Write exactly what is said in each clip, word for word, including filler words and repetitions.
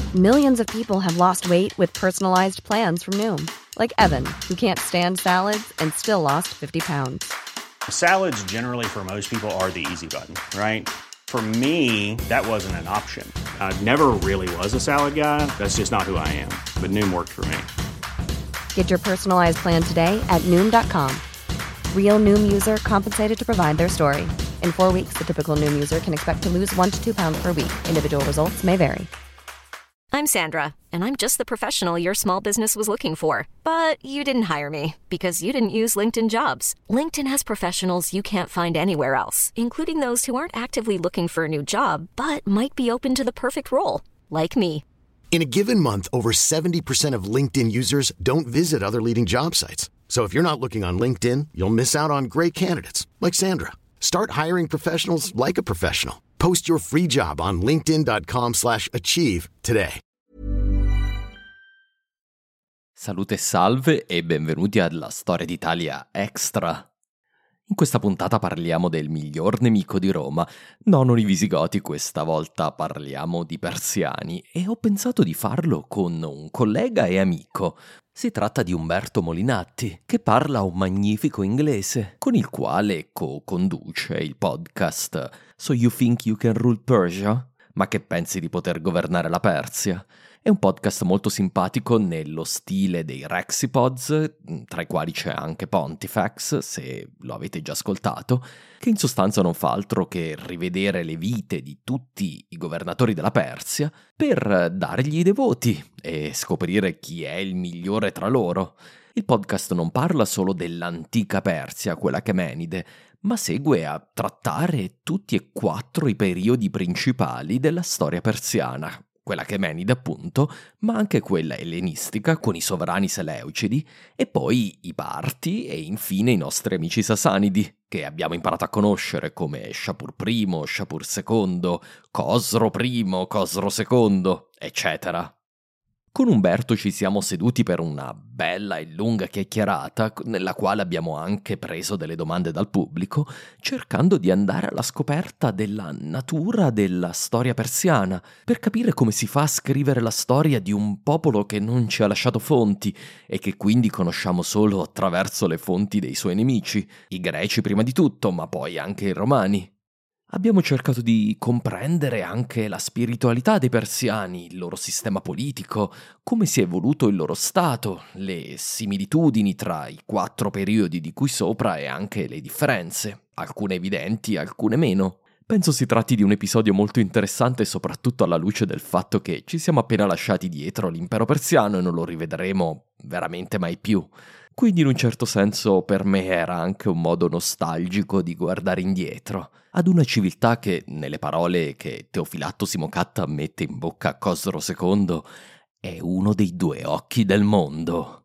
Millions of people have lost weight with personalized plans from Noom. Like Evan, who can't stand salads and still lost fifty pounds. Salads generally for most people are the easy button, right? For me, that wasn't an option. I never really was a salad guy. That's just not who I am. But Noom worked for me. Get your personalized plan today at Noom dot com. Real Noom user compensated to provide their story. In four weeks, the typical Noom user can expect to lose one to two pounds per week. Individual results may vary. I'm Sandra, and I'm just the professional your small business was looking for. But you didn't hire me because you didn't use LinkedIn Jobs. LinkedIn has professionals you can't find anywhere else, including those who aren't actively looking for a new job, but might be open to the perfect role, like me. In a given month, over seventy percent of LinkedIn users don't visit other leading job sites. So if you're not looking on LinkedIn, you'll miss out on great candidates like Sandra. Start hiring professionals like a professional. Post your free job on linkedin dot com slash achieve today. Salute e salve e benvenuti alla Storia d'Italia Extra. In questa puntata parliamo del miglior nemico di Roma. No, non i Visigoti, questa volta parliamo di persiani e ho pensato di farlo con un collega e amico. Si tratta di Umberto Molinatti, che parla un magnifico inglese, con il quale co-conduce il podcast So You Think You Can Rule Persia? Ma che pensi di poter governare la Persia? È un podcast molto simpatico nello stile dei Rexipods, tra i quali c'è anche Pontifex, se lo avete già ascoltato, che in sostanza non fa altro che rivedere le vite di tutti i governatori della Persia per dargli dei voti e scoprire chi è il migliore tra loro. Il podcast non parla solo dell'antica Persia, quella Chemenide, ma segue a trattare tutti e quattro i periodi principali della storia persiana. Quella Chemenide appunto, ma anche quella ellenistica con i sovrani seleucidi e poi i Parti e infine i nostri amici sasanidi, che abbiamo imparato a conoscere come Shapur I, Shapur secondo, Cosro I, Cosro secondo, eccetera. Con Umberto ci siamo seduti per una bella e lunga chiacchierata, nella quale abbiamo anche preso delle domande dal pubblico, cercando di andare alla scoperta della natura della storia persiana, per capire come si fa a scrivere la storia di un popolo che non ci ha lasciato fonti e che quindi conosciamo solo attraverso le fonti dei suoi nemici, i greci prima di tutto, ma poi anche i romani. Abbiamo cercato di comprendere anche la spiritualità dei persiani, il loro sistema politico, come si è evoluto il loro stato, le similitudini tra i quattro periodi di cui sopra e anche le differenze, alcune evidenti, alcune meno. Penso si tratti di un episodio molto interessante soprattutto alla luce del fatto che ci siamo appena lasciati dietro l'impero persiano e non lo rivedremo veramente mai più. Quindi in un certo senso per me era anche un modo nostalgico di guardare indietro, ad una civiltà che, nelle parole che Teofilatto Simocatta mette in bocca a Cosro secondo, è uno dei due occhi del mondo.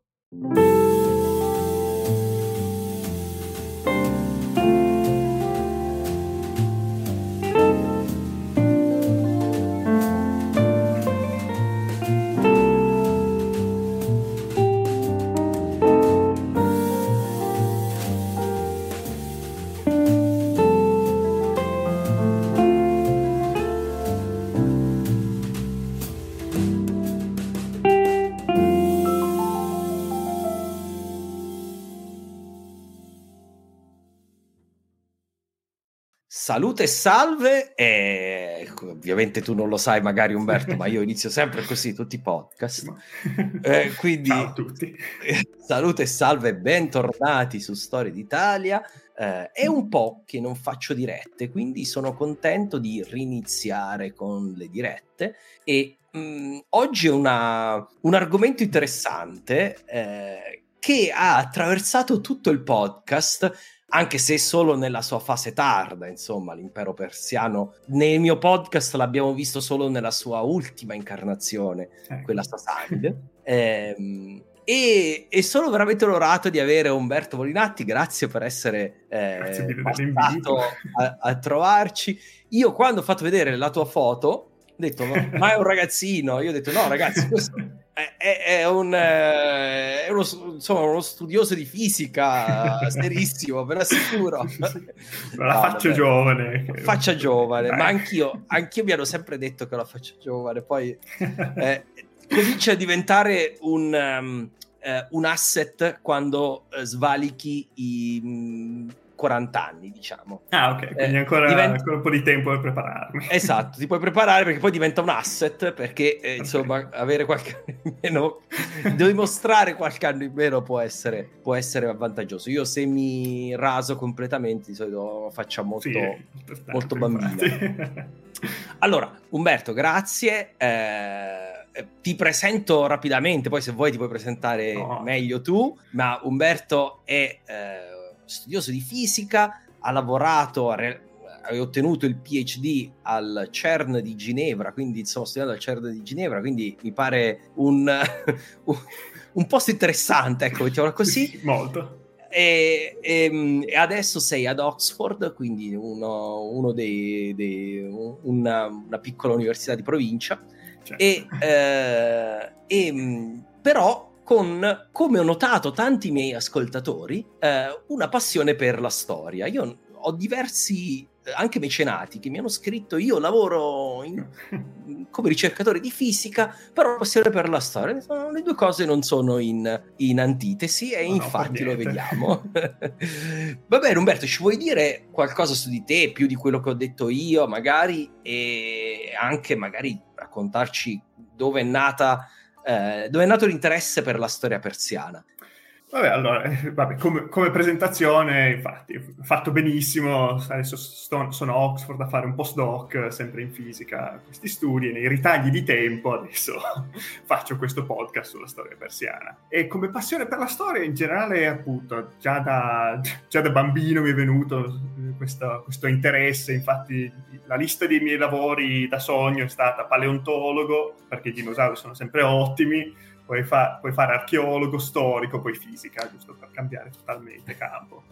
Salute e salve, e ovviamente tu non lo sai magari Umberto, ma io inizio sempre così tutti i podcast, eh, quindi ciao a tutti. Salute e salve, bentornati su Storia d'Italia. Eh, è un po' che non faccio dirette, quindi sono contento di riniziare con le dirette e mh, oggi è una, un argomento interessante eh, che ha attraversato tutto il podcast, anche se solo nella sua fase tarda, insomma, l'impero persiano. Nel mio podcast l'abbiamo visto solo nella sua ultima incarnazione, ecco. Quella sasanide. ehm, e, e sono veramente onorato di avere Umberto Molinatti, grazie per essere eh, passato a, a trovarci. Io quando ho fatto vedere la tua foto, detto, ma è un ragazzino. Io ho detto, no ragazzi, questo è, è, è, un, è uno, insomma, uno studioso di fisica serissimo, ve lo assicuro. La no, faccia vabbè. giovane. Faccia giovane, Beh. ma anch'io, anch'io mi hanno sempre detto che la faccia giovane, poi eh, comincia a diventare un, um, eh, un asset quando eh, svalichi i... Mh, quaranta anni, diciamo. Ah, ok, quindi eh, ancora, diventa... ancora un po' di tempo per prepararmi. Esatto, ti puoi preparare perché poi diventa un asset, perché eh, insomma okay. avere qualche anno in meno, devi mostrare qualche anno in meno può essere, può essere vantaggioso. Io se mi raso completamente di solito faccia molto, sì, molto bambina. Allora, Umberto, grazie. Eh, ti presento rapidamente, poi se vuoi ti puoi presentare no. meglio tu, ma Umberto è... Eh, studioso di fisica, ha lavorato, ha, re- ha ottenuto il P H D al CERN di Ginevra, quindi insomma studiando al CERN di Ginevra, quindi mi pare un, un, un posto interessante, ecco, mettiamola così. Molto. E, e, e adesso sei ad Oxford, quindi uno, uno dei, dei una, una piccola università di provincia, certo. e, eh, e però con, come ho notato tanti miei ascoltatori, eh, una passione per la storia. Io ho diversi, anche mecenati, che mi hanno scritto: io lavoro in, come ricercatore di fisica, però ho passione per la storia. Le due cose non sono in, in antitesi, e no, infatti lo vediamo. Va bene, Umberto, ci vuoi dire qualcosa su di te, più di quello che ho detto io, magari, e anche magari raccontarci dove è nata... Eh, dove è nato l'interesse per la storia persiana? Vabbè, allora, eh, vabbè, come, come presentazione, infatti, fatto benissimo. Adesso sto, sono a Oxford a fare un postdoc, sempre in fisica, questi studi, e nei ritagli di tempo adesso faccio questo podcast sulla storia persiana. E come passione per la storia in generale, appunto, già da, già da bambino mi è venuto questo, questo interesse. Infatti la lista dei miei lavori da sogno è stata paleontologo, perché i dinosauri sono sempre ottimi. Puoi, fa- puoi fare archeologo, storico, poi fisica, giusto per cambiare totalmente campo.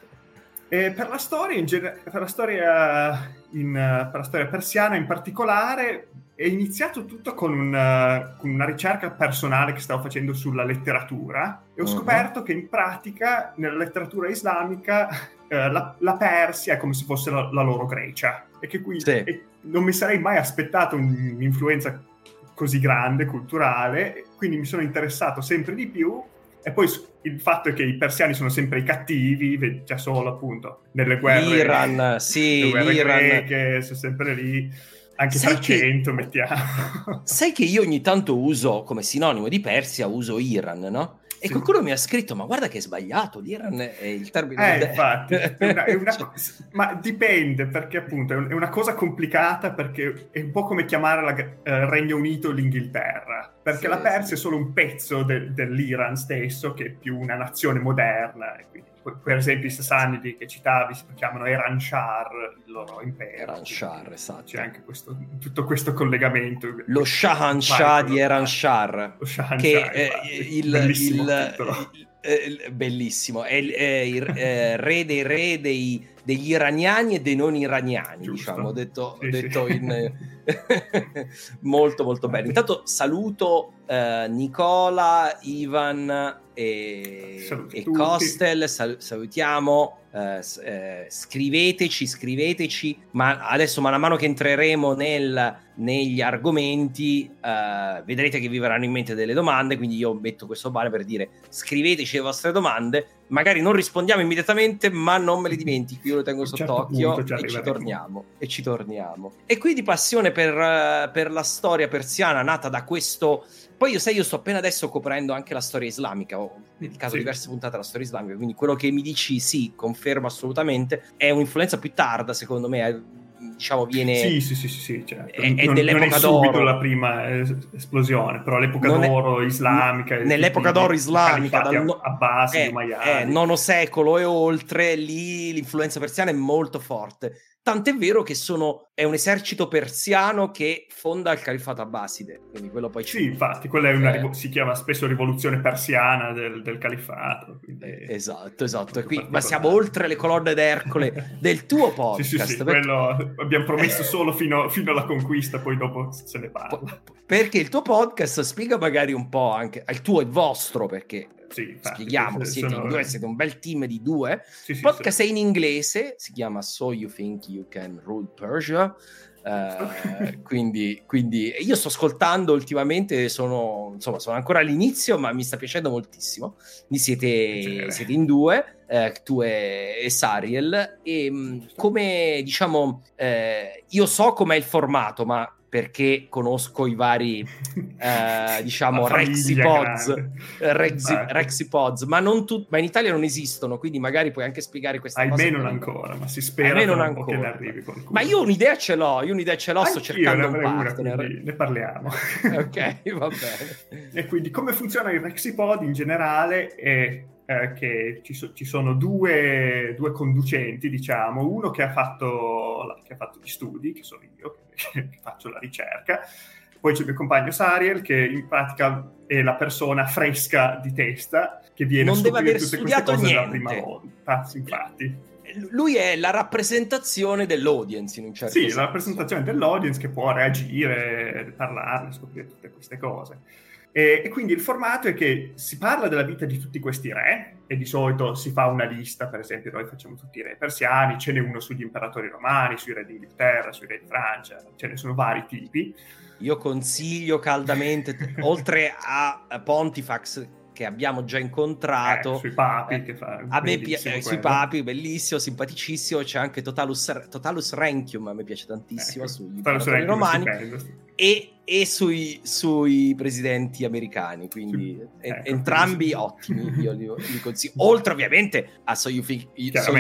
E per la storia, in gener- per la storia, in, per la storia persiana in particolare, è iniziato tutto con, un, con una ricerca personale che stavo facendo sulla letteratura, e ho uh-huh. scoperto che in pratica nella letteratura islamica eh, la, la Persia è come se fosse la, la loro Grecia, e che quindi sì. e non mi sarei mai aspettato un'influenza così grande, culturale, quindi mi sono interessato sempre di più. E poi il fatto è che i persiani sono sempre i cattivi, già solo appunto nelle guerre, l'Iran, sì, le guerre l'Iran. greche, sono sempre lì, anche trecento mettiamo. Sai che io ogni tanto uso come sinonimo di Persia, uso Iran, no? E sì. qualcuno mi ha scritto: ma guarda che è sbagliato, l'Iran è il termine. Eh, infatti, è una, è una cosa, ma dipende, perché appunto è una cosa complicata, perché è un po' come chiamare la, eh, Regno Unito l'Inghilterra, perché sì, la Persia sì. è solo un pezzo de, dell'Iran stesso, che è più una nazione moderna, e quindi, per esempio, i Sassanidi che citavi si chiamano Eran-Shar, il loro impero. Eran-Shar, esatto. C'è anche questo, tutto questo collegamento. Lo Shahanshah di Eran-Shar, lo Shahanshah, che è il, bellissimo, il, il, il, bellissimo, è il, è il eh, re dei re dei, degli iraniani e dei non iraniani, giusto. Diciamo, detto, sì, detto sì. in molto molto bene. Intanto saluto eh, Nicola, Ivan e, e Costel, sal- salutiamo, eh, eh, scriveteci, scriveteci, ma adesso man mano che entreremo nel, negli argomenti eh, vedrete che vi verranno in mente delle domande, quindi io metto questo banner per dire: scriveteci le vostre domande, magari non rispondiamo immediatamente, ma non me le dimentico, io lo tengo sott'occhio, certo, e ci torniamo e ci torniamo. E quindi passione per, per la storia persiana nata da questo. Poi io sai, io sto appena adesso coprendo anche la storia islamica, ho dedicato sì. diverse puntate alla storia islamica, quindi quello che mi dici sì, confermo assolutamente, è un'influenza più tarda, secondo me, diciamo viene... Sì, sì, sì, sì, certo. è, è non, dell'epoca non è d'oro. subito la prima es- esplosione, però l'epoca non d'oro è, islamica... Nell'epoca d'oro islamica, dal no, Abbasi, eh, Umayyadi. Eh, nono secolo e oltre, lì l'influenza persiana è molto forte. tant'è vero che sono è un esercito persiano che fonda il califfato abbaside, quindi quello poi sì, infatti quella è una eh, si chiama spesso rivoluzione persiana del, del califfato, quindi eh, esatto esatto e qui, ma siamo oltre le colonne d'Ercole del tuo podcast. Sì, sì, sì, perché... quello abbiamo promesso solo fino, fino alla conquista, poi dopo se ne parla, perché il tuo podcast spiega magari un po' anche il tuo e vostro, perché sì, infatti, spieghiamo, siete sono... in due, siete un bel team di due. Il sì, podcast sì, è in inglese, si chiama So You Think You Can Rule Persia. Uh, quindi, quindi io sto ascoltando ultimamente, sono insomma sono ancora all'inizio, ma mi sta piacendo moltissimo. Siete, siete in due, eh, tu e, e Sariel, e mh, come diciamo, eh, io so com'è il formato, ma perché conosco i vari eh, diciamo Rexipods, Rexi, Rexipods, ma non tu, ma in Italia non esistono, quindi magari puoi anche spiegare questa cosa. Ahimè non ancora, ma si spera non ancora che ne arrivi qualcuno. Ma io un'idea ce l'ho, io un'idea ce l'ho, sto cercando un partner. Una, ne parliamo. Ok, va bene. E quindi come funziona il Rexipod in generale è eh, che ci, so, ci sono due, due conducenti, diciamo, uno che ha fatto che ha fatto gli studi, che sono io, che, che faccio la ricerca. Poi c'è il mio compagno Sariel, che in pratica è la persona fresca di testa, che viene non a deve aver tutte studiato queste cose niente. la prima volta. Infatti. Lui è la rappresentazione dell'audience, in un certo sì, senso. Sì, la rappresentazione dell'audience che può reagire, parlarne, scoprire tutte queste cose. E, e quindi il formato è che si parla della vita di tutti questi re, e di solito si fa una lista, per esempio noi facciamo tutti i re persiani, ce n'è uno sugli imperatori romani, sui re d'Inghilterra, sui re di Francia, ce ne sono vari tipi. Io consiglio caldamente, oltre a Pontifax, che abbiamo già incontrato, eh, sui papi, eh, che fa a me pi- eh, sui papi, bellissimo, simpaticissimo. C'è anche Totalus, Totalus Rankium, a me piace tantissimo, ecco, sugli imperatori romani e, e sui, sui presidenti americani, quindi sì, ecco, entrambi sì, ottimi, io li, li consiglio, oltre ovviamente a So You Think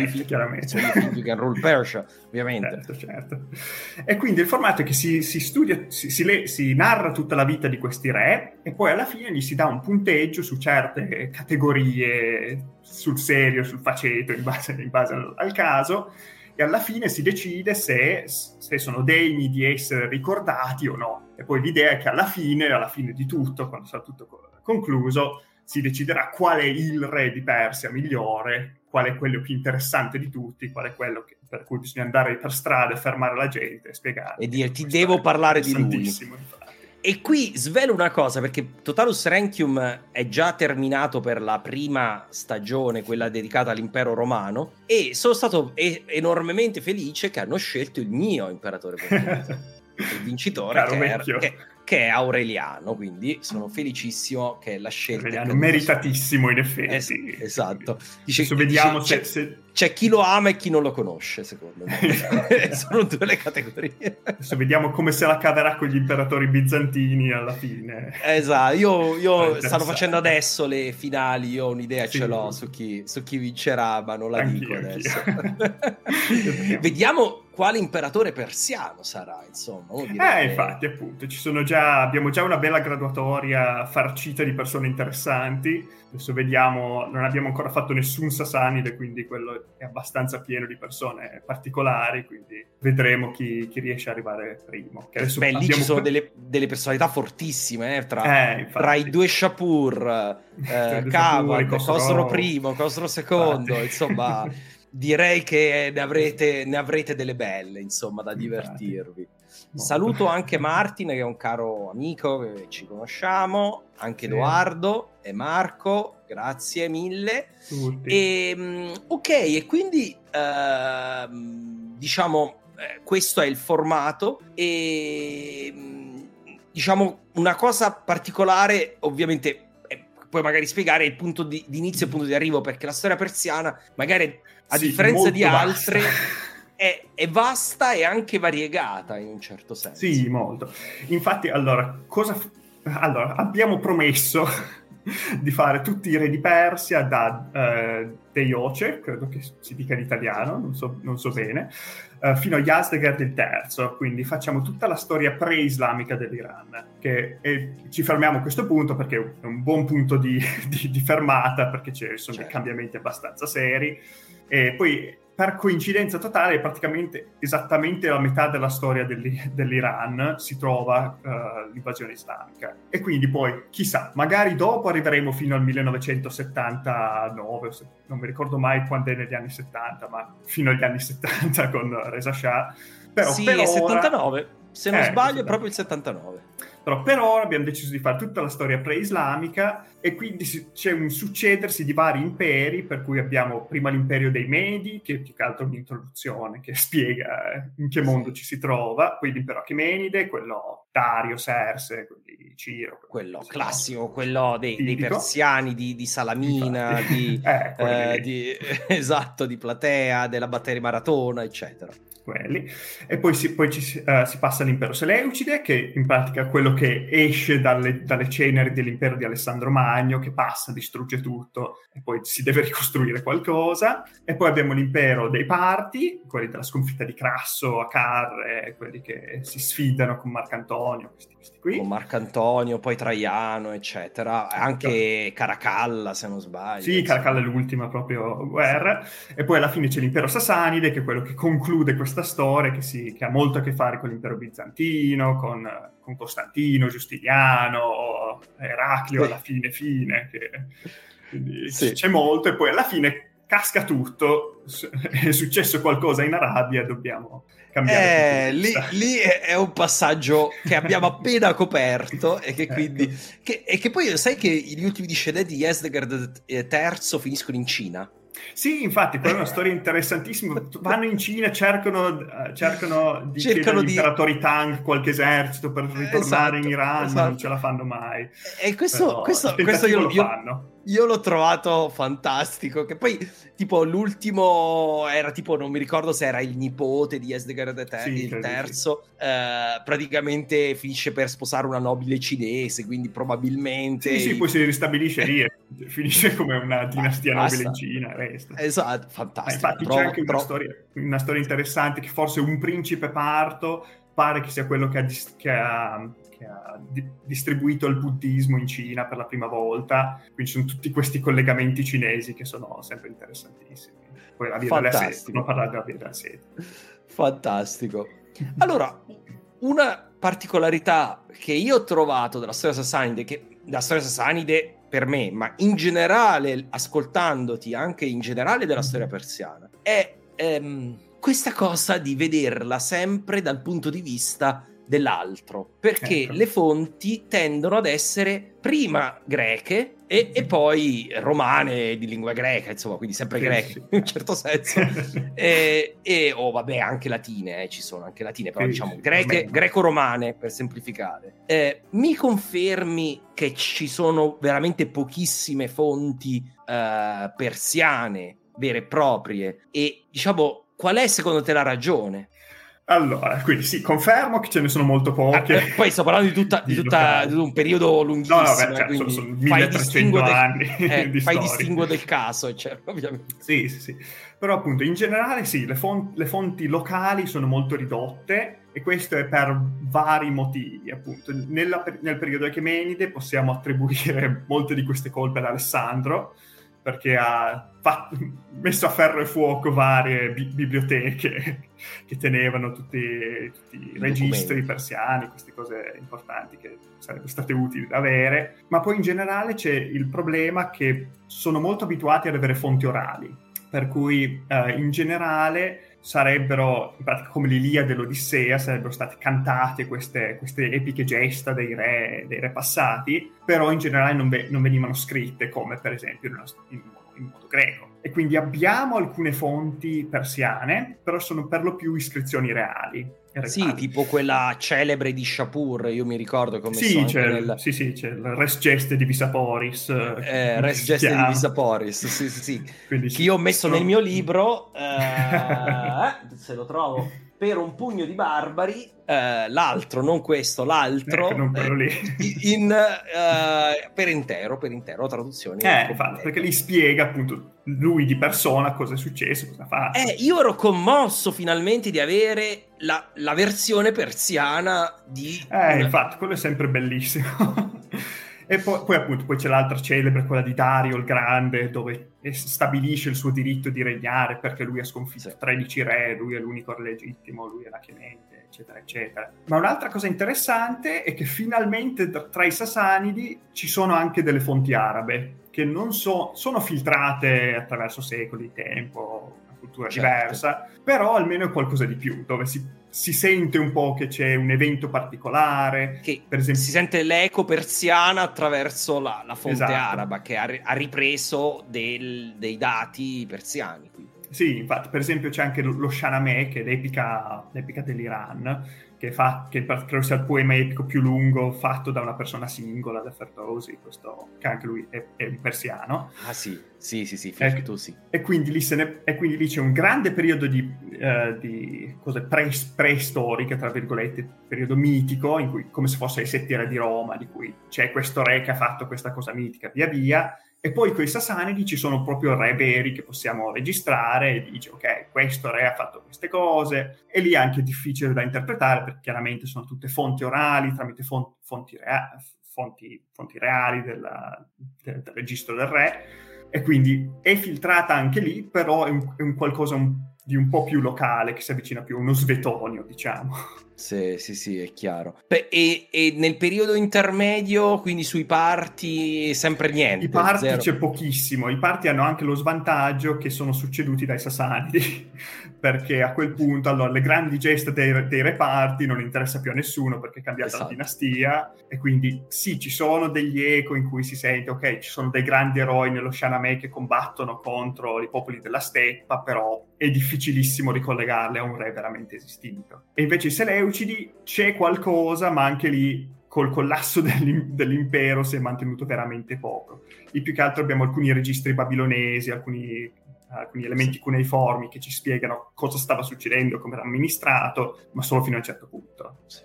You Can Rule Persia, ovviamente. Certo, certo. E quindi il formato è che si, si studia, si, si, le, si narra tutta la vita di questi re e poi alla fine gli si dà un punteggio su certe categorie, sul serio, sul faceto, in base, in base al, al caso, e alla fine si decide se, se sono degni di essere ricordati o no. E poi l'idea è che alla fine, alla fine di tutto, quando sarà tutto concluso, si deciderà qual è il re di Persia migliore, qual è quello più interessante di tutti, qual è quello che, per cui bisogna andare per strada e fermare la gente e spiegare. E dire ti devo parlare di lui. Infatti. E qui svelo una cosa, perché Totalus Rankium è già terminato per la prima stagione, quella dedicata all'impero romano, e sono stato e- enormemente felice che hanno scelto il mio imperatore preferito, il vincitore, che è, che, che è Aureliano, quindi sono felicissimo che la scelta Aureliano, meritatissimo in effetti. Es- esatto. Dice, Adesso vediamo dice, se, c'è, se... c'è chi lo ama e chi non lo conosce, secondo me. Sono due le categorie. Adesso vediamo come se la caverà con gli imperatori bizantini alla fine. Esatto, io, io stanno facendo adesso le finali, io ho un'idea, sì, ce l'ho su chi, su chi vincerà, ma non la anch'io, dico adesso. Vediamo quale imperatore persiano sarà, insomma. Eh, che... infatti, appunto, ci sono già, abbiamo già una bella graduatoria farcita di persone interessanti. Adesso vediamo, non abbiamo ancora fatto nessun Sassanide, quindi quello è abbastanza pieno di persone particolari, quindi vedremo chi, chi riesce a arrivare primo. Che adesso Beh, lì abbiamo... ci sono delle, delle personalità fortissime, eh, tra, eh, tra i due Shapur, eh, Cavad, Cosro primo, Cosro secondo, infatti. Insomma... Direi che ne avrete, ne avrete delle belle, insomma, da divertirvi. Saluto anche Martin, che è un caro amico che ci conosciamo, anche sì. Edoardo e Marco, grazie mille. E, ok, e quindi uh, diciamo eh, questo è il formato e diciamo una cosa particolare, ovviamente eh, puoi magari spiegare il punto di, di inizio e il punto di arrivo, perché la storia persiana magari a sì, differenza di altre è, è vasta e anche variegata in un certo senso. Sì, molto. Infatti, allora, cosa f- allora abbiamo promesso di fare tutti i re di Persia da uh, Teioce, credo che si dica in italiano, non so, non so bene, uh, fino a Yazdegerd il terzo, quindi facciamo tutta la storia pre-islamica dell'Iran, che è, ci fermiamo a questo punto perché è un buon punto di, di, di fermata, perché ci sono certo. dei cambiamenti abbastanza seri. E poi per coincidenza totale, praticamente esattamente la metà della storia dell'i- dell'Iran si trova uh, l'invasione islamica. E quindi poi, chissà, magari dopo arriveremo fino al millenovecentosettantanove, non mi ricordo mai quando è negli anni settanta, ma fino agli anni settanta con Reza Shah. Però sì, per è ora... settantanove, se non eh, sbaglio è proprio il settantanove. Però per ora abbiamo deciso di fare tutta la storia pre-islamica e quindi c'è un succedersi di vari imperi, per cui abbiamo prima l'impero dei Medi, che è più che altro un'introduzione che spiega in che mondo ci si trova, poi l'impero Achemenide, quello Dario, Serse, quelli Ciro. Quello classico, quello dei, dei tipico. persiani, di, di Salamina, Infatti. di, eh, eh, di, esatto, di Platea, della battaglia di Maratona, eccetera. Quelli. E poi, si, poi ci, uh, si passa all'impero Seleucide, che in pratica è quello che esce dalle, dalle ceneri dell'impero di Alessandro Magno, che passa, distrugge tutto e poi si deve ricostruire qualcosa. E poi abbiamo l'impero dei Parti, quelli della sconfitta di Crasso a Carre, quelli che si sfidano con Marcantonio, questi, questi qui. Con Marcantonio, poi Traiano, eccetera. Anche Caracalla, se non sbaglio. Sì, Caracalla è l'ultima proprio guerra. E poi alla fine c'è l'impero Sassanide, che è quello che conclude questa storia, che, si, che ha molto a che fare con l'impero bizantino, con, con Costantino, Giustiniano, Eraclio, alla fine fine. Che, quindi sì. C'è molto, e poi alla fine casca tutto, è successo qualcosa in Arabia, dobbiamo cambiare. Eh, lì, lì è un passaggio che abbiamo appena coperto e che quindi ecco. che, e che poi sai che gli ultimi discendenti di Esdegerd terzo finiscono in Cina. Sì, infatti, quella è una storia interessantissima. Vanno in Cina, cercano, cercano di cercano chiedere di... all'imperatore Tang qualche esercito per ritornare esatto, in Iran, esatto. ma non ce la fanno mai. E questo, Però, questo, questo io, lo fanno. Io l'ho trovato fantastico, che poi tipo l'ultimo era tipo, non mi ricordo se era il nipote di Esdegerd te- sì, il terzo, sì. eh, praticamente finisce per sposare una nobile cinese, quindi probabilmente... Sì, sì, poi si ristabilisce lì e finisce come una dinastia Basta. nobile in Cina. Resta. Esatto, fantastico. Ma infatti trovo, c'è anche trovo... una, storia, una storia interessante, che forse un principe parto pare che sia quello che ha... Che ha che ha di- distribuito il buddismo in Cina per la prima volta, quindi sono tutti questi collegamenti cinesi che sono sempre interessantissimi. Poi la via della seta, non parlare della via della seta. Fantastico. Allora, una particolarità che io ho trovato della storia sassanide, che la storia sassanide per me, ma in generale, ascoltandoti anche in generale della storia persiana, è ehm, questa cosa di vederla sempre dal punto di vista dell'altro, perché ecco. le fonti tendono ad essere prima greche e, e poi romane di lingua greca, insomma, quindi sempre sì, greche sì. in un certo senso, e, e o oh, vabbè anche latine, eh, ci sono anche latine, però sì, diciamo sì, greche, greco-romane per semplificare. Eh, mi confermi che ci sono veramente pochissime fonti eh, persiane vere e proprie, e diciamo qual è secondo te la ragione? Allora, quindi sì, confermo che ce ne sono molto poche. Ah, poi sto parlando di, tutta, di, tutta, di un periodo lunghissimo. No, no, beh, cioè, sono, sono milletrecento anni eh, di fai storia. distinguo del caso, cioè, ovviamente. Sì, sì, sì. Però appunto, in generale sì, le fonti, le fonti locali sono molto ridotte, e questo è per vari motivi, appunto. Nella, nel periodo Achemenide possiamo attribuire molte di queste colpe ad Alessandro, perché ha fatto, messo a ferro e fuoco varie bi- biblioteche che tenevano tutti, tutti i registri persiani, queste cose importanti che sarebbero state utili da avere. Ma poi in generale c'è il problema che sono molto abituati ad avere fonti orali, per cui eh, in generale sarebbero, in pratica come l'Iliade e l'Odissea, sarebbero state cantate queste, queste epiche gesta dei re, dei re passati, però in generale non, ve, non venivano scritte come per esempio in, una, in, in modo greco. E quindi abbiamo alcune fonti persiane, però sono per lo più iscrizioni reali. Sì, tipo quella celebre di Shapur, io mi ricordo come sì, c'è nel... sì, sì, c'è il Res Geste di Visaporis. Eh, Res Geste di Visaporis, sì, sì, sì. Quindi, che io ho messo sono... nel mio libro, eh, se lo trovo, per un pugno di barbari, eh, l'altro, non questo, l'altro, ecco, non quello lì. Eh, in, eh, per intero, per intero, traduzione. Eh, infatti, perché gli spiega appunto lui di persona cosa è successo, cosa fa. Eh, io ero commosso finalmente di avere la, la versione persiana di... Eh, infatti, quello è sempre bellissimo. E poi, poi appunto poi c'è l'altra celebre, quella di Dario il Grande, dove stabilisce il suo diritto di regnare perché lui ha sconfitto sì. tredici re, lui è l'unico legittimo, lui è la Clemente, eccetera eccetera. Ma un'altra cosa interessante è che finalmente tra i Sasanidi ci sono anche delle fonti arabe che non so, sono filtrate attraverso secoli di tempo, una cultura certo. diversa, però almeno è qualcosa di più, dove si si sente un po' che c'è un evento particolare, che per esempio si sente l'eco persiana attraverso la, la fonte esatto. araba che ha, ha ripreso del, dei dati persiani qui. Sì, infatti, per esempio c'è anche lo Shahnameh, che è l'epica, l'epica dell'Iran, che, fa, che credo sia il poema epico più lungo fatto da una persona singola, da Ferdowsi, questo, che anche lui è, è persiano. Ah sì, sì, sì, sì, e, tu sì. E quindi lì, se ne, e quindi lì c'è un grande periodo di, uh, di cose pre, preistoriche, tra virgolette, periodo mitico, in cui come se fosse i sette re di Roma, di cui c'è questo re che ha fatto questa cosa mitica, via via. E poi con i Sasanidi ci sono proprio re veri che possiamo registrare e dice ok, questo re ha fatto queste cose, e lì è anche difficile da interpretare perché chiaramente sono tutte fonti orali tramite fonti, fonti, rea- fonti, fonti reali della, del, del registro del re, e quindi è filtrata anche lì, però è un, è un qualcosa un, di un po' più locale, che si avvicina più a uno Svetonio, diciamo. Sì, sì, sì, è chiaro. Beh, e, e nel periodo intermedio, quindi sui parti, sempre niente? I parti zero. C'è pochissimo. I parti hanno anche lo svantaggio che sono succeduti dai Sasanidi, perché a quel punto, allora, le grandi geste dei, dei reparti non interessa più a nessuno perché è cambiata esatto. la dinastia, e quindi sì, ci sono degli eco in cui si sente, ok, ci sono dei grandi eroi nello Shahnameh che combattono contro i popoli della steppa, però è difficilissimo ricollegarle a un re veramente esistito. E invece i Seleucidi c'è qualcosa, ma anche lì col collasso dell'im- dell'impero si è mantenuto veramente poco. Lì più che altro abbiamo alcuni registri babilonesi, alcuni, alcuni elementi cuneiformi che ci spiegano cosa stava succedendo, come era amministrato, ma solo fino a un certo punto. Sì.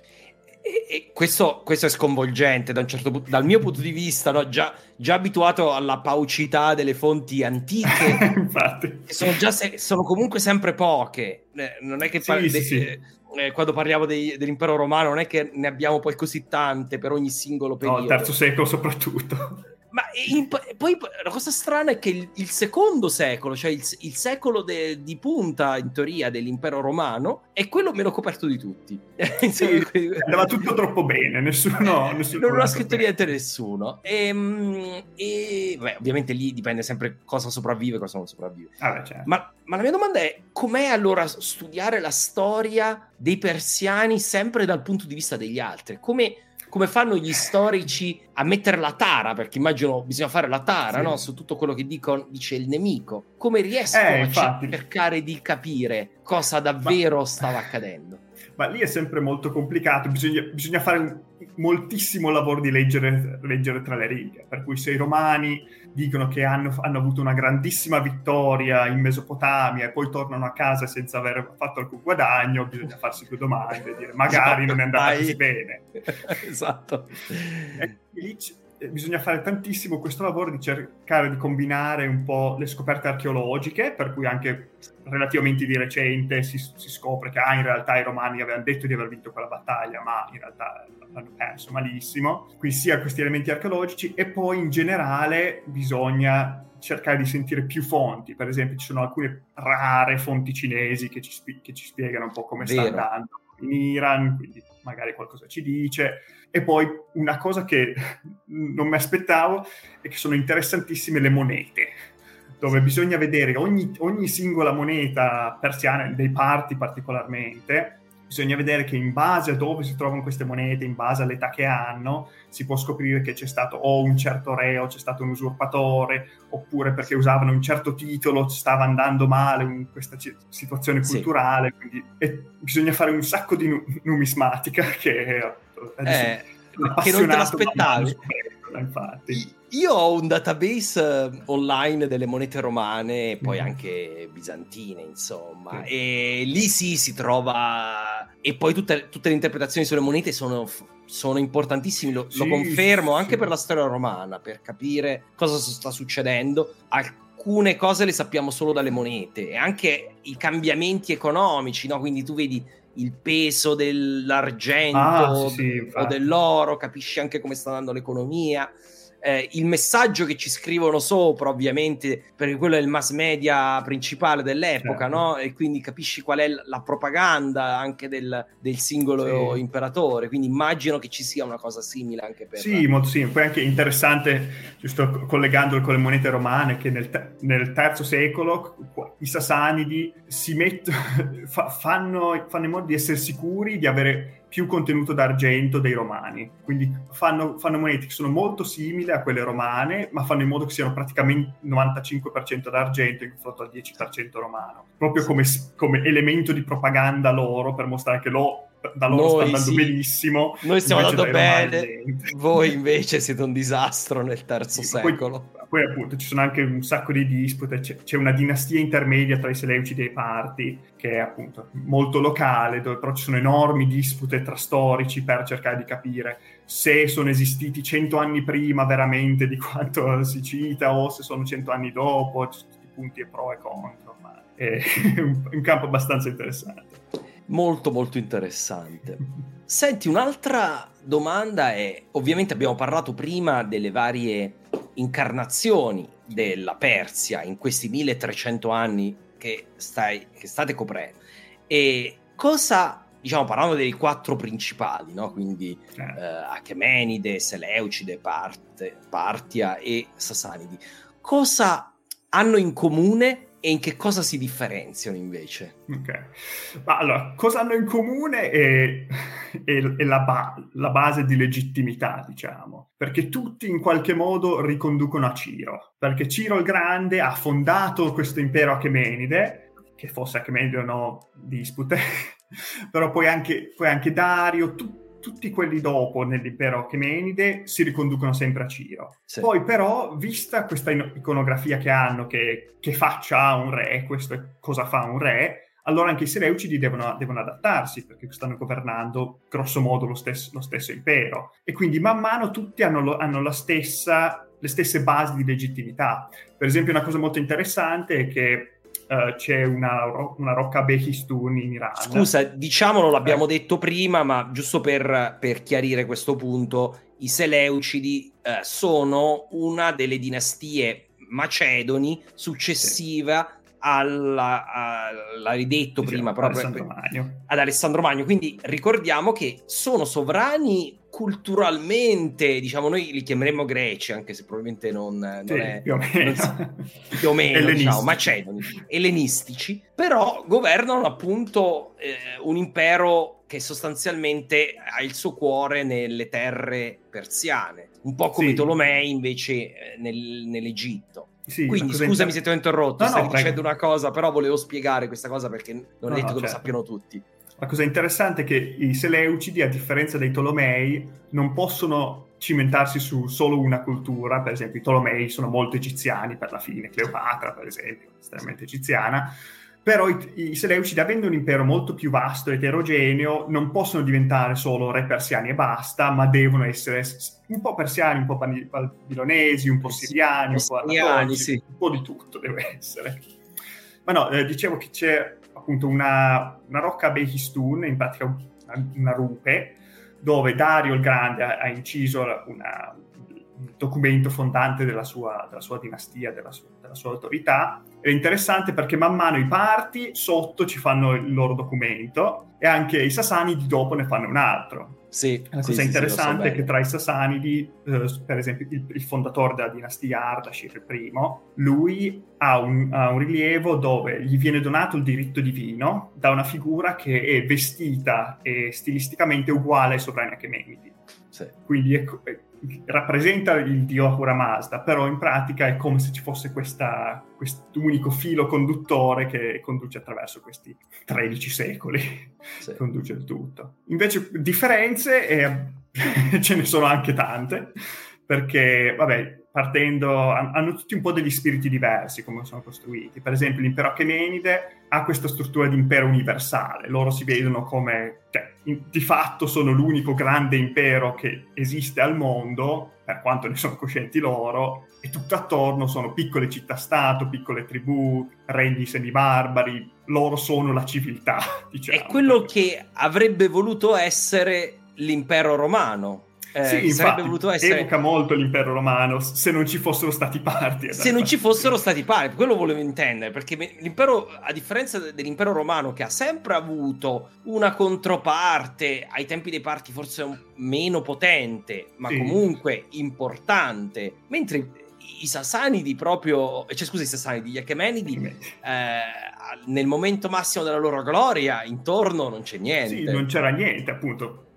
E, e questo, questo è sconvolgente da un certo punto, dal mio punto di vista, no? già, già abituato alla paucità delle fonti antiche, infatti sono, già se, sono comunque sempre poche, eh, non è che sì, par- sì, de- sì. Eh, quando parliamo dei, dell'impero romano non è che ne abbiamo poi così tante per ogni singolo periodo. No, il terzo secolo soprattutto. Ma in, poi la cosa strana è che il, il secondo secolo, cioè il, il secolo de, di punta in teoria dell'impero romano, è quello meno coperto di tutti. Sì, andava tutto troppo bene, nessuno, nessuno non ha scritto bene. Niente nessuno. E, e beh, ovviamente lì dipende sempre cosa sopravvive e cosa non sopravvive. Ah, beh, certo. ma, ma la mia domanda è: com'è allora studiare la storia dei persiani sempre dal punto di vista degli altri? Come come fanno gli storici a mettere la tara, perché immagino bisogna fare la tara, sì. no? Su tutto quello che dico, dice il nemico. Come riescono eh, a cercare di capire cosa davvero ma, stava accadendo? Ma lì è sempre molto complicato, bisogna, bisogna fare un, moltissimo lavoro di leggere, leggere tra le righe, per cui se i romani dicono che hanno, hanno avuto una grandissima vittoria in Mesopotamia e poi tornano a casa senza aver fatto alcun guadagno, bisogna farsi due domande e dire magari esatto, non è andata mai. Così bene. Esatto. E lì c- bisogna fare tantissimo questo lavoro di cercare di combinare un po' le scoperte archeologiche, per cui anche relativamente di recente si, si scopre che ah, in realtà i romani avevano detto di aver vinto quella battaglia, ma in realtà l'hanno perso malissimo. Quindi sia questi elementi archeologici, e poi in generale bisogna cercare di sentire più fonti. Per esempio ci sono alcune rare fonti cinesi che ci, spi- che ci spiegano un po' come Vero. sta andando in Iran, quindi magari qualcosa ci dice. E poi una cosa che non mi aspettavo è che sono interessantissime le monete, dove bisogna vedere ogni, ogni singola moneta persiana, dei parti particolarmente, bisogna vedere che in base a dove si trovano queste monete, in base all'età che hanno, si può scoprire che c'è stato o un certo re o c'è stato un usurpatore, oppure perché usavano un certo titolo stava andando male in questa c- situazione culturale, sì. Quindi e bisogna fare un sacco di nu- numismatica che, eh, che non te l'aspettavi. Infatti. Io ho un database online delle monete romane e poi mm. anche bizantine, insomma, sì. E lì sì si trova, e poi tutte, tutte le interpretazioni sulle monete sono, sono importantissime, lo, sì, lo confermo sì. Anche per la storia romana, per capire cosa sta succedendo. Alcune cose le sappiamo solo dalle monete, e anche i cambiamenti economici, no? Quindi tu vedi il peso dell'argento ah, sì, sì, o dell'oro, capisci anche come sta andando l'economia. Eh, il messaggio che ci scrivono sopra, ovviamente, perché quello è il mass media principale dell'epoca, certo. no? E quindi capisci qual è la propaganda anche del, del singolo sì. imperatore, quindi immagino che ci sia una cosa simile anche per... Sì, molto simile. Poi anche interessante, giusto collegandolo con le monete romane, che nel, te- nel terzo secolo i Sasanidi si mettono, fa- fanno, fanno in modo di essere sicuri di avere più contenuto d'argento dei romani, quindi fanno, fanno monete che sono molto simili a quelle romane, ma fanno in modo che siano praticamente novantacinque per cento d'argento in confronto al dieci per cento romano, proprio come, come elemento di propaganda loro, per mostrare che lo, da loro noi, sta andando sì. benissimo, noi stiamo andando bene, romani, voi invece siete un disastro nel terzo sì, secolo. Poi, poi appunto ci sono anche un sacco di dispute, c'è, c'è una dinastia intermedia tra i Seleucidi e i Parti che è appunto molto locale, dove però ci sono enormi dispute tra storici per cercare di capire se sono esistiti cento anni prima veramente di quanto si cita o se sono cento anni dopo, ci sono tutti punti e pro e contro, ma è un campo abbastanza interessante. Molto molto interessante. Senti, un'altra domanda è, ovviamente abbiamo parlato prima delle varie incarnazioni della Persia in questi milletrecento anni che, stai, che state coprendo, e cosa, diciamo, parlando dei quattro principali, no? Quindi eh. Eh, Achemenide, Seleucide, Parte, Partia e Sasanidi, cosa hanno in comune e in che cosa si differenziano invece? Ok, ma allora, cosa hanno in comune è, è, è la, ba- la base di legittimità, diciamo, perché tutti in qualche modo riconducono a Ciro, perché Ciro il Grande ha fondato questo impero Achemenide, che fosse Achemenide o no, dispute, però poi anche, poi anche Dario, tu, tutti quelli dopo nell'impero Achemenide si riconducono sempre a Ciro. Sì. Poi però, vista questa iconografia che hanno, che, che faccia ha un re, questo è cosa fa un re, allora anche i Seleucidi devono, devono adattarsi, perché stanno governando grosso modo lo stesso, lo stesso impero. E quindi man mano tutti hanno, lo, hanno la stessa, le stesse basi di legittimità. Per esempio una cosa molto interessante è che Uh, c'è una, una rocca Behistun in Iran. Scusa, diciamolo, l'abbiamo eh. detto prima, ma giusto per, per chiarire questo punto, i Seleucidi uh, sono una delle dinastie macedoni successiva sì. alla, alla ridetto sì, prima sì, proprio Alessandro Magno. ad Alessandro Magno. Quindi ricordiamo che sono sovrani culturalmente, diciamo, noi li chiameremmo greci, anche se probabilmente non, non sì, è più o meno, non si, più o meno diciamo, macedoni, ellenistici, però governano appunto eh, un impero che sostanzialmente ha il suo cuore nelle terre persiane, un po' come sì. i Tolomei invece eh, nel, nell'Egitto. Sì, quindi scusami inter... se ti ho interrotto, no, stai no, dicendo prego. Una cosa, però volevo spiegare questa cosa perché non no, è detto no, che certo. lo sappiano tutti. La cosa interessante è che i Seleucidi, a differenza dei Tolomei, non possono cimentarsi su solo una cultura. Per esempio i Tolomei sono molto egiziani per la fine, Cleopatra per esempio, estremamente egiziana, però i, i Seleucidi, avendo un impero molto più vasto e eterogeneo, non possono diventare solo re persiani e basta, ma devono essere un po' persiani, un po' babilonesi, un po' siriani, un po' anatolici, sì. un po' di tutto deve essere. Ma no, eh, dicevo che c'è appunto una, una rocca Behistun, in pratica una, una rupe, dove Dario il Grande ha, ha inciso una, un documento fondante della sua, della sua dinastia, della sua, della sua autorità. È interessante perché man mano i Parti sotto ci fanno il loro documento e anche i Sasanidi dopo ne fanno un altro. Sì, la cosa sì, interessante sì, è che tra i Sasanidi, eh, per esempio il, il fondatore della dinastia Ardashir, il primo, lui ha un, ha un rilievo dove gli viene donato il diritto divino da una figura che è vestita e stilisticamente uguale ai sovrani Achemenidi. Sì. Quindi è, è, rappresenta il dio Ahura Mazda, però in pratica è come se ci fosse questa, quest'unico filo conduttore che conduce attraverso questi tredici secoli, sì. conduce il tutto. Invece differenze eh, ce ne sono anche tante, perché vabbè, partendo, hanno tutti un po' degli spiriti diversi come sono costruiti. Per esempio l'impero Achemenide ha questa struttura di impero universale, loro si vedono come, cioè, in, di fatto sono l'unico grande impero che esiste al mondo, per quanto ne sono coscienti loro, e tutto attorno sono piccole città-stato, piccole tribù, regni semibarbari, loro sono la civiltà, diciamo. È quello che avrebbe voluto essere l'impero romano. Eh, sì, infatti, voluto essere... evoca molto l'impero romano, se non ci fossero stati parti. Se non ci fossero stati parti, quello volevo intendere, perché l'impero, a differenza dell'impero romano, che ha sempre avuto una controparte, ai tempi dei parti forse meno potente, ma sì, comunque importante, mentre i Sasanidi proprio, cioè scusa i Sasanidi, gli Achemenidi, eh, nel momento massimo della loro gloria, intorno non c'è niente. Sì, non c'era niente, appunto.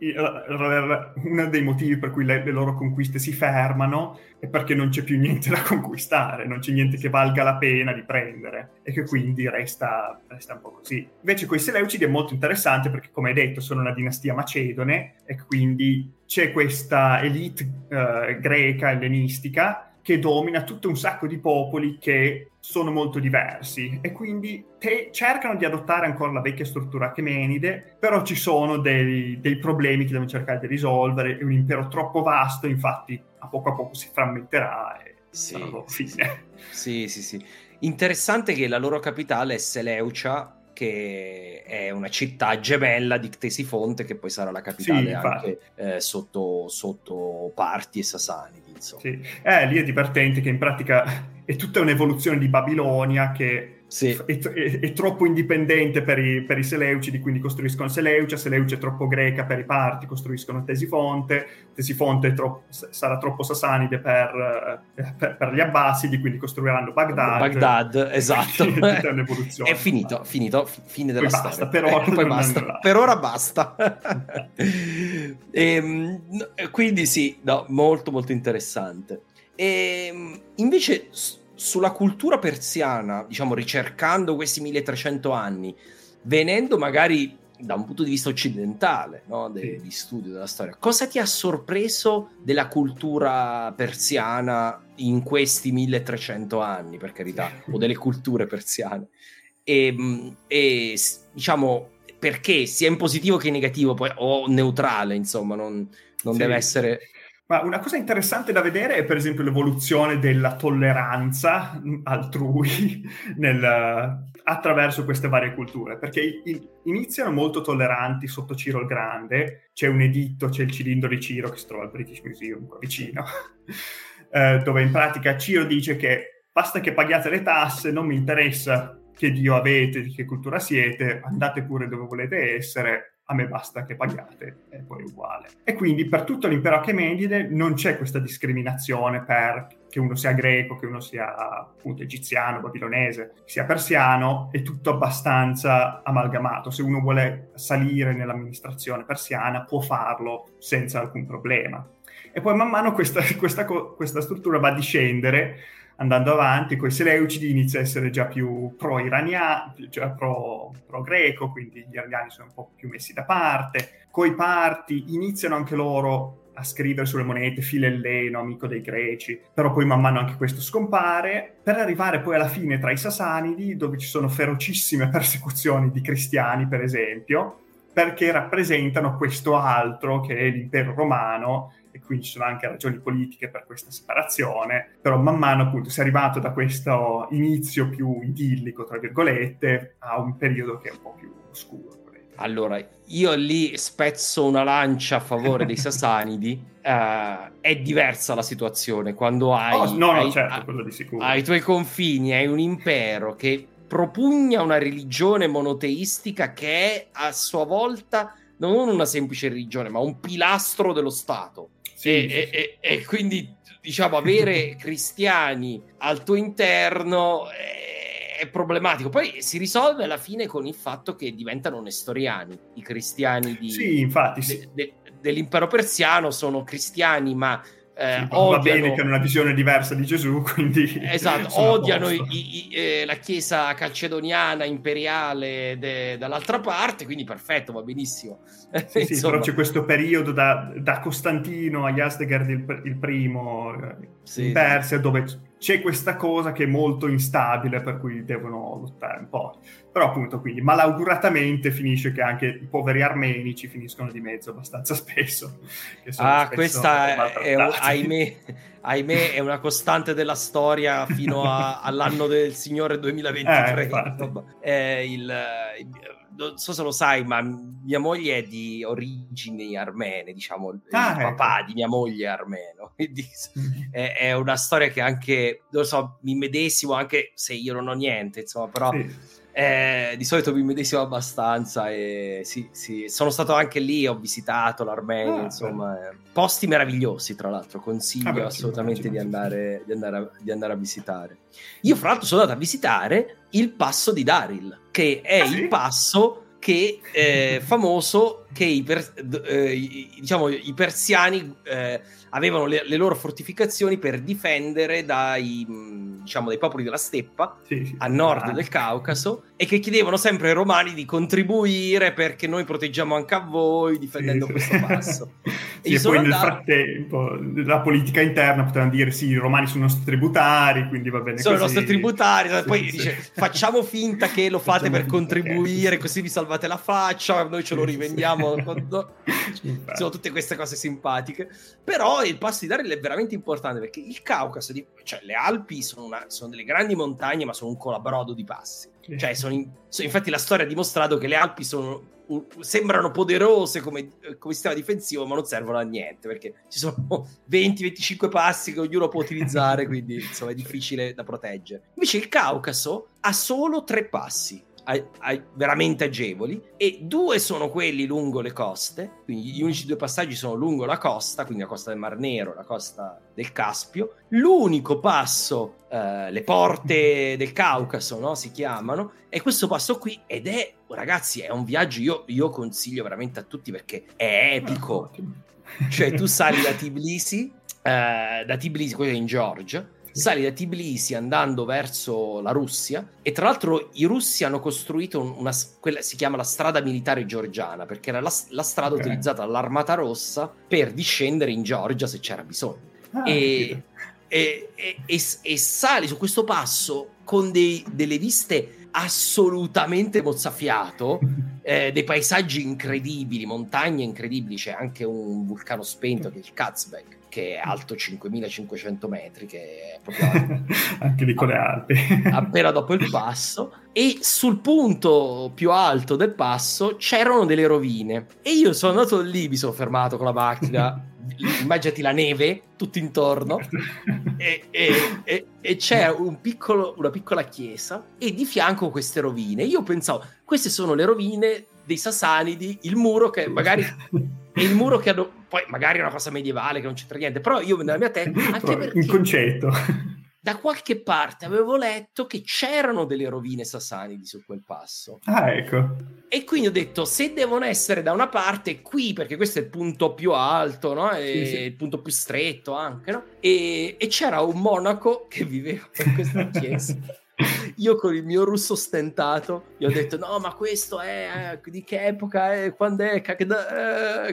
Uno dei motivi per cui le, le loro conquiste si fermano è perché non c'è più niente da conquistare, non c'è niente che valga la pena di prendere, e che quindi resta, resta un po' così. Invece con i Seleucidi è molto interessante perché, come hai detto, sono una dinastia macedone, e quindi c'è questa elite eh, greca, ellenistica, che domina tutto un sacco di popoli che sono molto diversi, e quindi te cercano di adottare ancora la vecchia struttura achemenide, però ci sono dei, dei problemi che devono cercare di risolvere. È un impero troppo vasto, infatti a poco a poco si frammenterà e sì, sarà la sì, fine. Sì, sì, sì. Interessante che la loro capitale è Seleucia, che è una città gemella di Ctesifonte, che poi sarà la capitale sì, anche eh, sotto, sotto Parti e Sasanidi, insomma. Sì. Eh, lì è divertente che in pratica è tutta un'evoluzione di Babilonia che sì, è, è, è troppo indipendente per i, per i Seleucidi, quindi costruiscono Seleucia, Seleucia è troppo greca per i Parti, costruiscono Tesifonte, Tesifonte è troppo, sarà troppo Sasanide per, per, per gli Abbasidi, quindi costruiranno Baghdad. Baghdad, esatto. È un'evoluzione. È finito, finito, fine della poi storia. Basta, per ora, poi basta. Per ora basta. e, quindi sì, no, molto molto interessante. E invece sulla cultura persiana, diciamo, ricercando questi milletrecento anni, venendo magari da un punto di vista occidentale, no? De, di studio della storia, cosa ti ha sorpreso della cultura persiana in questi milletrecento anni, per carità, o delle culture persiane? E, e diciamo, perché sia in positivo che in negativo, poi, o neutrale, insomma, non, non sì. deve essere... Ma una cosa interessante da vedere è per esempio l'evoluzione della tolleranza altrui nel, attraverso queste varie culture, perché iniziano molto tolleranti sotto Ciro il Grande, c'è un editto, c'è il cilindro di Ciro che si trova al British Museum qua vicino, eh, dove in pratica Ciro dice che basta che paghiate le tasse, non mi interessa che Dio avete, di che cultura siete, andate pure dove volete essere, a me basta che paghiate, e poi è uguale. E quindi per tutto l'impero Achemenide non c'è questa discriminazione per che uno sia greco, che uno sia appunto egiziano, babilonese, che sia persiano, è tutto abbastanza amalgamato. Se uno vuole salire nell'amministrazione persiana può farlo senza alcun problema. E poi man mano questa, questa, questa struttura va a discendere, andando avanti, con i Seleucidi inizia a essere già più pro-iraniano, già pro, pro-greco, quindi gli iraniani sono un po' più messi da parte. Coi Parti iniziano anche loro a scrivere sulle monete Filelleno, amico dei greci, però poi man mano anche questo scompare, per arrivare poi alla fine tra i Sasanidi, dove ci sono ferocissime persecuzioni di cristiani, per esempio, perché rappresentano questo altro che è l'impero romano, e quindi ci sono anche ragioni politiche per questa separazione, però man mano appunto si è arrivato da questo inizio più idillico, tra virgolette, a un periodo che è un po' più oscuro. Allora, io lì spezzo una lancia a favore dei Sasanidi. Uh, è diversa la situazione quando hai, oh, no, no, hai, certo, quello di sicuro. Ai tuoi confini hai un impero che propugna una religione monoteistica che è a sua volta non una semplice religione, ma un pilastro dello Stato. Sì, e, sì, e, sì. E, e quindi, diciamo, avere cristiani al tuo interno è, è problematico. Poi si risolve alla fine con il fatto che diventano nestoriani. I cristiani di, sì, infatti, sì. de, de, dell'impero persiano sono cristiani, ma Eh, sì, odiano... va bene che hanno una visione diversa di Gesù, quindi esatto, odiano i, i, eh, la chiesa calcedoniana imperiale de, dall'altra parte, quindi perfetto, va benissimo. Sì, sì, però c'è questo periodo da, da Costantino a Yazdegerd il, il primo sì, in Persia, sì. dove c'è questa cosa che è molto instabile, per cui devono lottare un po'. Però appunto, quindi malauguratamente finisce che anche i poveri armeni ci finiscono di mezzo abbastanza spesso. Che sono ah, spesso questa è, un, ahimè, ahimè, è una costante della storia fino a, all'anno del Signore duemilaventitré. Eh, è il, il non so se lo sai, ma mia moglie è di origini armene, diciamo, ah, il ecco. papà di mia moglie è armeno, quindi è, è una storia che anche, non so, mi medesimo, anche se io non ho niente, insomma, però sì. eh, di solito mi medesimo abbastanza e sì, sì, sono stato anche lì, ho visitato l'Armenia, ah, insomma, eh, posti meravigliosi, tra l'altro, consiglio ah, beh, assolutamente di andare, di, andare a, di andare a visitare. Io, fra l'altro, sono andato a visitare il passo di Daril, che è ah, il sì? passo che è eh, famoso che i, per, eh, i, diciamo, i persiani eh, avevano le, le loro fortificazioni per difendere dai, diciamo, dai popoli della steppa sì, sì, a nord ah. del Caucaso, e che chiedevano sempre ai romani di contribuire perché noi proteggiamo anche a voi difendendo sì, questo sì. passo. Sì, e, e poi andato... nel frattempo la politica interna potevano dire sì, i romani sono i nostri tributari, quindi va bene sono così. i nostri tributari, sì, poi sì. dice facciamo finta che lo fate per contribuire, okay. così vi salvate la faccia, noi ce lo rivendiamo. Quando... sono tutte queste cose simpatiche, però il passo di Daril è veramente importante perché il Caucaso, di... cioè le Alpi sono, una... sono delle grandi montagne, ma sono un colabrodo di passi. Cioè, sono in... sono... infatti la storia ha dimostrato che le Alpi sono sembrano poderose come, come sistema difensivo, ma non servono a niente perché ci sono venti venticinque passi che ognuno può utilizzare, quindi insomma è difficile da proteggere. Invece il Caucaso ha solo tre passi veramente agevoli, e due sono quelli lungo le coste, quindi gli unici due passaggi sono lungo la costa, quindi la costa del Mar Nero, la costa del Caspio. L'unico passo, eh, le porte del Caucaso, no, si chiamano, è questo passo qui, ed è, ragazzi, è un viaggio, io, io consiglio veramente a tutti perché è epico. Cioè tu sali da Tbilisi, eh, da Tbilisi, quello è in Georgia, sali da Tbilisi andando verso la Russia, e tra l'altro i russi hanno costruito una, quella si chiama la strada militare georgiana, perché era la, la strada okay. utilizzata dall'Armata Rossa per discendere in Georgia se c'era bisogno. Ah, e, e, e, e, e sali su questo passo con dei, delle viste assolutamente mozzafiato, eh, dei paesaggi incredibili, montagne incredibili, c'è anche un vulcano spento che è il Kazbek, che è alto cinquemilacinquecento metri, che è proprio anche lì con le Alpi appena dopo il passo, e sul punto più alto del passo c'erano delle rovine, e io sono andato lì, mi sono fermato con la macchina, immaginati la neve tutto intorno, e, e, e, e c'è un piccolo, una piccola chiesa, e di fianco queste rovine. Io pensavo, queste sono le rovine dei Sasanidi, il muro che magari è il muro che hanno, poi magari è una cosa medievale che non c'entra niente, però io nella mia testa, anche perché un concetto, da qualche parte avevo letto che c'erano delle rovine Sasanidi su quel passo. Ah, ecco. E quindi ho detto, se devono essere da una parte, qui, perché questo è il punto più alto, no? E sì, sì. il punto più stretto anche, no? E, e c'era un monaco che viveva in questa chiesa. Io con il mio russo stentato gli ho detto no, ma questo è di che epoca è, quando è kada,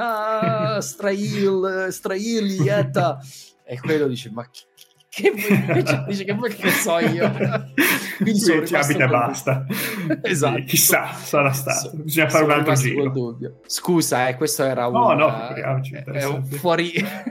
kada strail strailieta, e quello dice ma che, che dice che poi che so io, quindi sono ci abita e basta. Esatto, sì, chissà, sarà stato, bisogna fare un altro giro. Scusa, eh, questo era un no no è un fuori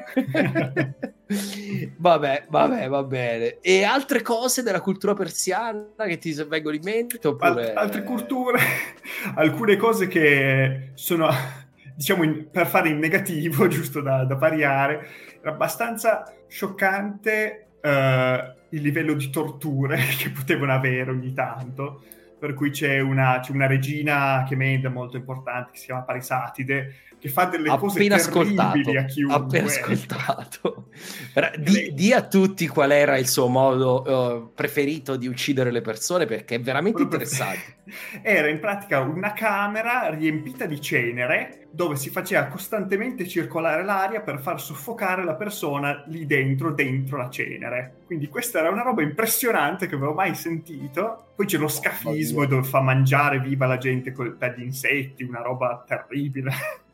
vabbè vabbè va bene. E altre cose della cultura persiana che ti vengono in mente, oppure Al- altre culture alcune cose che sono, diciamo, in, per fare in negativo, giusto da, da pariare, era abbastanza scioccante uh, il livello di torture che potevano avere ogni tanto, per cui c'è una, c'è una regina Achaemenide molto importante che si chiama Parisatide, che fa delle appena cose terribili ascoltato, a chiunque. Appena ascoltato. Di, di a tutti qual era il suo modo uh, preferito di uccidere le persone, perché è veramente interessante. Era in pratica una camera riempita di cenere dove si faceva costantemente circolare l'aria per far soffocare la persona lì dentro, dentro la cenere. Quindi questa era una roba impressionante che avevo mai sentito. Poi c'è lo scafismo oh, dove fa mangiare viva la gente con, dagli insetti, una roba terribile,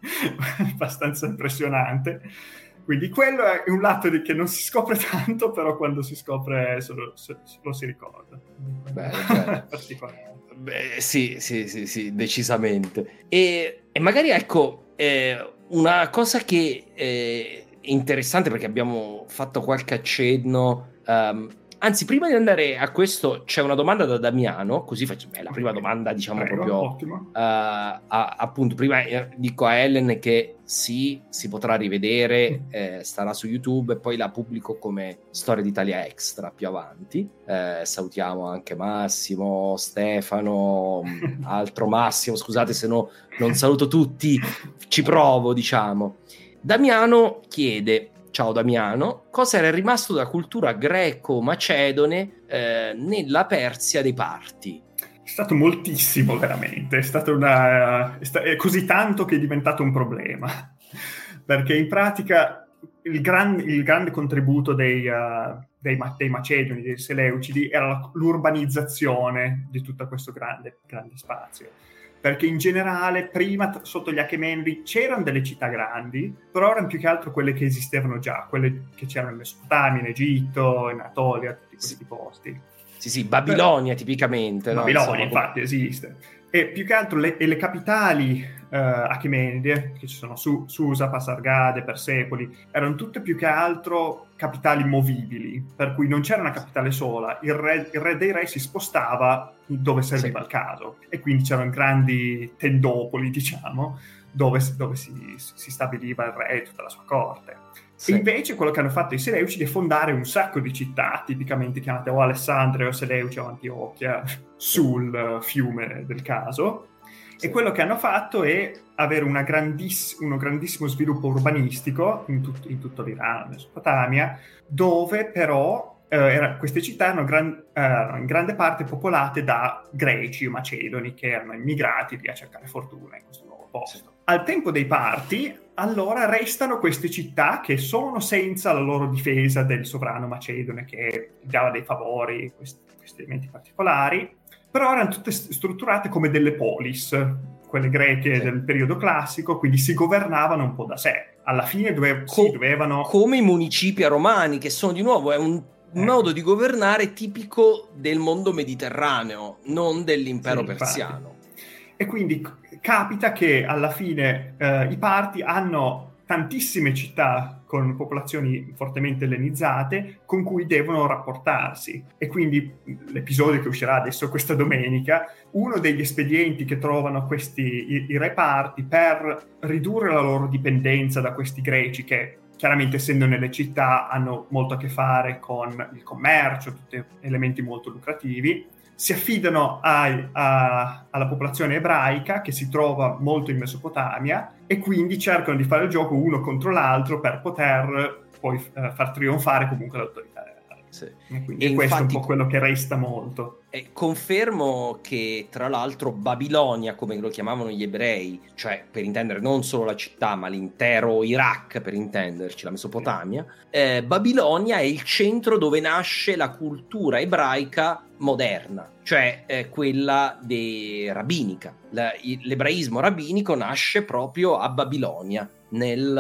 abbastanza impressionante. Quindi quello è un lato di che non si scopre tanto, però quando si scopre se lo, se, se lo si ricorda. Bene, bene. Particolare. Beh, sì, sì, sì, sì, decisamente. E, e magari ecco, eh, una cosa che è interessante, perché abbiamo fatto qualche accenno, um, anzi, prima di andare a questo c'è una domanda da Damiano, così facciamo la prima domanda, diciamo. Prego, proprio ottimo. Uh, a, appunto, prima dico a Ellen che sì, si potrà rivedere, eh, starà su YouTube e poi la pubblico come Storia d'Italia Extra più avanti. Eh, salutiamo anche Massimo, Stefano, altro Massimo, scusate se no non saluto tutti, ci provo, diciamo. Damiano chiede: ciao Damiano, cosa era rimasto della cultura greco-macedone eh, nella Persia dei Parti? È stato moltissimo, veramente. È stato una, è, sta- è così tanto che è diventato un problema. Perché in pratica il, gran, il grande contributo dei, uh, dei, dei Macedoni, dei Seleucidi, era la, l'urbanizzazione di tutto questo grande, grande spazio. Perché in generale prima sotto gli Achemenidi c'erano delle città grandi, però erano più che altro quelle che esistevano già, quelle che c'erano in Mesopotamia, in Egitto, in Anatolia, tutti questi sì. posti. Sì, sì, Babilonia però, tipicamente. Babilonia, no? Insomma, infatti, esiste. E più che altro le, le capitali uh, Achemenide, che ci sono su, Susa, Pasargade, Persepoli, erano tutte più che altro capitali movibili, per cui non c'era una capitale sola, il re, il re dei re si spostava dove serviva sì. il caso, e quindi c'erano grandi tendopoli, diciamo, dove, dove si, si stabiliva il re e tutta la sua corte. Sì. E invece quello che hanno fatto i Seleucidi è fondare un sacco di città, tipicamente chiamate o Alessandria o Seleucia o Antiochia, sul uh, fiume del caso. Sì. E quello che hanno fatto è avere una grandiss- uno grandissimo sviluppo urbanistico in, tut- in tutto l'Iran, Mesopotamia, dove però eh, era, queste città erano, gran- erano in grande parte popolate da greci o macedoni che erano immigrati lì a cercare fortuna in questo nuovo posto. Sì. Al tempo dei Parti, allora restano queste città che sono senza la loro difesa del sovrano macedone che dava dei favori, questi, questi elementi particolari, però erano tutte strutturate come delle polis, quelle greche sì. del periodo classico, quindi si governavano un po' da sé. Alla fine dove, Co- sì, dovevano... Come i municipi romani, che sono di nuovo è un eh. modo di governare tipico del mondo mediterraneo, non dell'impero sì, persiano. E quindi capita che alla fine eh, i Parti hanno tantissime città con popolazioni fortemente ellenizzate con cui devono rapportarsi, e quindi l'episodio che uscirà adesso questa domenica, uno degli espedienti che trovano questi i, i re Parti per ridurre la loro dipendenza da questi greci che chiaramente essendo nelle città hanno molto a che fare con il commercio, tutti elementi molto lucrativi, si affidano a, a, alla popolazione ebraica che si trova molto in Mesopotamia e quindi cercano di fare il gioco uno contro l'altro per poter poi eh, far trionfare comunque l'autorità reale. Sì. E quindi e questo infatti, è un po' quello che resta molto. Eh, confermo che tra l'altro Babilonia, come lo chiamavano gli ebrei, cioè per intendere non solo la città ma l'intero Iraq, per intenderci, la Mesopotamia, eh, Babilonia è il centro dove nasce la cultura ebraica moderna, cioè eh, quella de... rabbinica. La, l'ebraismo rabbinico nasce proprio a Babilonia nel,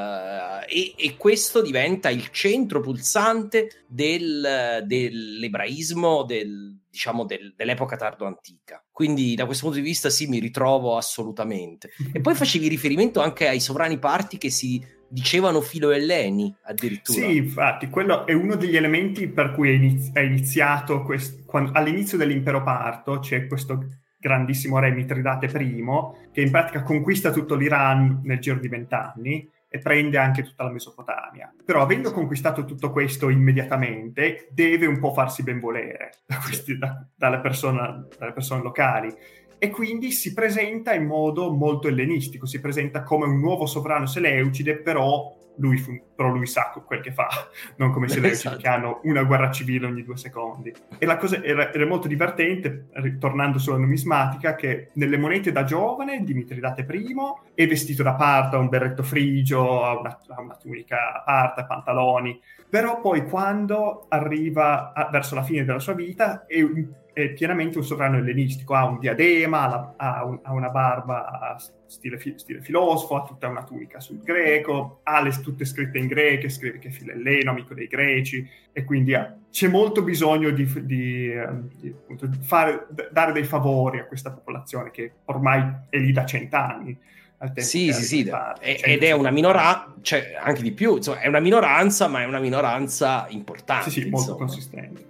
uh, e, e questo diventa il centro pulsante del, dell'ebraismo del, diciamo del, dell'epoca tardo-antica. Quindi da questo punto di vista sì, mi ritrovo assolutamente. E poi facevi riferimento anche ai sovrani Parti che si dicevano filo-elleni addirittura. Sì, infatti, quello è uno degli elementi per cui è, inizi- è iniziato quest- quando, all'inizio dell'impero Parto c'è questo grandissimo re Mitridate I che in pratica conquista tutto l'Iran nel giro di vent'anni e prende anche tutta la Mesopotamia. Però avendo conquistato tutto questo immediatamente, deve un po' farsi benvolere da questi, da, dalle, persone, dalle persone locali. E quindi si presenta in modo molto ellenistico, si presenta come un nuovo sovrano seleucide, però lui, fu, però lui sa quel che fa, non come i seleucidi esatto. che hanno una guerra civile ogni due secondi. E la cosa era, era molto divertente, ritornando sulla numismatica, che nelle monete da giovane di Mitridate I è vestito da parto, ha un berretto frigio, ha una, ha una tunica a parte, pantaloni, però poi quando arriva a, verso la fine della sua vita è un è pienamente un sovrano ellenistico, ha un diadema, ha, ha, un, ha una barba stile, stile filosofo, ha tutta una tunica sul greco, ha le tutte scritte in greco, scrive che è Filelleno, amico dei greci, e quindi ha, c'è molto bisogno di, di, di, appunto, di fare, dare dei favori a questa popolazione che ormai è lì da cent'anni. Sì, sì, sì, ed è una minoranza, cioè anche di più, insomma, è una minoranza, ma è una minoranza importante. Sì, sì, molto insomma. consistente.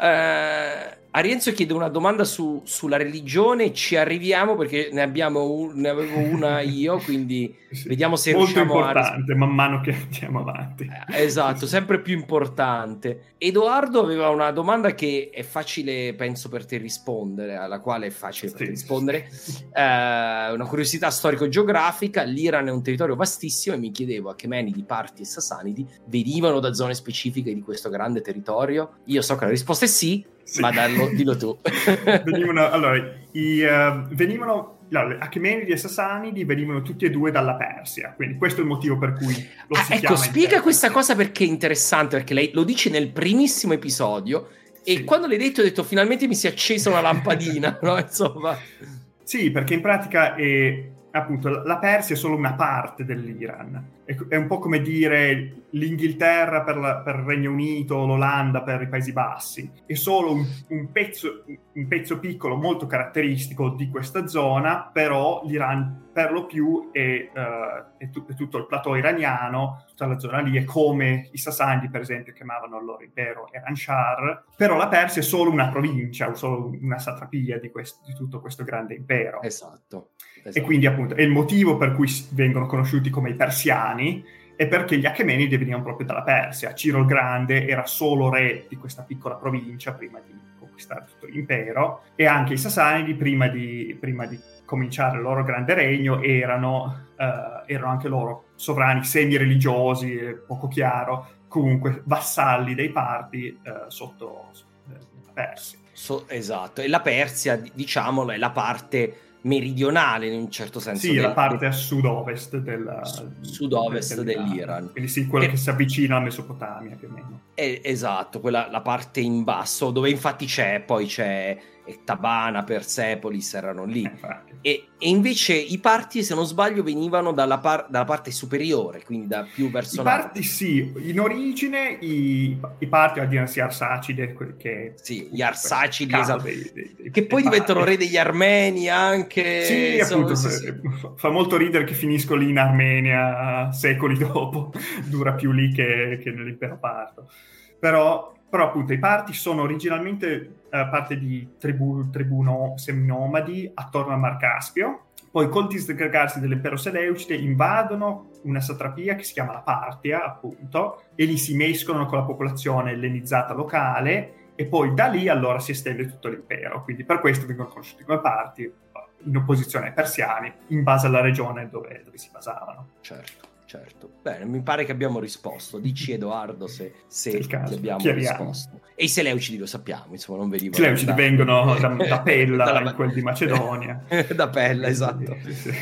Uh, Arienzo chiede una domanda su, sulla religione, ci arriviamo perché ne abbiamo un, ne avevo una io, quindi sì, vediamo se molto riusciamo importante, a... Molto importante, man mano che andiamo avanti. Eh, esatto, sì, sì. Sempre più importante. Edoardo aveva una domanda che è facile, penso, per te rispondere, alla quale è facile per sì, te rispondere. Sì, sì. Uh, una curiosità storico-geografica, l'Iran è un territorio vastissimo e mi chiedevo a che Achemenidi, Parti e Sasanidi venivano da zone specifiche di questo grande territorio. Io so che la risposta è sì, sì. Ma dallo, dillo tu. venivano, allora, i, uh, venivano allora, Achemenidi e Sasanidi venivano tutti e due dalla Persia, quindi questo è il motivo per cui lo ah, si ecco, chiama spiega questa cosa perché è interessante, perché lei lo dice nel primissimo episodio e sì. Quando l'hai detto ho detto finalmente mi si è accesa una lampadina, no? Insomma. Sì, perché in pratica è appunto la Persia è solo una parte dell'Iran, è un po' come dire l'Inghilterra per, la, per il Regno Unito, l'Olanda per i Paesi Bassi, è solo un, un, pezzo, un pezzo piccolo molto caratteristico di questa zona, però l'Iran per lo più è, uh, è, tu, è tutto il plateau iraniano, tutta la zona lì, è come i Sasanidi per esempio chiamavano il loro impero Eranshar, però la Persia è solo una provincia o solo una satrapia di, questo, di tutto questo grande impero. Esatto. Esatto. E quindi appunto è il motivo per cui vengono conosciuti come i persiani è perché gli Achemenidi venivano proprio dalla Persia. Ciro il Grande era solo re di questa piccola provincia prima di conquistare tutto l'impero, e anche i Sasanidi prima di, prima di cominciare il loro grande regno erano, uh, erano anche loro sovrani semi-religiosi, poco chiaro, comunque vassalli dei Parti uh, sotto, sotto la Persia. So, esatto, e la Persia, diciamolo, è la parte meridionale in un certo senso. Sì, del, la parte a sud-ovest, della, sud-ovest del, dell'Iran. Quindi sì, quello e, che si avvicina alla Mesopotamia più o meno. È, esatto, quella, la parte in basso, dove infatti c'è, poi c'è Tabana, Persepolis, erano lì. Eh, e, e invece i Parti, se non sbaglio, venivano dalla, par- dalla parte superiore, quindi da più verso I Parti sì, in origine i, i Parti, a dire sia Arsacide, che sì, gli Arsacidi, esatto, dei, dei, dei, che poi diventano re degli Armeni anche. Sì, insomma, appunto, sì, sì. Fa molto ridere che finisco lì in Armenia secoli dopo, dura più lì che, che nell'impero parto. Però, però appunto i Parti sono originalmente uh, parte di tribù, tribù no, seminomadi attorno al Mar Caspio, poi col disgregarsi dell'impero seleucide invadono una satrapia che si chiama la Partia, appunto, e lì si mescolano con la popolazione ellenizzata locale, e poi da lì allora si estende tutto l'impero, quindi per questo vengono conosciuti come Parti, in opposizione ai persiani, in base alla regione dove, dove si basavano. Certo. Certo, bene, mi pare che abbiamo risposto. Dici Edoardo se, se caso, abbiamo chiariamo. risposto. E i Seleucidi lo sappiamo, insomma, non venivano. I Seleucidi da... vengono da, da Pella, Dalla... in quel di Macedonia. Da Pella, esatto. Sì, sì.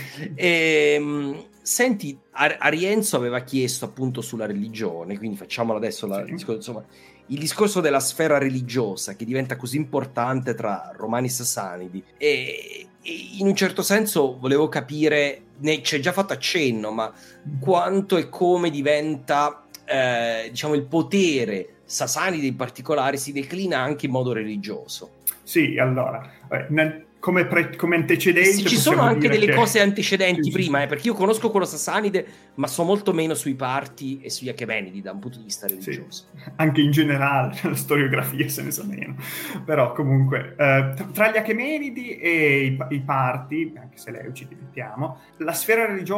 E, senti, Arienzo aveva chiesto appunto sulla religione, quindi facciamolo adesso. La, sì. Insomma, il discorso della sfera religiosa che diventa così importante tra Romani e Sasanidi. E, e in un certo senso volevo capire, ne c'è già fatto accenno, ma quanto e come diventa, eh, diciamo, il potere Sasanide in particolare si declina anche in modo religioso. Sì, allora, eh, nel, come, pre, come antecedente... Sì, ci sono anche delle che... cose antecedenti sì, prima, sì. Eh, perché io conosco quello Sasanide, ma so molto meno sui Parti e sugli Achemenidi da un punto di vista religioso. Sì, anche in generale, nella storiografia se ne sa meno. Però comunque, eh, tra gli Achemenidi e i, i Parti, anche se Seleucidi mettiamo, la sfera religiosa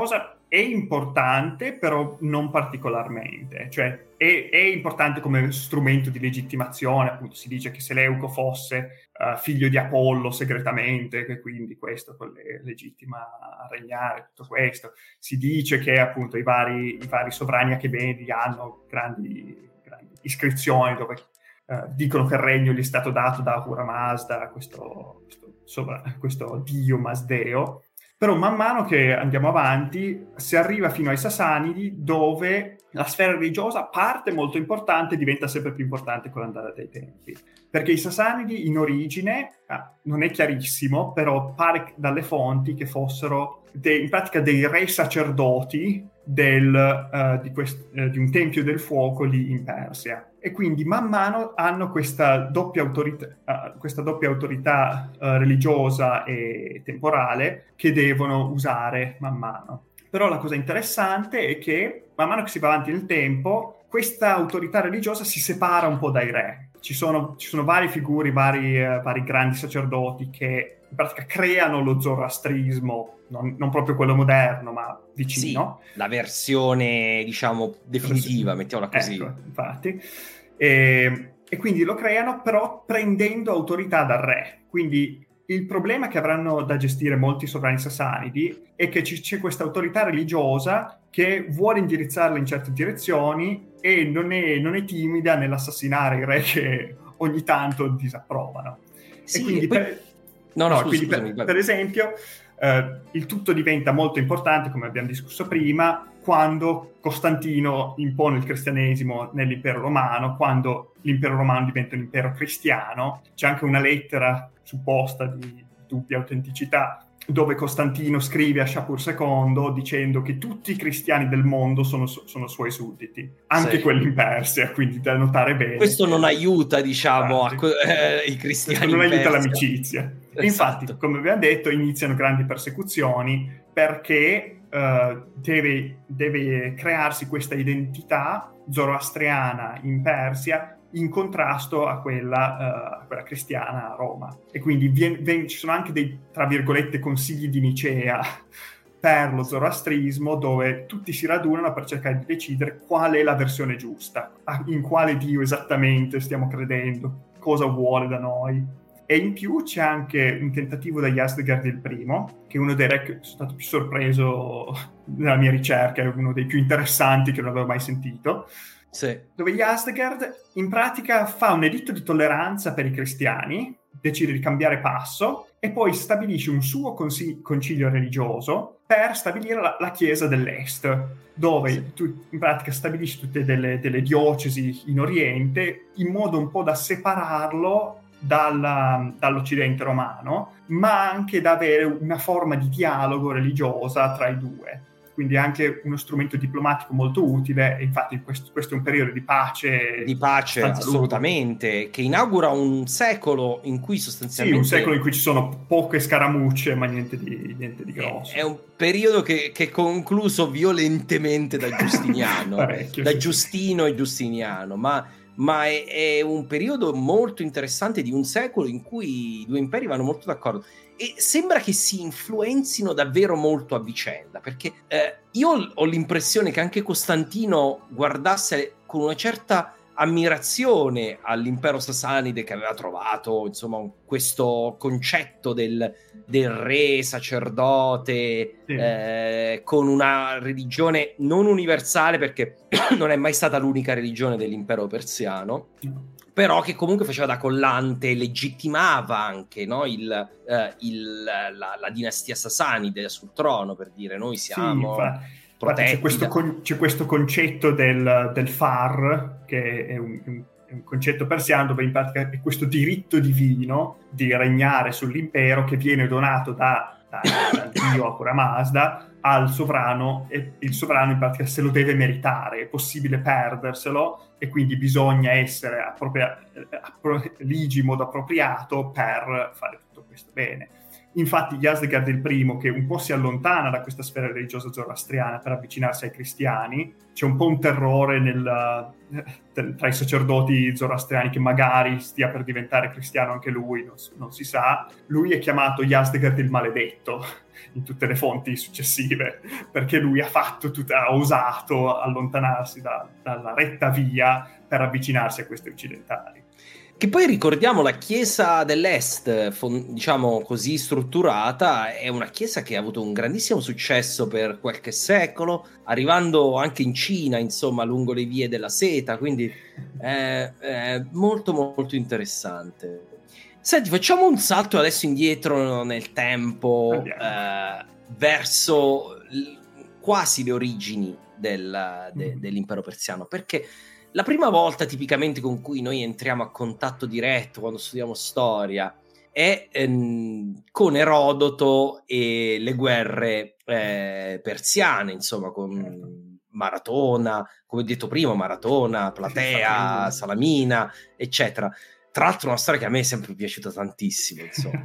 è importante, però non particolarmente. Cioè, è, è importante come strumento di legittimazione. Appunto, si dice che Seleuco fosse uh, figlio di Apollo segretamente, che quindi questo le legittima a regnare, tutto questo. Si dice che appunto i vari, i vari sovrani achemedi hanno grandi, grandi iscrizioni dove uh, dicono che il regno gli è stato dato da Ahura Mazda, questo, questo, sovra, questo dio masdeo. Però man mano che andiamo avanti si arriva fino ai Sasanidi, dove la sfera religiosa parte molto importante e diventa sempre più importante con l'andare dei tempi. Perché i Sasanidi in origine, ah, non è chiarissimo, però pare dalle fonti che fossero dei, in pratica dei re sacerdoti del, uh, di, quest, uh, di un tempio del fuoco lì in Persia. E quindi man mano hanno questa doppia autorità, uh, questa doppia autorità uh, religiosa e temporale che devono usare man mano. Però la cosa interessante è che man mano che si va avanti nel tempo, questa autorità religiosa si separa un po' dai re. Ci sono, ci sono varie figure, vari, uh, vari grandi sacerdoti che in pratica creano lo zoroastrismo, non, non proprio quello moderno, ma vicino. Sì, la versione, diciamo, definitiva, mettiamola così. Ecco, infatti. E, e quindi lo creano, però prendendo autorità dal re. Quindi il problema che avranno da gestire molti sovrani sasanidi è che c- c'è questa autorità religiosa che vuole indirizzarla in certe direzioni e non è, non è timida nell'assassinare i re che ogni tanto disapprovano. Sì, e quindi e poi... per... No, no, no, scusa, quindi scusami, per, per esempio, eh, il tutto diventa molto importante, come abbiamo discusso prima, quando Costantino impone il cristianesimo nell'impero romano, quando l'impero romano diventa un impero cristiano. C'è anche una lettera supposta di dubbia autenticità, dove Costantino scrive a Shapur secondo dicendo che tutti i cristiani del mondo sono, sono suoi sudditi, anche sì, quelli in Persia, quindi da notare bene. Questo non aiuta, diciamo, a, eh, i cristiani. Questo non in aiuta Persia. l'amicizia. Esatto. Infatti, come abbiamo detto, iniziano grandi persecuzioni perché uh, deve, deve crearsi questa identità zoroastriana in Persia in contrasto a quella, uh, a quella cristiana a Roma. E quindi vien, vien, ci sono anche dei, tra virgolette, consigli di Nicea per lo zoroastrismo, dove tutti si radunano per cercare di decidere qual è la versione giusta, in quale Dio esattamente stiamo credendo, cosa vuole da noi. E in più c'è anche un tentativo da Yazdegerd il primo, che è uno dei re che sono stato più sorpreso nella mia ricerca, è uno dei più interessanti che non avevo mai sentito, sì, dove Yazdegerd in pratica fa un editto di tolleranza per i cristiani, decide di cambiare passo e poi stabilisce un suo consi- concilio religioso per stabilire la, la Chiesa dell'Est, dove sì, tu, in pratica stabilisce tutte delle, delle diocesi in Oriente in modo un po' da separarlo dalla, dall'Occidente romano, ma anche da avere una forma di dialogo religiosa tra i due. Quindi anche uno strumento diplomatico molto utile, e infatti questo, questo è un periodo di pace. Di pace, assolutamente, lungo, che inaugura un secolo in cui sostanzialmente... Sì, un secolo in cui ci sono poche scaramucce, ma niente di, niente di grosso. È un periodo che, che è concluso violentemente da Giustiniano, Parecchio, da sì, Giustino e Giustiniano, ma... ma è, è un periodo molto interessante di un secolo in cui i due imperi vanno molto d'accordo e sembra che si influenzino davvero molto a vicenda, perché eh, io ho l'impressione che anche Costantino guardasse con una certa ammirazione all'impero sasanide, che aveva trovato insomma questo concetto del, del re sacerdote, sì, eh, con una religione non universale, perché non è mai stata l'unica religione dell'impero persiano, però che comunque faceva da collante, legittimava anche, no, il, eh, il, la, la dinastia sasanide sul trono, per dire noi siamo... Sì, c'è questo, con, c'è questo concetto del, del far, che è un, un, un concetto persiano, dove in pratica è questo diritto divino di regnare sull'impero che viene donato da, da, dal dio Ahura Mazda al sovrano, e il sovrano in pratica se lo deve meritare, è possibile perderselo e quindi bisogna essere appropria- appro- ligi in modo appropriato per fare tutto questo bene. Infatti Yazdegerd il primo, che un po' si allontana da questa sfera religiosa zoroastriana per avvicinarsi ai cristiani, c'è un po' un terrore nel, tra i sacerdoti zoroastriani che magari stia per diventare cristiano anche lui, non, non si sa. Lui è chiamato Yazdegerd il maledetto in tutte le fonti successive, perché lui ha fatto tut- ha osato allontanarsi da, dalla retta via per avvicinarsi a questi occidentali. Che poi ricordiamo, la Chiesa dell'Est, fon- diciamo così strutturata, è una chiesa che ha avuto un grandissimo successo per qualche secolo, arrivando anche in Cina, insomma, lungo le vie della seta, quindi è, è molto molto interessante. Senti, facciamo un salto adesso indietro nel tempo, eh, verso l- quasi le origini del, de- dell'impero persiano, perché la prima volta tipicamente con cui noi entriamo a contatto diretto quando studiamo storia è ehm, con Erodoto e le guerre eh, persiane, insomma, con Maratona, come detto prima, Maratona, Platea, Salamina, eccetera. Tra l'altro una storia che a me è sempre piaciuta tantissimo, insomma.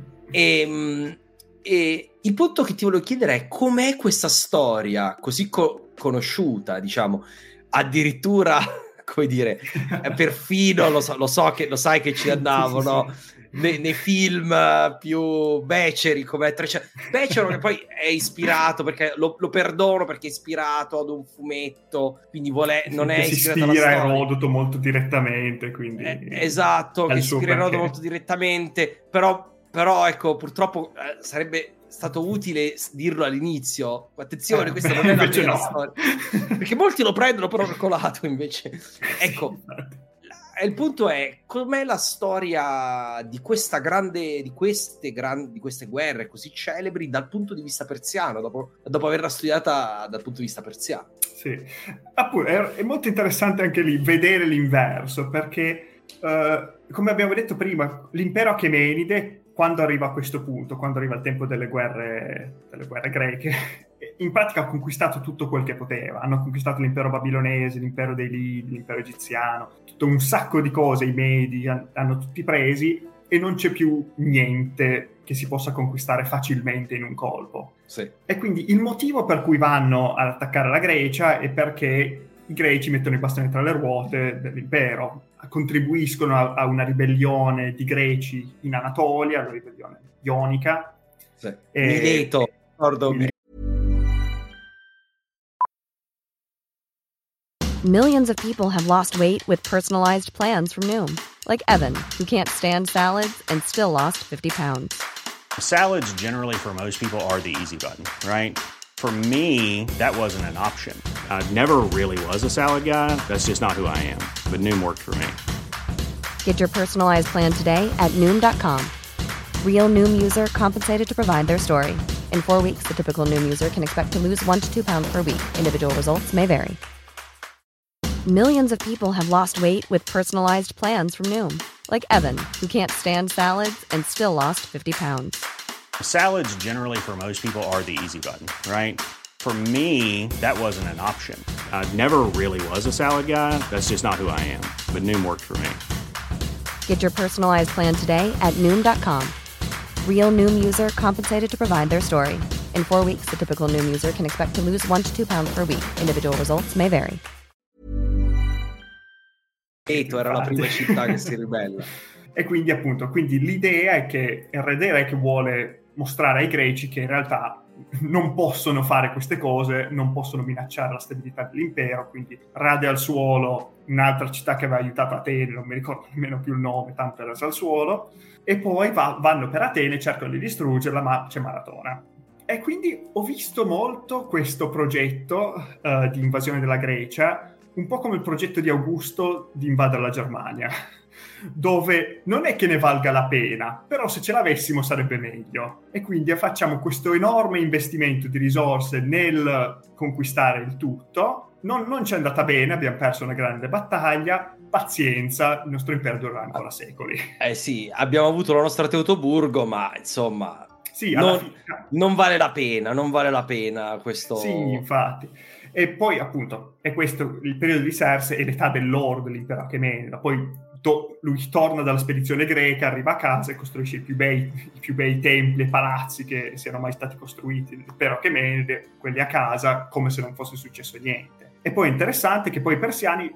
e, e il punto che ti volevo chiedere è: com'è questa storia così co- conosciuta, diciamo, addirittura, come dire, perfino lo so, lo so che lo sai che ci andavo, sì, sì, no? Sì. Nei, nei film più beceri come trecento Becero, che poi è ispirato, perché lo, lo perdono perché è ispirato ad un fumetto, quindi vuole, non che è si ispirato ispira alla storia. Erodoto molto direttamente, quindi eh, esatto, che si ispira Erodoto molto direttamente, però, però ecco, purtroppo eh, sarebbe stato utile dirlo all'inizio. Attenzione, eh, questa beh, non è la vera no. storia, perché molti lo prendono però colato, invece. Ecco, la, il punto è: com'è la storia di questa grande, di queste grandi, di queste guerre così celebri dal punto di vista persiano, dopo, dopo averla studiata dal punto di vista persiano? Sì, appunto, è, è molto interessante anche lì vedere l'inverso, perché uh, come abbiamo detto prima, l'impero Achemenide, quando arriva a questo punto, quando arriva il tempo delle guerre, delle guerre greche, in pratica ha conquistato tutto quel che poteva. Hanno conquistato l'impero babilonese, l'impero dei Lidi, l'impero egiziano, tutto un sacco di cose, i Medi hanno tutti presi, e non c'è più niente che si possa conquistare facilmente in un colpo. Sì. E quindi il motivo per cui vanno ad attaccare la Grecia è perché i greci mettono i bastoni tra le ruote dell'impero, contribuiscono a, a una ribellione di greci in Anatolia, una ribellione ionica. Sì. E, Mileto, ricordo. Mileto. Millions of people have lost weight with personalized plans from Noom. Like Evan, who can't stand salads and still lost fifty pounds. Salads generally for most people are the easy button, right? For me, that wasn't an option. I never really was a salad guy. That's just not who I am. But Noom worked for me. Get your personalized plan today at Noom dot com. Real Noom user compensated to provide their story. In four weeks, the typical Noom user can expect to lose one to two pounds per week. Individual results may vary. Millions of people have lost weight with personalized plans from Noom. Like Evan, who can't stand salads and still lost fifty pounds. Salads generally for most people are the easy button, right? For me, that wasn't an option. I never really was a salad guy. That's just not who I am. But Noom worked for me. Get your personalized plan today at Noom dot com. Real Noom user compensated to provide their story. In four weeks, the typical Noom user can expect to lose one to two pounds per week. Individual results may vary. Era la prima città che si ribella. E quindi appunto, quindi l'idea è che il re dei re che vuole mostrare ai greci che in realtà non possono fare queste cose, non possono minacciare la stabilità dell'impero, quindi rade al suolo un'altra città che aveva aiutato Atene, non mi ricordo nemmeno più il nome, tanto era al suolo, e poi va, vanno per Atene, cercano di distruggerla, ma c'è Maratona. E quindi ho visto molto questo progetto uh, di invasione della Grecia, un po' come il progetto di Augusto di invadere la Germania, dove non è che ne valga la pena, però se ce l'avessimo sarebbe meglio. E quindi facciamo questo enorme investimento di risorse nel conquistare il tutto. Non, non ci è andata bene, abbiamo perso una grande battaglia. Pazienza, il nostro impero durerà ancora secoli. Eh sì, abbiamo avuto la nostra Teutoburgo, ma insomma sì, non, fine... non vale la pena, non vale la pena questo... Sì, infatti. E poi appunto è questo il periodo di Serse e l'età dell'oro dell'impero Achemenida. Poi to- lui torna dalla spedizione greca, arriva a casa e costruisce i più bei, i più bei templi e palazzi che siano mai stati costruiti, però che Menede, quelli a casa, come se non fosse successo niente. E poi è interessante che poi i persiani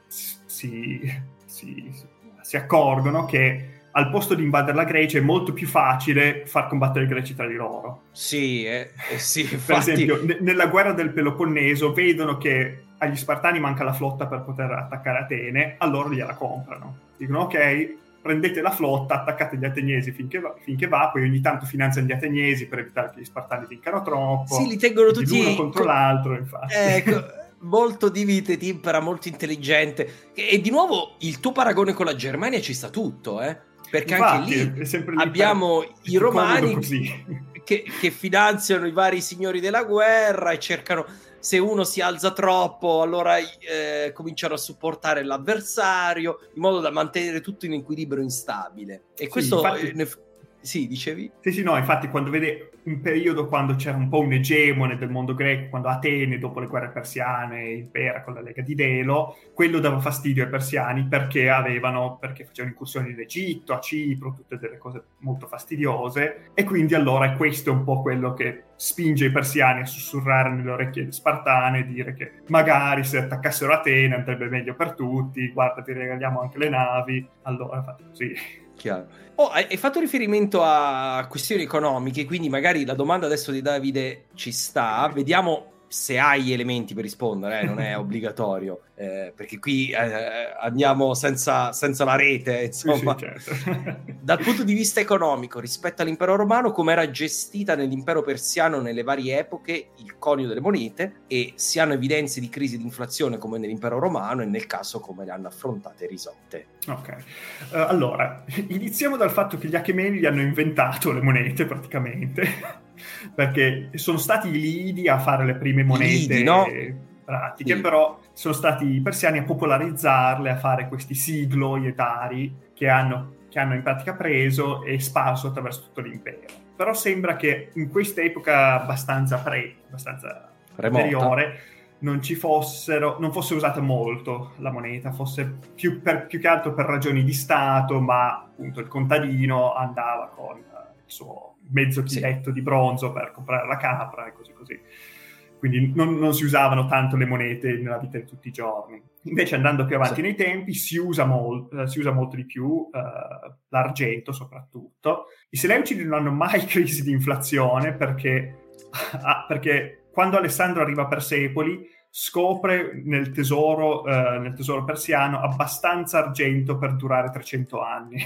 si, si, si accorgono che al posto di invadere la Grecia è molto più facile far combattere i greci tra di loro. Sì, eh, eh sì, infatti... Per esempio, n- nella guerra del Peloponneso vedono che agli Spartani manca la flotta per poter attaccare Atene, allora gliela comprano. Dicono, ok, prendete la flotta, attaccate gli ateniesi finché va, finché va, poi ogni tanto finanziano gli ateniesi per evitare che gli Spartani vincano troppo. Sì, li tengono tutti... L'uno contro co- l'altro, infatti. Ecco... molto divide Timpera, molto intelligente. E di nuovo il tuo paragone con la Germania ci sta tutto, eh? Perché infatti, anche lì, lì abbiamo per... i romani così. Che, che finanziano i vari signori della guerra e cercano, se uno si alza troppo allora eh, cominciano a supportare l'avversario in modo da mantenere tutto in equilibrio instabile. E sì, questo infatti... ne... Sì, dicevi? Sì, sì, no, infatti quando vede un periodo quando c'era un po' un egemone del mondo greco, quando Atene, dopo le guerre persiane, impera con la Lega di Delo, quello dava fastidio ai persiani perché avevano, perché facevano incursioni in Egitto, a Cipro, tutte delle cose molto fastidiose, e quindi allora questo è un po' quello che spinge i persiani a sussurrare nelle orecchie spartane e dire che magari se attaccassero Atene andrebbe meglio per tutti, guarda, ti regaliamo anche le navi, allora fate così. Chiaro. Oh, hai fatto riferimento a questioni economiche, quindi magari la domanda adesso di Davide ci sta, vediamo se hai elementi per rispondere, eh? Non è obbligatorio, eh, perché qui eh, andiamo senza, senza la rete, insomma. Sì, sì, certo. Dal punto di vista economico, rispetto all'impero romano, come era gestita nell'impero persiano nelle varie epoche il conio delle monete, e si hanno evidenze di crisi di inflazione come nell'impero romano, e nel caso come le hanno affrontate e risolte. Ok, uh, allora iniziamo dal fatto che gli Achemeni hanno inventato le monete praticamente, perché sono stati i Lidi a fare le prime monete Lidi, no? pratiche, sì. Però sono stati i persiani a popolarizzarle, a fare questi siglo ietari che hanno, che hanno in pratica preso e sparso attraverso tutto l'impero. Però sembra che in questa epoca abbastanza pre, abbastanza anteriore, non ci fossero, non fosse usata molto la moneta, fosse più, per, più che altro per ragioni di Stato, ma appunto il contadino andava con il suo mezzo chiletto sì. di bronzo per comprare la capra e così così. Quindi non, non si usavano tanto le monete nella vita di tutti i giorni. Invece andando più avanti sì. nei tempi si usa, mol, uh, si usa molto di più uh, l'argento soprattutto. I Seleucidi non hanno mai crisi di inflazione perché, ah, perché quando Alessandro arriva a Persepoli scopre nel tesoro, uh, nel tesoro persiano abbastanza argento per durare trecento anni.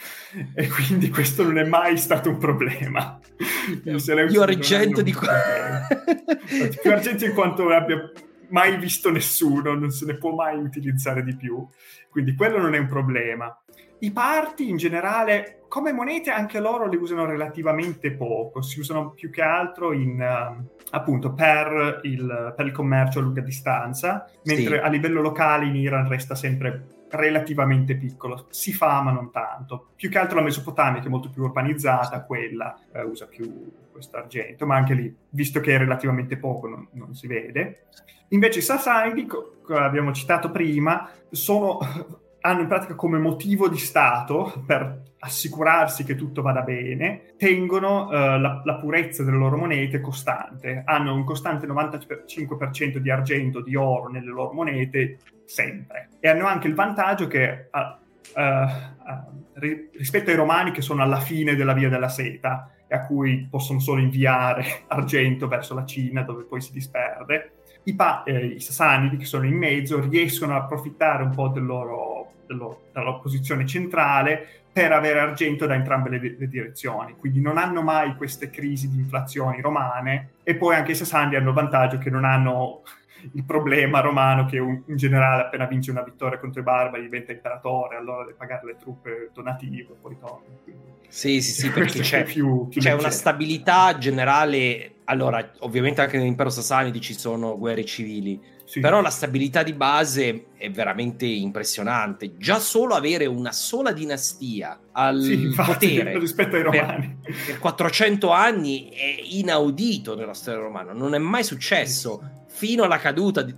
E quindi questo non è mai stato un problema. Più argento di qua. Più argento in quanto abbia mai visto nessuno, non se ne può mai utilizzare di più. Quindi quello non è un problema. I parti in generale, come monete, anche loro le usano relativamente poco. Si usano più che altro in, uh, appunto per il, per il commercio a lunga distanza, mentre sì. a livello locale in Iran resta sempre relativamente piccolo, si fa ma non tanto. Più che altro la Mesopotamia, che è molto più urbanizzata, quella eh, usa più questo argento, ma anche lì, visto che è relativamente poco, non, non si vede. Invece i Sassanidi, come abbiamo citato prima, sono, hanno in pratica come motivo di Stato, per assicurarsi che tutto vada bene, tengono eh, la, la purezza delle loro monete costante, hanno un costante novantacinque per cento di argento, di oro nelle loro monete, sempre. E hanno anche il vantaggio che uh, uh, uh, ri- rispetto ai romani, che sono alla fine della via della seta e a cui possono solo inviare argento verso la Cina, dove poi si disperde, i, pa- eh, i Sassanidi, che sono in mezzo, riescono a approfittare un po' del loro, del loro, della loro posizione centrale per avere argento da entrambe le, le direzioni. Quindi non hanno mai queste crisi di inflazioni romane, e poi anche i Sassanidi hanno il vantaggio che non hanno il problema romano che un, un generale appena vince una vittoria contro i barbari diventa imperatore, allora deve pagare le truppe donative e poi torna. Quindi, sì, sì, sì, perché c'è, più, più c'è una stabilità generale. Allora, ovviamente anche nell'impero Sassanide ci sono guerre civili, sì. Però la stabilità di base è veramente impressionante. Già solo avere una sola dinastia al sì, infatti, potere rispetto ai romani per, per quattrocento anni è inaudito nella storia romana, non è mai successo. Fino alla caduta di,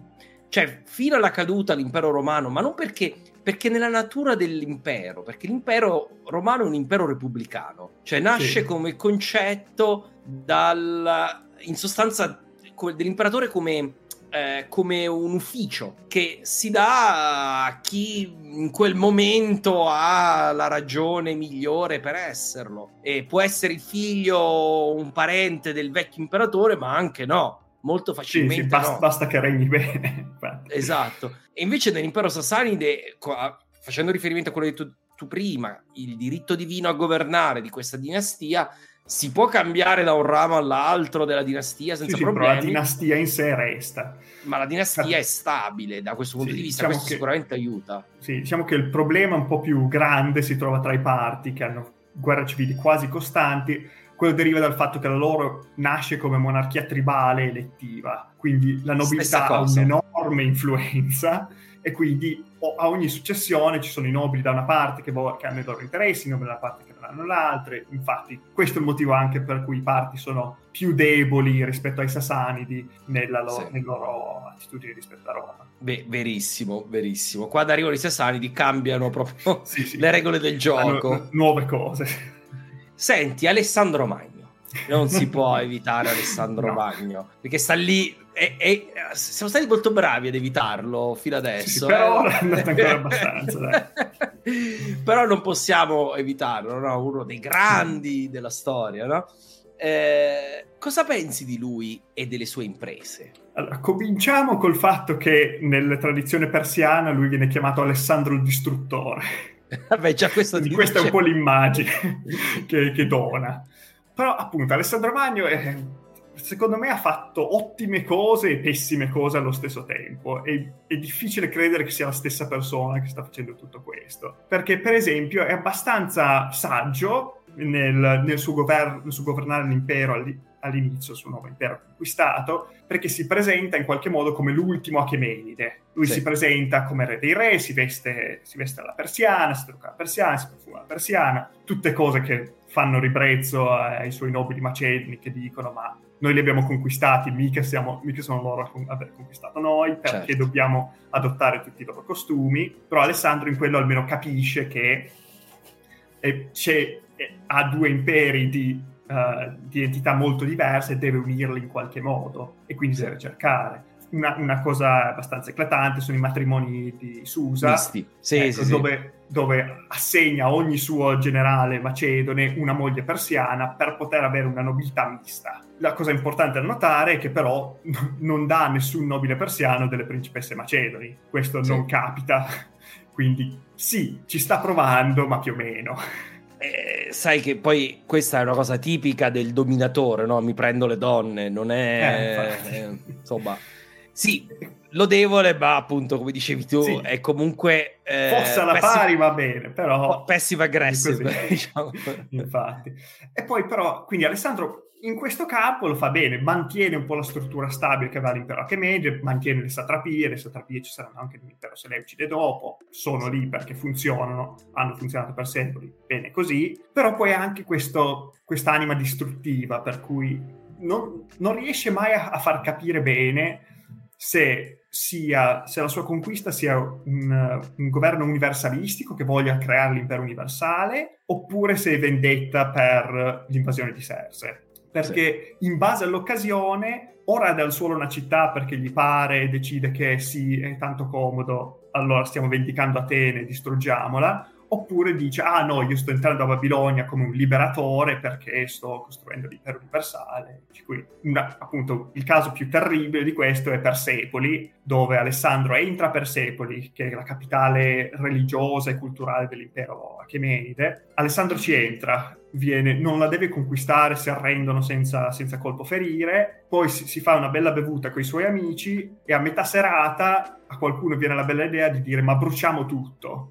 cioè fino alla caduta dell'impero romano, ma non perché, perché nella natura dell'impero, perché l'impero romano è un impero repubblicano, cioè nasce sì. come concetto dal, in sostanza dell'imperatore come, eh, come un ufficio che si dà a chi in quel momento ha la ragione migliore per esserlo, e può essere il figlio, un parente del vecchio imperatore, ma anche no, molto facilmente sì, sì, basta, no. basta che regni bene. Esatto. E invece nell'impero sassanide, facendo riferimento a quello che hai detto tu prima, il diritto divino a governare di questa dinastia si può cambiare da un ramo all'altro della dinastia senza sì, problemi. Sì, però la dinastia in sé resta. Ma la dinastia è stabile da questo punto sì, di vista, diciamo questo che, sicuramente aiuta. Sì, diciamo che il problema un po' più grande si trova tra i parti che hanno guerre civili quasi costanti. Quello deriva dal fatto che la loro nasce come monarchia tribale elettiva, quindi la nobiltà ha un'enorme influenza e quindi a ogni successione ci sono i nobili da una parte che, vo- che hanno i loro interessi, i nobili da una parte che non hanno l'altra. Infatti questo è il motivo anche per cui i parti sono più deboli rispetto ai Sassanidi nella lo- sì. nelle loro attitudini rispetto a Roma. Beh, verissimo, verissimo. Quando arrivano i Sassanidi cambiano proprio sì, sì. le regole del gioco. Hanno nuove cose. Senti, Alessandro Magno, non si può evitare Alessandro no. Magno, perché sta lì e, e siamo stati molto bravi ad evitarlo fino adesso. Sì, sì, per ora è andato ancora abbastanza, dai. Però non possiamo evitarlo, no? Uno dei grandi della storia, no? Eh, cosa pensi di lui e delle sue imprese? Allora, cominciamo col fatto che nella tradizione persiana lui viene chiamato Alessandro il Distruttore. Vabbè, già questo ti questa dice... è un po' l'immagine che, che dona. Però appunto Alessandro Magno è, secondo me ha fatto ottime cose e pessime cose allo stesso tempo. È, è difficile credere che sia la stessa persona che sta facendo tutto questo, perché per esempio è abbastanza saggio nel, nel, suo, gover- nel suo governare l'impero all- all'inizio, il suo nuovo impero conquistato, perché si presenta in qualche modo come l'ultimo Achemenide. Lui sì. si presenta come re dei re, si veste, si veste alla persiana, si trucca alla persiana, si profuma alla persiana, tutte cose che fanno ribrezzo ai suoi nobili macedoni che dicono ma noi li abbiamo conquistati, mica, siamo, mica sono loro a aver conquistato noi, perché certo. dobbiamo adottare tutti i loro costumi. Però Alessandro in quello almeno capisce che eh, c'è, eh, ha due imperi di Uh, di entità molto diverse e deve unirli in qualche modo, e quindi sì. deve cercare. Una, una cosa abbastanza eclatante sono i matrimoni di Susa, sì, ecco, sì, dove, sì. dove assegna a ogni suo generale macedone una moglie persiana per poter avere una nobiltà mista. La cosa importante da notare è che però non dà a nessun nobile persiano delle principesse macedoni. Questo sì. non capita, quindi sì, ci sta provando, ma più o meno. Eh, sai che poi questa è una cosa tipica del dominatore, no? Mi prendo le donne, non è eh, eh, insomma sì, lodevole, ma appunto come dicevi tu sì. è comunque eh, fosse alla passive, pari va bene, però passive aggressive diciamo. Infatti. E poi però quindi Alessandro in questo campo lo fa bene, mantiene un po' la struttura stabile che aveva l'impero Achemenide, mantiene le satrapie, le satrapie ci saranno anche nell'impero Seleucide dopo, sono lì perché funzionano, hanno funzionato per secoli, bene così, però poi ha anche questo, quest'anima distruttiva per cui non, non riesce mai a, a far capire bene se, sia, se la sua conquista sia un, un governo universalistico che voglia creare l'impero universale, oppure se è vendetta per l'invasione di Serse. Perché sì. in base all'occasione ora dà al suolo una città perché gli pare e decide che sì, è tanto comodo, allora stiamo vendicando Atene, distruggiamola, oppure dice ah no, io sto entrando a Babilonia come un liberatore perché sto costruendo l'impero universale. Qui una, appunto il caso più terribile di questo è Persepoli, dove Alessandro entra a Persepoli, che è la capitale religiosa e culturale dell'impero Achemenide. Alessandro ci entra, viene, non la deve conquistare, si arrendono senza, senza colpo ferire, poi si, si fa una bella bevuta con i suoi amici e a metà serata a qualcuno viene la bella idea di dire ma bruciamo tutto.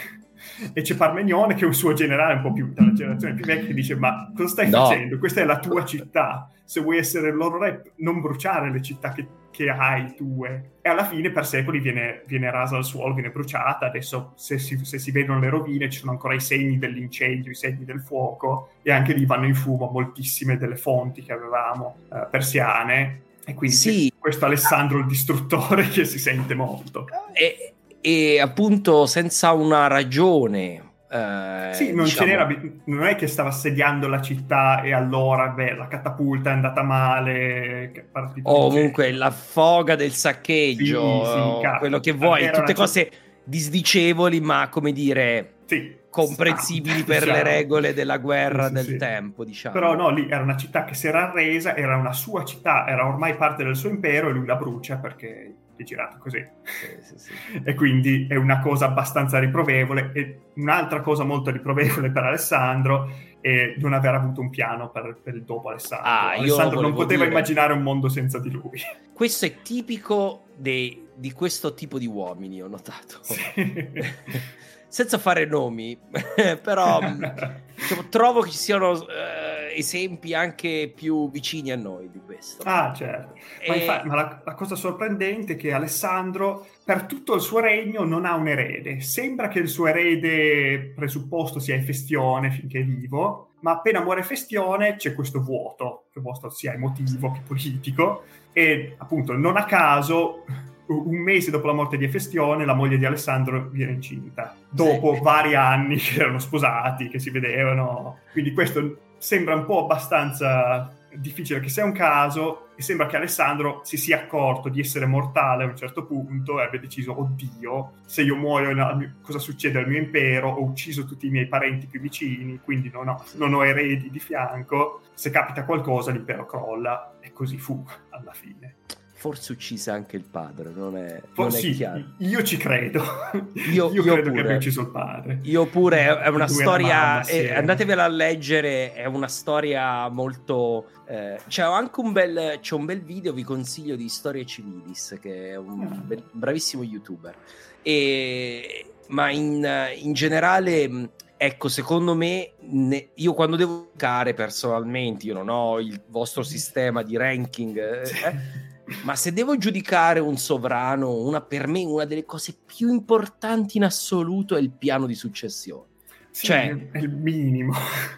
E c'è Parmenione che è un suo generale un po' più della generazione più vecchia che dice ma cosa stai no. facendo? Questa è la tua città, se vuoi essere il loro re non bruciare le città che, che hai tue. E alla fine Persepoli viene, viene rasa al suolo, viene bruciata. Adesso se si, se si vedono le rovine ci sono ancora i segni dell'incendio, i segni del fuoco, e anche lì vanno in fumo moltissime delle fonti che avevamo eh, persiane. E quindi sì, questo Alessandro il distruttore che si sente molto. E, e appunto senza una ragione. Eh, sì, non diciamo... ce n'era, non è che stava assediando la città e allora beh, la catapulta è andata male, che è o comunque la foga del saccheggio, sì, sì, quello che vuoi, era tutte una... cose disdicevoli, ma come dire, sì, comprensibili ah, per diciamo. le regole della guerra sì, del sì. tempo, diciamo. Però no, lì era una città che si era arresa, era una sua città, era ormai parte del suo impero e lui la brucia perché è girato così. Sì, sì, sì. E quindi è una cosa abbastanza riprovevole. E un'altra cosa molto riprovevole per Alessandro è non aver avuto un piano per, per il dopo Alessandro. Ah, Alessandro non poteva dire... immaginare un mondo senza di lui. Questo è tipico dei, di questo tipo di uomini, ho notato. Sì. Senza fare nomi, però diciamo, trovo che ci siano eh, esempi anche più vicini a noi di questo. Ah, certo. E... Ma, infatti, ma la, la cosa sorprendente è che Alessandro, per tutto il suo regno, non ha un erede. Sembra che il suo erede presupposto sia Efestione finché è vivo, ma appena muore Efestione c'è questo vuoto, che vuoto sia emotivo che politico, e appunto non a caso... un mese dopo la morte di Efestione la moglie di Alessandro viene incinta dopo sì. vari anni che erano sposati, che si vedevano, quindi questo sembra un po' abbastanza difficile che sia un caso, e sembra che Alessandro si sia accorto di essere mortale a un certo punto e abbia deciso, oddio, se io muoio cosa succede al mio impero, ho ucciso tutti i miei parenti più vicini, quindi non ho, non ho eredi di fianco, se capita qualcosa l'impero crolla, e così fu alla fine. Forse uccise anche il padre, non è, For- non è sì, chiaro. Io ci credo. Io, io, io credo pure. che abbia ucciso il padre. Io pure, è una Lui storia, eh, andatevela a leggere, è una storia molto... Eh, c'è anche un bel, c'è un bel video, vi consiglio, di Storia Civilis, che è un ah. bel, bravissimo youtuber. E, ma in, in generale... Ecco, secondo me, ne, io quando devo giocare personalmente, io non ho il vostro sistema di ranking, eh, ma se devo giudicare un sovrano, una, per me una delle cose più importanti in assoluto è il piano di successione. Sì, cioè, è il minimo.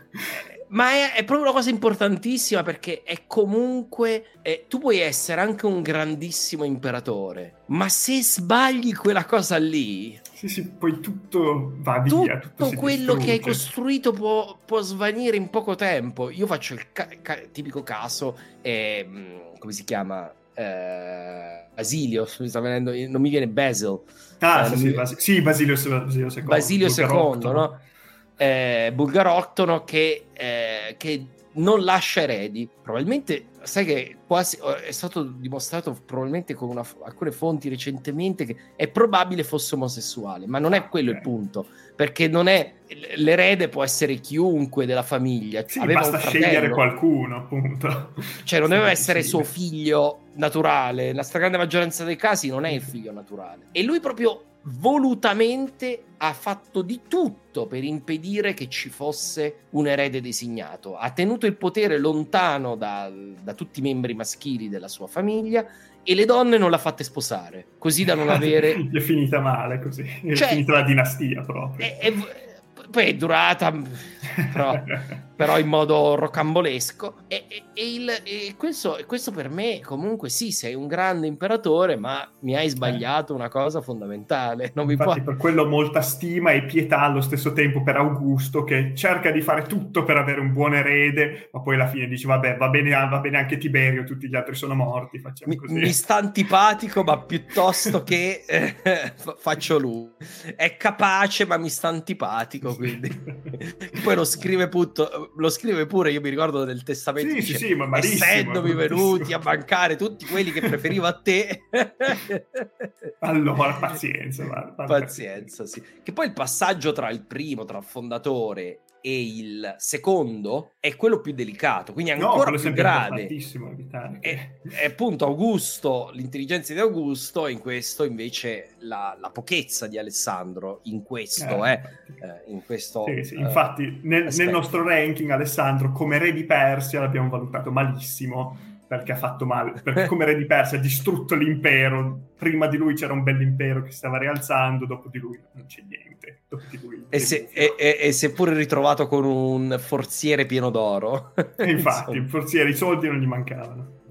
Ma è, è proprio una cosa importantissima, perché è comunque... Eh, tu puoi essere anche un grandissimo imperatore, ma se sbagli quella cosa lì... Sì, sì, poi tutto va via. Tutto, tutto quello distrugge. Che hai costruito può, può svanire in poco tempo. Io faccio il ca- ca- tipico caso, eh, come si chiama? Eh, Basilio, mi sta venendo, non mi viene Basil. Ah, eh, sì, sì, mi... Bas- sì, Basilio, Basilio secondo. Basilio secondo, no? Eh, Bulgaroctono che, eh, che non lascia eredi. Probabilmente, sai che quasi è stato dimostrato probabilmente con una, alcune fonti recentemente che è probabile fosse omosessuale, ma non è quello okay. il punto, perché non è l'erede, può essere chiunque della famiglia. Sì, aveva basta un fratello, scegliere qualcuno, appunto. Cioè non deve essere suo figlio naturale, la stragrande maggioranza dei casi non è il figlio naturale, e lui proprio volutamente ha fatto di tutto per impedire che ci fosse un erede designato. Ha tenuto il potere lontano da, da tutti i membri maschili della sua famiglia, e le donne non l'ha fatte sposare, così da non avere... È finita male così, è cioè, finita la dinastia proprio. È, è, poi è durata però, però in modo rocambolesco, e, e, e, il, e questo, questo per me comunque sì, sei un grande imperatore, ma mi hai sbagliato una cosa fondamentale. Non Infatti mi può... per quello molta stima e pietà allo stesso tempo per Augusto, che cerca di fare tutto per avere un buon erede, ma poi alla fine dice vabbè, va bene, va bene anche Tiberio, tutti gli altri sono morti, facciamo mi, così. Mi sta antipatico, ma piuttosto che eh, faccio lui. È capace, ma mi sta antipatico, quindi poi lo scrive, putto, lo scrive pure, io mi ricordo del testamento, sì, dice, sì, sì, ma malissimo, essendomi venuti a mancare tutti quelli che preferivo a te. Allora pazienza, guarda, pazienza, sì. Che poi il passaggio tra il primo, tra il fondatore e il secondo è quello più delicato, quindi ancora no, più grave. Evitare che... è, è appunto Augusto, l'intelligenza di Augusto, e in questo invece la, la pochezza di Alessandro in questo eh, eh, eh, in questo sì, sì. Eh, infatti nel, nel nostro ranking Alessandro come re di Persia l'abbiamo valutato malissimo, perché ha fatto male, perché come re di Persia ha distrutto l'impero. Prima di lui c'era un bell'impero che stava rialzando, dopo di lui non c'è niente, dopo di lui e, se, e, e, e seppure ritrovato con un forziere pieno d'oro. E infatti il forziere, i soldi non gli mancavano.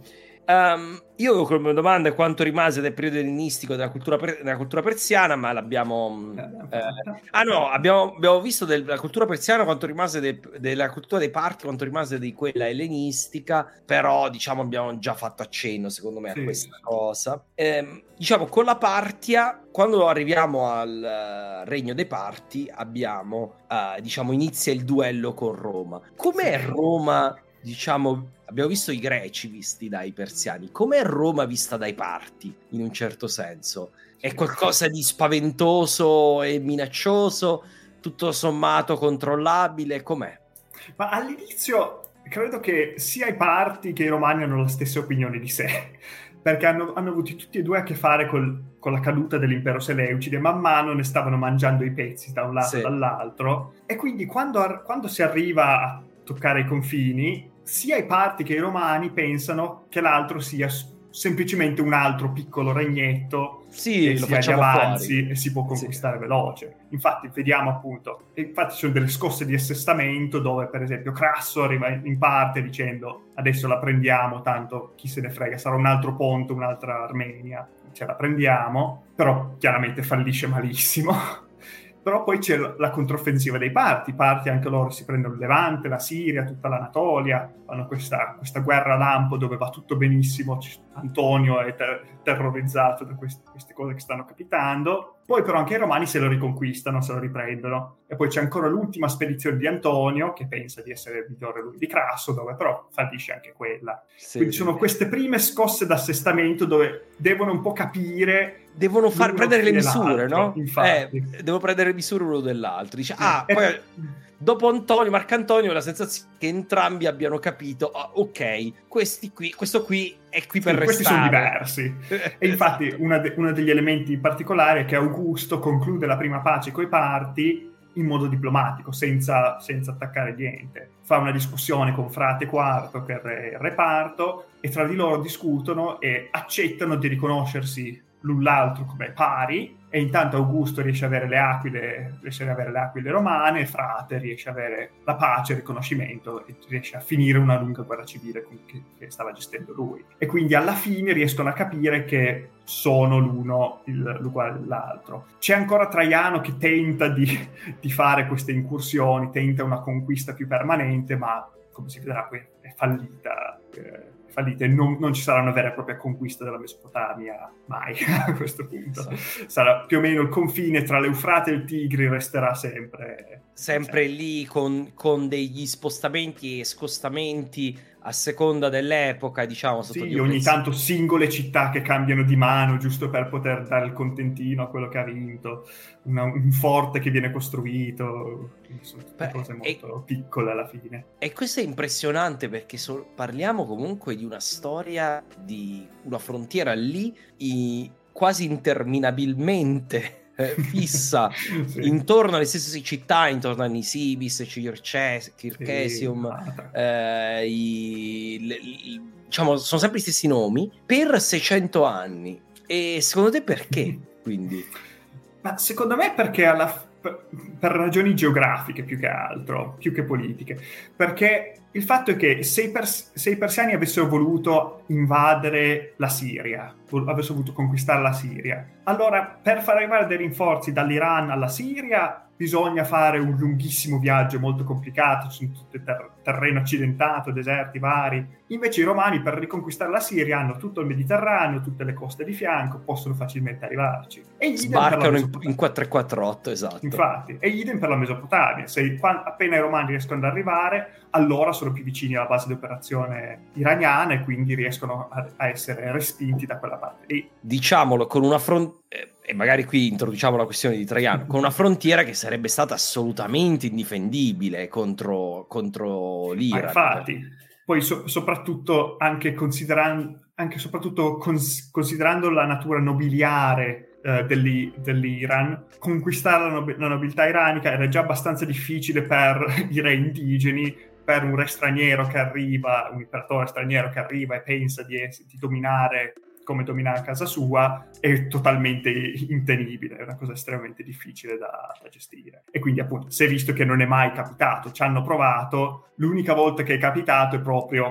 Um, io come domanda quanto rimase del periodo ellenistico della cultura, per, della cultura persiana, ma l'abbiamo eh, ah no abbiamo, abbiamo visto della cultura persiana quanto rimase de, della cultura dei parti, quanto rimase di quella ellenistica, però diciamo abbiamo già fatto accenno secondo me a sì. questa cosa. Eh, diciamo con la Partia, quando arriviamo al uh, regno dei Parti, abbiamo uh, diciamo inizia il duello con Roma. Com'è sì. Roma? Diciamo, abbiamo visto i greci visti dai persiani, com'è Roma vista dai Parti, in un certo senso? È qualcosa di spaventoso e minaccioso, tutto sommato controllabile, com'è? Ma all'inizio credo che sia i Parti che i Romani hanno la stessa opinione di sé, perché hanno, hanno avuto tutti e due a che fare col, con la caduta dell'impero seleucide, man mano ne stavano mangiando i pezzi da un lato e sì. dall'altro, e quindi quando, quando si arriva a toccare i confini, sia i Parti che i Romani pensano che l'altro sia semplicemente un altro piccolo regnetto sì, che lo sia di avanzi fuori. e si può conquistare sì. veloce. Infatti vediamo appunto, infatti ci sono delle scosse di assestamento dove per esempio Crasso arriva in parte dicendo adesso la prendiamo, tanto chi se ne frega, sarà un altro Ponto, un'altra Armenia, ce la prendiamo, però chiaramente fallisce malissimo. Però poi c'è la controffensiva dei Parti, i Parti anche loro si prendono il Levante, la Siria, tutta l'Anatolia, fanno questa, questa guerra lampo dove va tutto benissimo, Antonio è ter- terrorizzato da queste, queste cose che stanno capitando, poi però anche i Romani se lo riconquistano, se lo riprendono, e poi c'è ancora l'ultima spedizione di Antonio, che pensa di essere migliore lui di Crasso, dove però fallisce anche quella. Sì, Quindi sì. sono queste prime scosse d'assestamento dove devono un po' capire... Devono far prendere le misure, no? Infatti. Eh, devo prendere le misure uno dell'altro. Dice, sì. ah, e poi dopo Antonio, Marcantonio, la sensazione che entrambi abbiano capito, oh, ok, questi qui, questo qui è qui per sì, restare. Questi sono diversi. E infatti esatto. una de- uno degli elementi particolari è che Augusto conclude la prima pace coi Parti in modo diplomatico, senza, senza attaccare niente. Fa una discussione con Frate quarto, che è il reparto, e tra di loro discutono e accettano di riconoscersi l'un l'altro come pari, e intanto Augusto riesce ad avere le aquile, riesce ad avere le aquile romane, Frate riesce ad avere la pace, il riconoscimento, e riesce a finire una lunga guerra civile che, che stava gestendo lui. E quindi alla fine riescono a capire che sono l'uno il, l'uguale dell'altro. C'è ancora Traiano che tenta di, di fare queste incursioni, tenta una conquista più permanente, ma come si vedrà poi è fallita. Eh, fallite, non, non ci sarà una vera e propria conquista della Mesopotamia mai a questo punto. Sì. Sarà più o meno il confine tra l'Eufrate e il Tigri, resterà sempre sempre cioè. lì con, con degli spostamenti e scostamenti a seconda dell'epoca, diciamo. Sotto sì, ogni tanto singole città che cambiano di mano giusto per poter dare il contentino a quello che ha vinto, Una, un forte che viene costruito, sono tutte Beh, cose molto e, piccole alla fine. E questo è impressionante perché so, parliamo comunque di una storia di una frontiera lì i, quasi interminabilmente fissa sì. intorno alle stesse città, intorno a Nisibis, Circe, Circesium, sì. eh, i, le, i, diciamo sono sempre gli stessi nomi per seicento anni. E secondo te perché? Quindi ma secondo me perché alla per, per ragioni geografiche più che altro, più che politiche, perché il fatto è che se i, pers- se i persiani avessero voluto invadere la Siria, avessero voluto conquistare la Siria, allora per far arrivare dei rinforzi dall'Iran alla Siria bisogna fare un lunghissimo viaggio molto complicato, sono tutto ter- terreno accidentato, deserti vari. Invece i romani per riconquistare la Siria hanno tutto il Mediterraneo, tutte le coste di fianco, possono facilmente arrivarci. E sbarcano in, in quattrocentoquarantotto, esatto. Infatti, e idem per la Mesopotamia. Se quando, appena i romani riescono ad arrivare, allora sono più vicini alla base di operazione iraniana e quindi riescono a, a essere respinti da quella parte lì. Diciamolo, con una frontiera, e magari qui introduciamo la questione di Traiano, con una frontiera che sarebbe stata assolutamente indifendibile contro, contro l'Iran. Ma infatti, poi so, soprattutto anche considerando, anche soprattutto cons- considerando la natura nobiliare eh, dell'i- dell'Iran, conquistare la, nob- la nobiltà iranica era già abbastanza difficile per i re indigeni, per un re straniero che arriva, un imperatore straniero che arriva e pensa di, es- di dominare come dominare casa sua, è totalmente intenibile, è una cosa estremamente difficile da, da gestire. E quindi appunto si è visto che non è mai capitato, ci hanno provato, l'unica volta che è capitato è proprio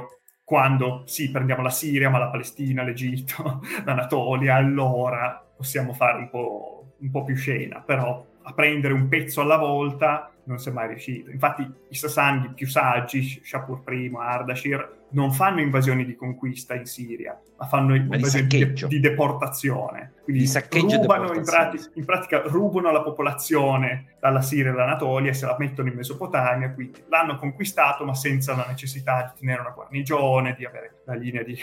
quando sì, prendiamo la Siria, ma la Palestina, l'Egitto, l'Anatolia, allora possiamo fare un po', un po' più scena, però a prendere un pezzo alla volta non si è mai riuscito. Infatti i Sassanidi più saggi, Shapur I, Ardashir, non fanno invasioni di conquista in Siria, ma fanno ma invasioni di, de- di deportazione. Quindi di rubano in, prati- in pratica rubano la popolazione dalla Siria e dall'Anatolia e se la mettono in Mesopotamia, quindi l'hanno conquistato ma senza la necessità di tenere una guarnigione, di avere la linea di,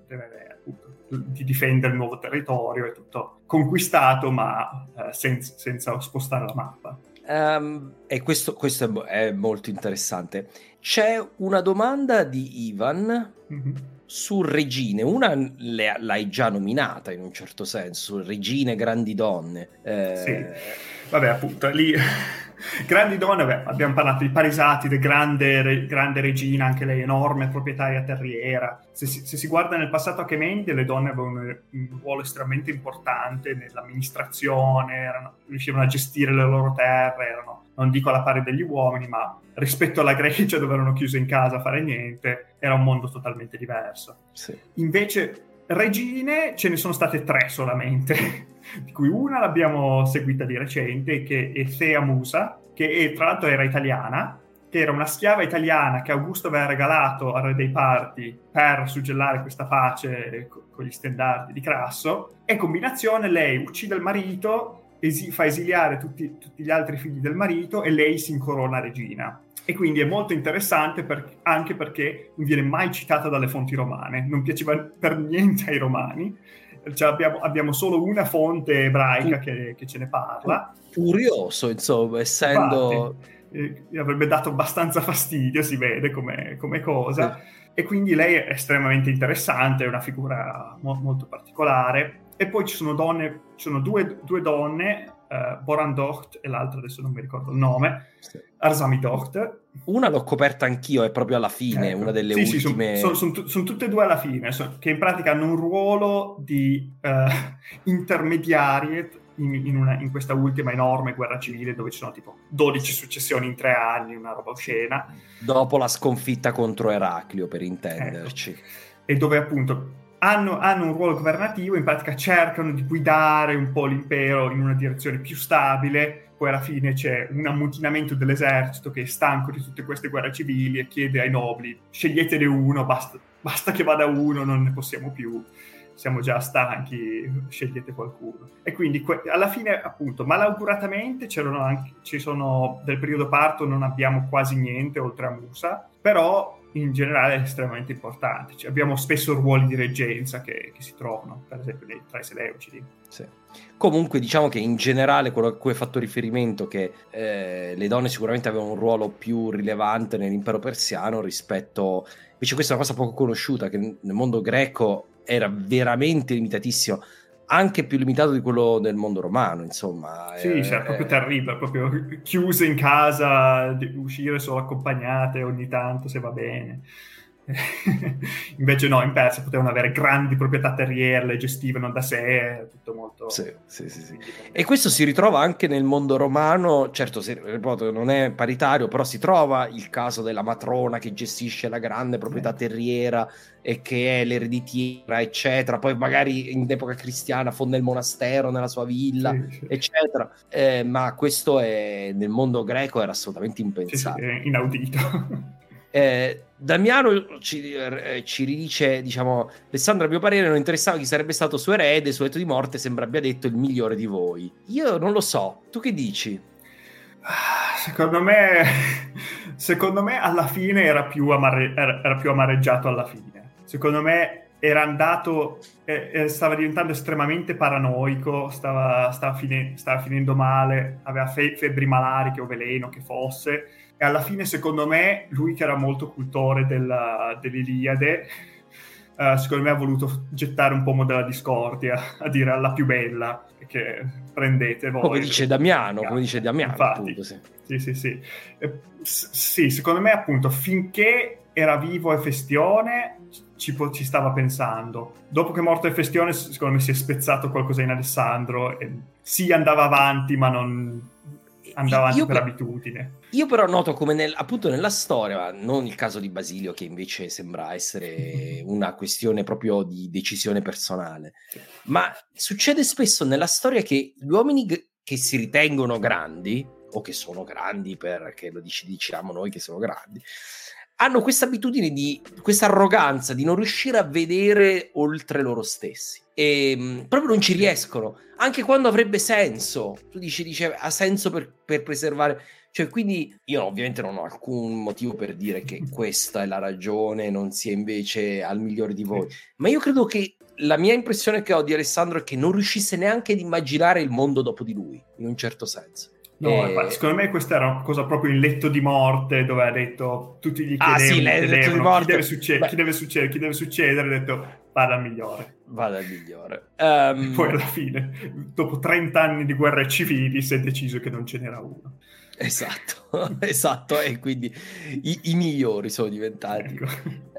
di difendere il nuovo territorio, è tutto conquistato ma eh, senza, senza spostare la mappa. Um, e questo, questo è, è molto interessante. C'è una domanda di Ivan mm-hmm. su regine. Una le, l'hai già nominata in un certo senso, regine grandi donne. Eh... Sì, vabbè, appunto, lì grandi donne, beh, abbiamo parlato di Parisatide, grande, re, grande regina, anche lei enorme, proprietaria terriera. Se si, se si guarda nel passato a Chemende, le donne avevano un ruolo estremamente importante nell'amministrazione, erano, riuscivano a gestire le loro terre, erano, non dico alla pari degli uomini, ma rispetto alla Grecia dove erano chiuse in casa a fare niente, era un mondo totalmente diverso. Sì. Invece regine ce ne sono state tre solamente, di cui una l'abbiamo seguita di recente, che è Thea Musa, che è, tra l'altro era italiana, che era una schiava italiana che Augusto aveva regalato al re dei Parti per suggellare questa pace con gli stendardi di Crasso, e combinazione lei uccide il marito, esi- fa esiliare tutti, tutti gli altri figli del marito e lei si incorona regina. E quindi è molto interessante per, anche perché non viene mai citata dalle fonti romane, non piaceva per niente ai romani, cioè abbiamo, abbiamo solo una fonte ebraica che, che ce ne parla. Curioso, insomma, essendo... Infatti, eh, avrebbe dato abbastanza fastidio, si vede come, come cosa, sì. E quindi lei è estremamente interessante, è una figura mo- molto particolare. E poi ci sono donne, ci sono due, due donne, Uh, Borandocht e l'altra adesso non mi ricordo il nome, sì. Arzamidocht. Una l'ho coperta anch'io, è proprio alla fine, ecco. Una delle sì, ultime... Sì, sono son, son, son tutte e due alla fine, son, che in pratica hanno un ruolo di uh, intermediarie in, in, una, in questa ultima enorme guerra civile dove ci sono tipo dodici successioni in tre anni, una roba oscena. Dopo la sconfitta contro Eraclio, per intenderci. Ecco. E dove appunto... Hanno, hanno un ruolo governativo, in pratica cercano di guidare un po' l'impero in una direzione più stabile, poi alla fine c'è un ammutinamento dell'esercito che è stanco di tutte queste guerre civili e chiede ai nobili: sceglietene uno, basta, basta che vada uno, non ne possiamo più, siamo già stanchi, scegliete qualcuno. E quindi que- alla fine appunto malauguratamente c'erano anche, ci sono del periodo parto non abbiamo quasi niente oltre a Musa, però in generale è estremamente importante. Cioè, abbiamo spesso ruoli di reggenza che, che si trovano, per esempio nei, tra i Seleucidi. Sì. Comunque diciamo che in generale quello a cui hai fatto riferimento, che eh, le donne sicuramente avevano un ruolo più rilevante nell'impero persiano rispetto... Invece questa è una cosa poco conosciuta, che nel mondo greco era veramente limitatissimo, anche più limitato di quello del mondo romano, insomma. Sì, eh, cioè, proprio terribile, proprio chiuse in casa, uscire solo accompagnate ogni tanto se va bene. Invece no, in Persia potevano avere grandi proprietà terriere, le gestivano da sé, tutto molto... Sì, sì, sì, sì. E questo si ritrova anche nel mondo romano, certo, se, ripeto, non è paritario, però si trova il caso della matrona che gestisce la grande proprietà terriera e che è l'ereditiera, eccetera, poi magari in epoca cristiana fonda il monastero nella sua villa, sì, sì. eccetera, eh, ma questo è, nel mondo greco era assolutamente impensabile. Sì, sì, inaudito. Eh, Damiano ci, eh, ci ridice, diciamo, Alessandro, a mio parere non interessava chi sarebbe stato suo erede, suo letto di morte sembra abbia detto il migliore di voi. Io non lo so, tu che dici? Secondo me secondo me alla fine era più, amare, era, era più amareggiato alla fine. Secondo me era andato eh, eh, stava diventando estremamente paranoico, stava, stava, fine, stava finendo male, aveva fe- febbri malariche o veleno che fosse. E alla fine, secondo me, lui che era molto cultore della, dell'Iliade, uh, secondo me ha voluto gettare un po' della discordia, a dire alla più bella, che prendete voi. Come dice Damiano, come dice Damiano, infatti. Appunto, sì. Sì, sì, sì. Eh, s- sì, secondo me, appunto, finché era vivo Efestione, ci, po- ci stava pensando. Dopo che è morto Efestione, secondo me si è spezzato qualcosa in Alessandro, e sì, andava avanti, ma non... andava avanti io per per, abitudine. Io però noto come nel, appunto nella storia, non il caso di Basilio, che invece sembra essere una questione proprio di decisione personale, ma succede spesso nella storia che gli uomini g- che si ritengono grandi, o che sono grandi perché lo dici, diciamo noi che sono grandi, hanno questa abitudine di, questa arroganza di non riuscire a vedere oltre loro stessi. E mh, proprio non ci riescono, anche quando avrebbe senso. Tu dici, dice, ha senso per, per preservare, cioè, quindi io ovviamente non ho alcun motivo per dire che questa è la ragione, non sia invece al migliore di voi, ma io credo che la mia impressione che ho di Alessandro è che non riuscisse neanche ad immaginare il mondo dopo di lui, in un certo senso. No, e... secondo me questa era una cosa proprio in letto di morte, dove ha detto, tutti gli chiedevano, ah, sì, chiedevano chi, deve succe- chi deve succedere, chi deve succedere, ha detto vada al migliore. Vada al migliore. Um... E poi alla fine, dopo trenta anni di guerre civili, si è deciso che non ce n'era uno. Esatto, esatto, e quindi i, i migliori sono diventati. Ecco.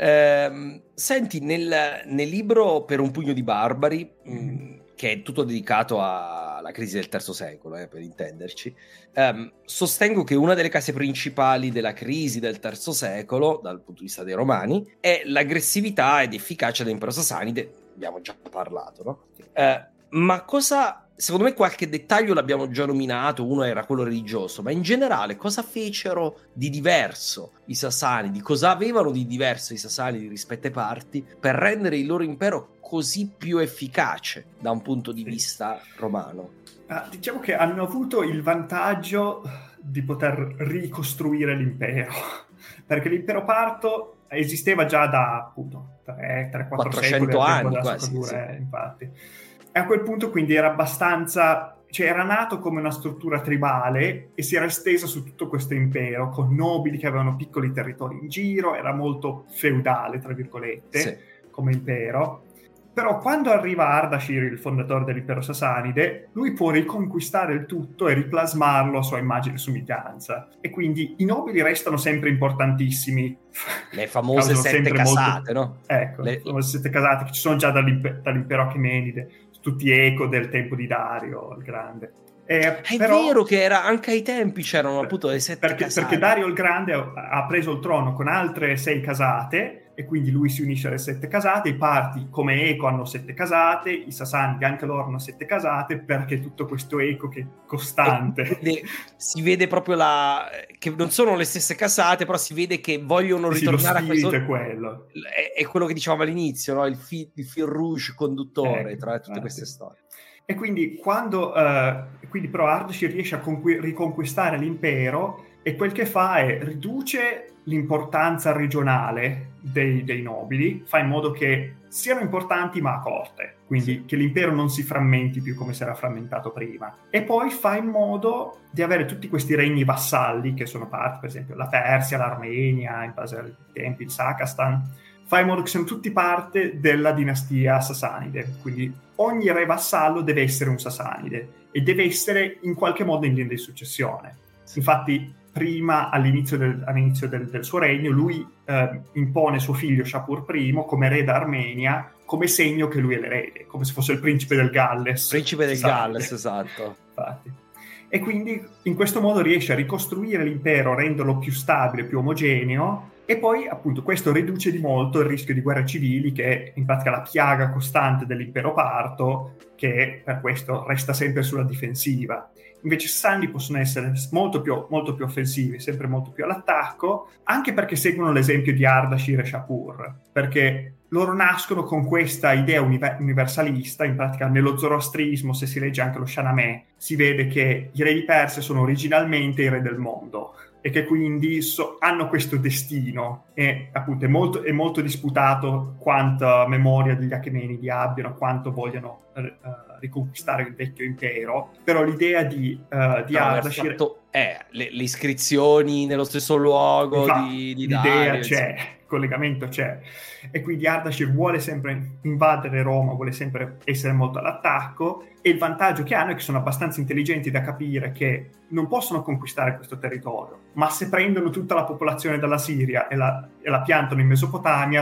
Eh, senti, nel, nel libro Per un pugno di barbari, mm-hmm. mh, che è tutto dedicato a, alla crisi del terzo secolo, eh, per intenderci, ehm, sostengo che una delle cause principali della crisi del terzo secolo, dal punto di vista dei romani, è l'aggressività ed efficacia dell'impero sasanide. Abbiamo già parlato, no? Eh, ma cosa... Secondo me qualche dettaglio l'abbiamo già nominato, uno era quello religioso, ma in generale cosa fecero di diverso i Sasanidi, cosa avevano di diverso i Sasanidi rispetto ai Parti per rendere il loro impero così più efficace da un punto di vista romano? Ah, diciamo che hanno avuto il vantaggio di poter ricostruire l'impero, perché l'impero parto esisteva già da appunto tre quattro secoli anni quasi, caduta, sì. eh, infatti. E a quel punto quindi era abbastanza, cioè era nato come una struttura tribale e si era estesa su tutto questo impero, con nobili che avevano piccoli territori in giro, era molto feudale, tra virgolette, sì, come impero. Però quando arriva Ardashir, il fondatore dell'impero Sasanide, lui può riconquistare il tutto e riplasmarlo a sua immagine e somiglianza. E quindi i nobili restano sempre importantissimi. Le famose sette casate, molto... no? Ecco, le famose sette casate che ci sono già dall'imp- dall'impero Achemenide, tutti eco del tempo di Dario il Grande. Eh, è però, vero che era anche ai tempi c'erano appunto le sette perché, casate. Perché Dario il Grande ha preso il trono con altre sei casate e quindi lui si unisce alle sette casate. I Parti come eco hanno sette casate, i Sasanidi anche loro hanno sette casate, perché tutto questo eco che è costante. E si vede proprio la che non sono le stesse casate, però si vede che vogliono sì, ritornare sì, a questo. È quello. È, è quello che dicevamo all'inizio, no? Il fil, il fil rouge conduttore ecco, tra tutte ah, queste sì. storie. E quindi quando uh, quindi però Ardashir riesce a conqu- riconquistare l'impero, e quel che fa è riduce l'importanza regionale dei, dei nobili, fa in modo che siano importanti ma a corte, quindi sì, che l'impero non si frammenti più come si era frammentato prima, e poi fa in modo di avere tutti questi regni vassalli che sono parte, per esempio la Persia, l'Armenia, in base ai tempi il Sakastan, fa in modo che siano tutti parte della dinastia Sasanide, quindi ogni re vassallo deve essere un Sasanide e deve essere in qualche modo in linea di successione. Infatti prima, all'inizio del, all'inizio del, del suo regno, lui eh, impone suo figlio Shapur I come re d'Armenia, come segno che lui è l'erede, come se fosse il principe del Galles. Principe del Sasanide. Galles, esatto. Infatti. E quindi in questo modo riesce a ricostruire l'impero, renderlo più stabile, più omogeneo, e poi appunto questo riduce di molto il rischio di guerre civili, che è in pratica la piaga costante dell'impero parto, che per questo resta sempre sulla difensiva. Invece i Sasanidi possono essere molto più, molto più offensivi, sempre molto più all'attacco, anche perché seguono l'esempio di Ardashir e Shapur, perché loro nascono con questa idea univer- universalista. In pratica nello zoroastrismo, se si legge anche lo Shahnameh, si vede che i re di Persia sono originalmente i re del mondo e che quindi so- hanno questo destino, e appunto è molto, è molto disputato quanta memoria degli Achemenidi abbiano, quanto vogliano eh, riconquistare il vecchio impero, però l'idea di, uh, di no, Ardashir fatto, eh, le, le iscrizioni nello stesso luogo infatti, di, di l'idea Dario, c'è, il collegamento c'è, e quindi Ardashir vuole sempre invadere Roma, vuole sempre essere molto all'attacco, e il vantaggio che hanno è che sono abbastanza intelligenti da capire che non possono conquistare questo territorio, ma se prendono tutta la popolazione dalla Siria e la, e la piantano in Mesopotamia,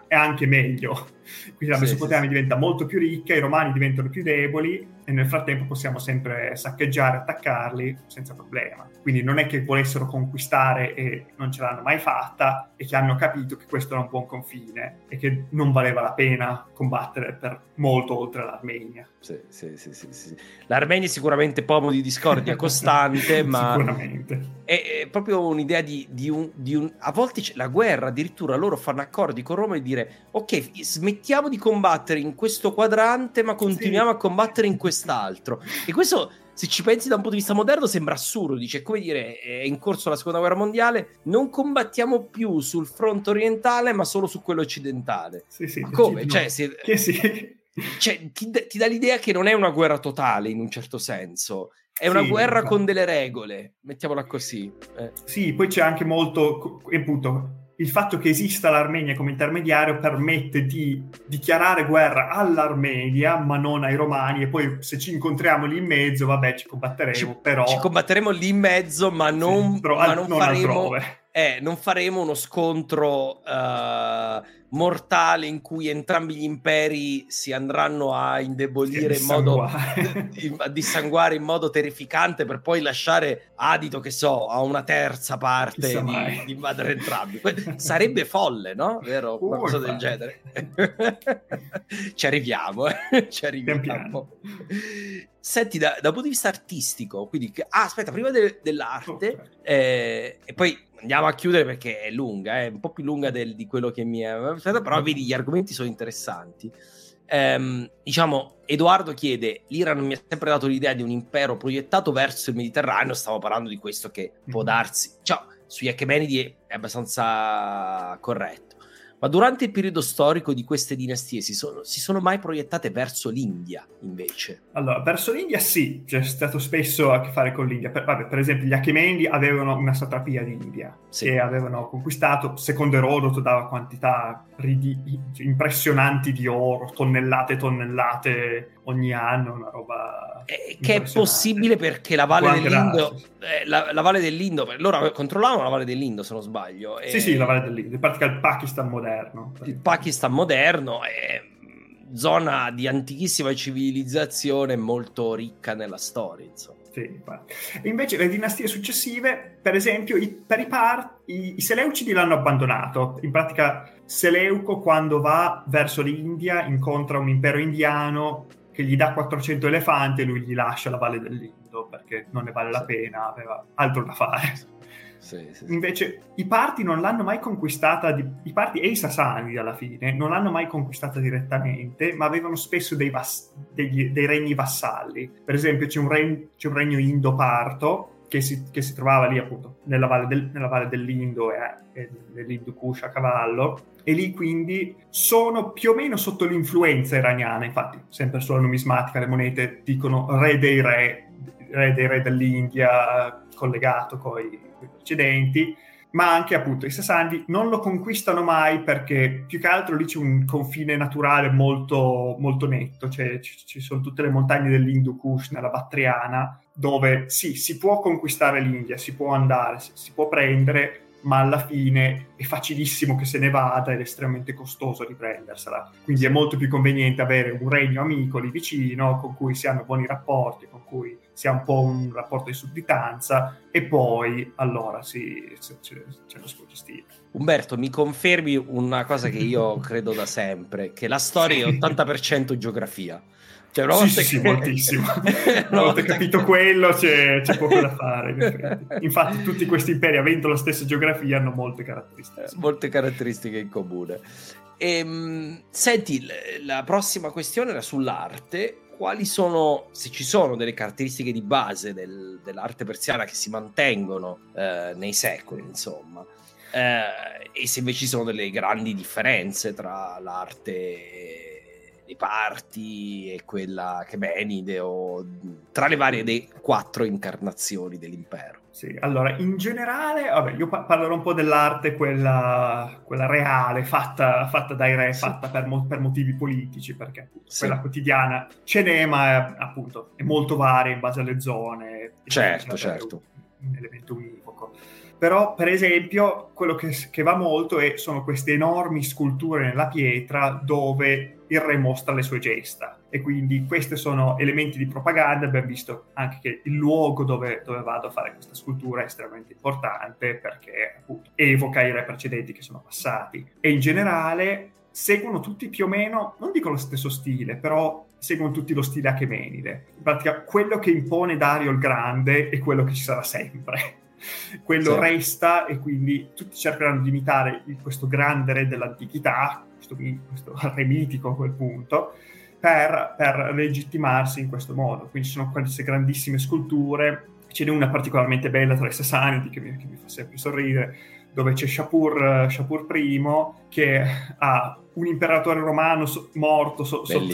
è anche meglio. Quindi la Sì, Mesopotamia sì, diventa molto più ricca, i Romani diventano più deboli e nel frattempo possiamo sempre saccheggiare, attaccarli senza problema. Quindi non è che volessero conquistare e non ce l'hanno mai fatta, e che hanno capito che questo era un buon confine e che non valeva la pena combattere per molto oltre l'Armenia. Sì, sì, sì, sì, sì. L'Armenia è sicuramente pomo di discordia costante, ma sicuramente è, è proprio un'idea di, di, un, di un... A volte c'è la guerra, addirittura loro fanno accordi con Roma e dire ok, smettiamo di combattere in questo quadrante, ma continuiamo sì. a combattere in quest'altro. E questo, se ci pensi da un punto di vista moderno, sembra assurdo. Dice, è come dire, è in corso la seconda guerra mondiale, non combattiamo più sul fronte orientale, ma solo su quello occidentale. Sì, sì, ma come? No. Cioè, se... che sì. Cioè, ti, ti dà l'idea che non è una guerra totale in un certo senso, è una sì, guerra infatti. con delle regole, mettiamola così. Eh. Sì, poi c'è anche molto, appunto, il fatto che esista l'Armenia come intermediario permette di dichiarare guerra all'Armenia, ma non ai Romani, e poi se ci incontriamo lì in mezzo, vabbè, ci combatteremo, ci, però... Ci combatteremo lì in mezzo, ma non, sì, però, ma non, non faremo... Eh, non faremo uno scontro uh, mortale in cui entrambi gli imperi si andranno a indebolire in modo a dissanguare in modo terrificante, per poi lasciare adito, che so, a una terza parte di, di invadere entrambi. Sarebbe folle, no? Vero? Una uh, cosa infatti. del genere. Ci arriviamo, eh? Ci arriviamo. Pian piano. Senti, da, da un punto di vista artistico, quindi, ah, aspetta, prima de, dell'arte, okay. eh, e poi andiamo a chiudere perché è lunga, è un po' più lunga del, di quello che mi è, però vedi, gli argomenti sono interessanti. Ehm, diciamo, Edoardo chiede, l'Iran mi ha sempre dato l'idea di un impero proiettato verso il Mediterraneo, stiamo parlando di questo che può darsi, cioè, sugli Achemenidi è abbastanza corretto. Ma durante il periodo storico di queste dinastie si sono, si sono mai proiettate verso l'India, invece? Allora, verso l'India sì, c'è stato spesso a che fare con l'India. Per, vabbè, per esempio, gli Achemenidi avevano una satrapia di India, sì. che avevano conquistato, secondo Erodoto dava quantità ridi- impressionanti di oro, tonnellate e tonnellate ogni anno, una roba eh, che è possibile perché la Valle dell'Indo, da, sì. eh, la, la Valle dell'Indo, loro controllavano la Valle dell'Indo, se non sbaglio. Sì, e... sì, la Valle dell'Indo, in pratica il Pakistan moderno. Il Pakistan moderno è zona di antichissima civilizzazione, molto ricca nella storia, insomma. Sì, e invece le dinastie successive, per esempio, i, per i Parti, i Seleucidi l'hanno abbandonato. In pratica, Seleuco, quando va verso l'India, incontra un impero indiano che gli dà quattrocento elefanti e lui gli lascia la Valle dell'Indo perché non ne vale la pena, aveva altro da fare. Sì, sì, sì. Invece i Parti non l'hanno mai conquistata, di, i Parti e i Sasanidi alla fine non l'hanno mai conquistata direttamente, ma avevano spesso dei, vas, degli, dei regni vassalli. Per esempio c'è un, regno, c'è un regno Indo-Parto che si, che si trovava lì appunto nella valle, del, nella valle dell'Indo e, e nell'Hindu Kush a cavallo, e lì quindi sono più o meno sotto l'influenza iraniana. Infatti sempre sulla numismatica le monete dicono re dei re, re dei re dell'India, collegato coi precedenti, ma anche appunto i Sasanidi non lo conquistano mai perché più che altro lì c'è un confine naturale molto, molto netto, cioè ci, ci sono tutte le montagne dell'Hindu Kush nella Battriana, dove sì, si può conquistare l'India, si può andare, si, si può prendere, ma alla fine è facilissimo che se ne vada ed è estremamente costoso riprendersela. Quindi è molto più conveniente avere un regno amico lì vicino, con cui si hanno buoni rapporti, con cui si ha un po' un rapporto di sudditanza, e poi allora sì, c'è, c'è lo sfuggistile. Umberto, mi confermi una cosa che io credo da sempre, che la storia è ottanta per cento geografia. Cioè, una sì, volta sì, che... sì, moltissimo. Una volta capito che... quello c'è, c'è poco da fare. In Infatti tutti questi imperi, avendo la stessa geografia, hanno molte caratteristiche. Eh, molte caratteristiche in comune. E, senti, la prossima questione era sull'arte. Quali sono, se ci sono delle caratteristiche di base del, dell'arte persiana che si mantengono eh, nei secoli, insomma, eh, e se invece ci sono delle grandi differenze tra l'arte dei Parti e quella Achemenide, o tra le varie dei quattro incarnazioni dell'impero. Sì, allora, in generale, vabbè, io pa- parlerò un po' dell'arte, quella, quella reale, fatta, fatta dai re, sì. fatta per, mo- per motivi politici, perché appunto, sì. quella quotidiana ce n'è, ma è, appunto è molto varia in base alle zone. Certo, certo. un elemento univoco. Però, per esempio, quello che, che va molto è, sono queste enormi sculture nella pietra dove il re mostra le sue gesta. E quindi questi sono elementi di propaganda. Abbiamo visto anche che il luogo dove, dove vado a fare questa scultura è estremamente importante, perché appunto evoca i re precedenti che sono passati. E in generale seguono tutti più o meno, non dico lo stesso stile, però seguono tutti lo stile Achemenide. In pratica, quello che impone Dario il Grande è quello che ci sarà sempre. Quello sì. resta, e quindi tutti cercheranno di imitare questo grande re dell'antichità, questo, questo re mitico a quel punto, per, per legittimarsi in questo modo. Quindi ci sono queste grandissime sculture. Ce n'è una particolarmente bella tra i Sassanidi che mi, che mi fa sempre sorridere, dove c'è Shapur, Shapur I, che ha un imperatore romano so- morto so- sotto,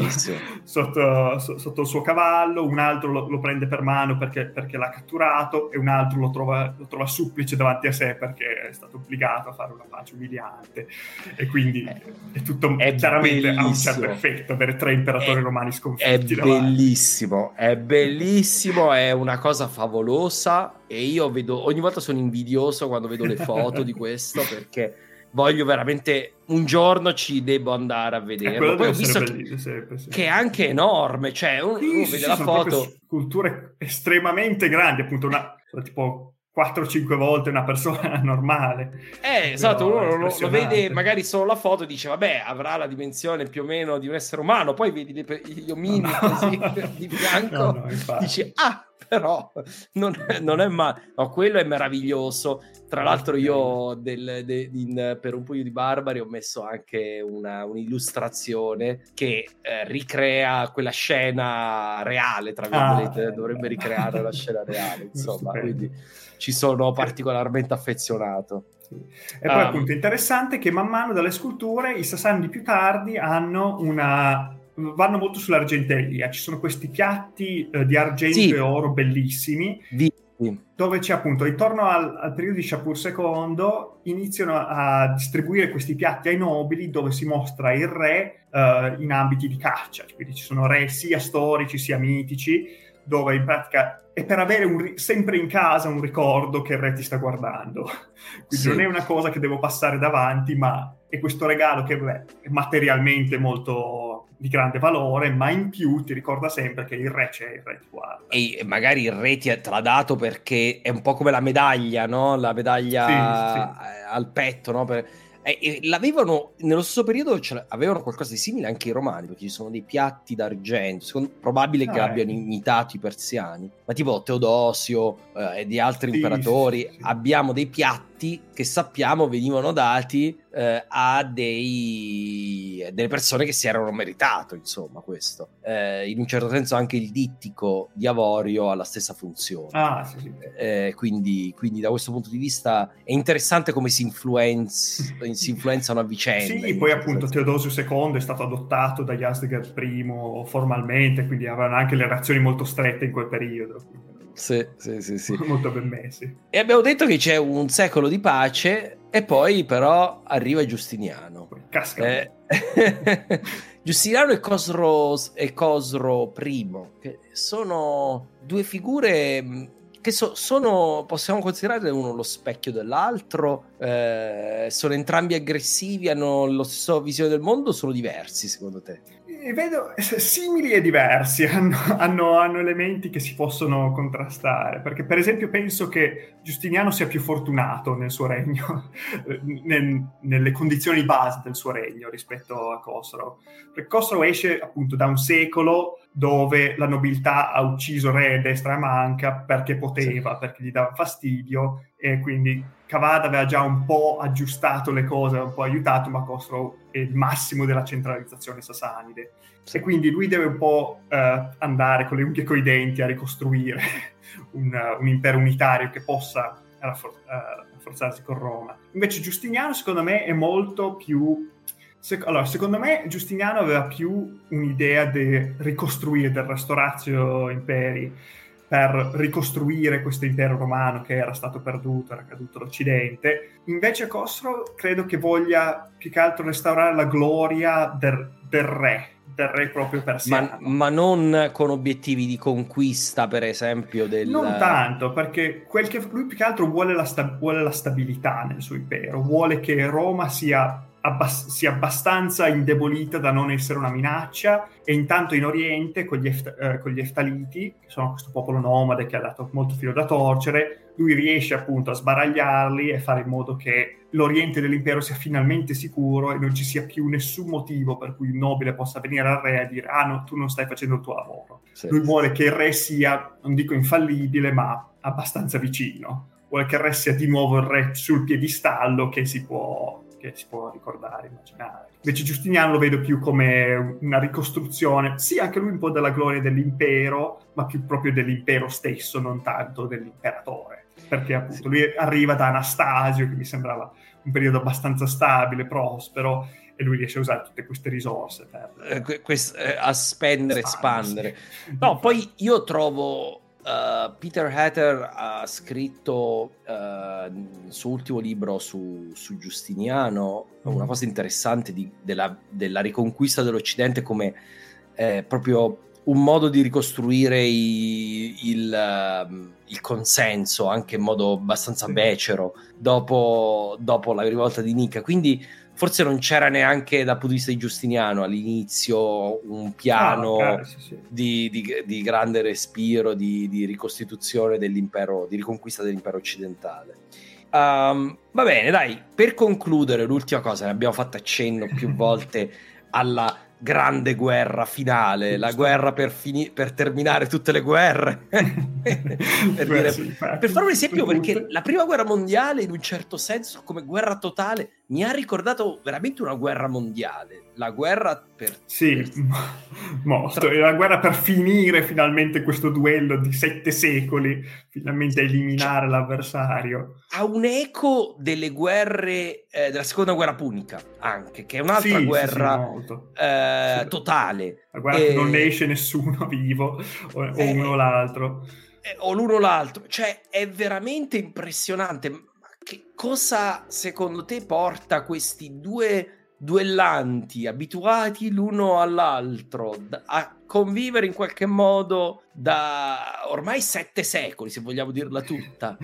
sotto, so- sotto il suo cavallo, un altro lo, lo prende per mano perché, perché l'ha catturato, e un altro lo trova, lo trova supplice davanti a sé perché è stato obbligato a fare una pace umiliante. E quindi è, è tutto è chiaramente ha un certo effetto avere tre imperatori è, romani sconfitti. È bellissimo, è bellissimo, è una cosa favolosa, e io vedo, ogni volta sono invidioso quando vedo le foto di questo, perché voglio veramente, un giorno ci devo andare a vederlo. Eh, Poi ho visto che, sempre, sì. che è anche enorme, cioè uno, sì, uno sì, vede sì, la sono foto, sculture estremamente grandi, appunto una tipo quattro cinque volte una persona normale. Eh, esatto, uno lo, lo vede magari solo la foto e dice vabbè, avrà la dimensione più o meno di un essere umano, poi vedi gli omini no, no. così di fianco, no, no, dici ah, però non è, non è male. No, quello è meraviglioso. Tra l'altro io del, de, in, per un pugno di barbari ho messo anche una, un'illustrazione che eh, ricrea quella scena reale, tra virgolette, ah, dovrebbe ricreare la scena reale, insomma, quindi ci sono particolarmente affezionato. E poi um, appunto interessante che man mano dalle sculture i Sassanidi più tardi hanno una vanno molto sull'argenteria. Ci sono questi piatti eh, di argento sì. e oro bellissimi, di dove c'è appunto intorno al, al periodo di Shapur secondo iniziano a distribuire questi piatti ai nobili, dove si mostra il re uh, in ambiti di caccia, quindi ci sono re sia storici sia mitici, dove in pratica è per avere un, sempre in casa un ricordo che il re ti sta guardando, quindi sì. non è una cosa che devo passare davanti, ma è questo regalo che beh, è materialmente molto di grande valore, ma in più ti ricorda sempre che il re c'è, il re ti guarda. E magari il re ti te l'ha dato perché è un po' come la medaglia, no? La medaglia sì, sì. al petto, no? Per... E, e l'avevano, nello stesso periodo avevano qualcosa di simile anche i romani, perché ci sono dei piatti d'argento, secondo, probabile ah, che eh. abbiano imitato i persiani, ma tipo Teodosio eh, e di altri sì, imperatori, sì, sì, sì. abbiamo dei piatti che sappiamo venivano dati eh, a dei delle persone che si erano meritato, insomma, questo. Eh, in un certo senso anche il dittico di avorio ha la stessa funzione. Ah, sì, sì. Eh, quindi, quindi da questo punto di vista è interessante come si, influenz- si influenzano a vicenda. Sì, poi appunto senso. Teodosio secondo è stato adottato da Yazdegerd I formalmente, quindi avevano anche le relazioni molto strette in quel periodo. Sì, sì, sì, sì. Molto ben messi. E abbiamo detto che c'è un secolo di pace e poi però arriva Giustiniano. Casca. Eh, Giustiniano e Cosro, e Cosro I, che sono due figure che so, sono, possiamo considerare uno lo specchio dell'altro, eh, sono entrambi aggressivi, hanno la stessa visione del mondo, sono diversi secondo te? E vedo simili e diversi, hanno, hanno, hanno elementi che si possono contrastare, perché per esempio penso che Giustiniano sia più fortunato nel suo regno, nel, nelle condizioni base del suo regno rispetto a Cosro, perché Cosro esce appunto da un secolo dove la nobiltà ha ucciso re a destra e a manca perché poteva, sì. perché gli dava fastidio, e quindi Cavad aveva già un po' aggiustato le cose, un po' aiutato, ma Cosro è il massimo della centralizzazione sassanide. Sì. E quindi lui deve un po' eh, andare con le unghie e coi denti a ricostruire un, un impero unitario che possa raffor- uh, rafforzarsi con Roma. Invece Giustiniano, secondo me, è molto più... Se- allora, secondo me Giustiniano aveva più un'idea di ricostruire, del restauratio imperi, per ricostruire questo impero romano che era stato perduto, era caduto l'Occidente. Invece Khosrow credo che voglia più che altro restaurare la gloria del, del re, del re proprio persiano. Ma, ma non con obiettivi di conquista, per esempio, del... Non tanto, perché quel che lui più che altro vuole la, sta- vuole la stabilità nel suo impero, vuole che Roma sia... Abbast- sia abbastanza indebolita da non essere una minaccia, e intanto in Oriente con gli, Eft- eh, con gli Eftaliti, che sono questo popolo nomade che ha dato molto filo da torcere, lui riesce appunto a sbaragliarli e fare in modo che l'Oriente dell'impero sia finalmente sicuro e non ci sia più nessun motivo per cui un nobile possa venire al re e dire ah no, tu non stai facendo il tuo lavoro. Sì. Lui vuole che il re sia, non dico infallibile, ma abbastanza vicino. Vuole che il re sia di nuovo il re sul piedistallo che si può... che si può ricordare, immaginare. Invece Giustiniano lo vedo più come una ricostruzione, sì, anche lui un po' della gloria dell'impero, ma più proprio dell'impero stesso, non tanto dell'imperatore. Perché appunto lui arriva da Anastasio, che mi sembrava un periodo abbastanza stabile, prospero, e lui riesce a usare tutte queste risorse per... Eh, quest- eh, a spendere, espandere. No, poi io trovo... Uh, Peter Hatter ha scritto uh, il suo ultimo libro su, su Giustiniano una cosa interessante di, della, della riconquista dell'Occidente come eh, proprio un modo di ricostruire i, il, uh, il consenso anche in modo abbastanza becero dopo, dopo la rivolta di Nicca, quindi forse non c'era neanche dal punto di vista di Giustiniano all'inizio un piano ah, okay, sì, sì. Di, di, di grande respiro, di, di ricostituzione dell'impero, di riconquista dell'impero occidentale. Um, va bene, dai, per concludere l'ultima cosa, ne abbiamo fatto accenno più volte alla grande guerra finale, la guerra per, fini- per terminare tutte le guerre. per, dire, sì, per fare un esempio, perché la prima guerra mondiale in un certo senso come guerra totale mi ha ricordato veramente una guerra mondiale, la guerra per... Sì, per... mostro, la guerra per finire finalmente questo duello di sette secoli, finalmente eliminare cioè, l'avversario. Ha un eco delle guerre, eh, della seconda guerra punica anche, che è un'altra sì, guerra sì, sì, molto. Eh, sì. totale. La guerra e... che non ne esce nessuno vivo, o, o eh, uno o l'altro. Eh, o l'uno o l'altro, cioè è veramente impressionante. Che cosa secondo te porta questi due duellanti abituati l'uno all'altro a convivere in qualche modo da ormai sette secoli, se vogliamo dirla tutta,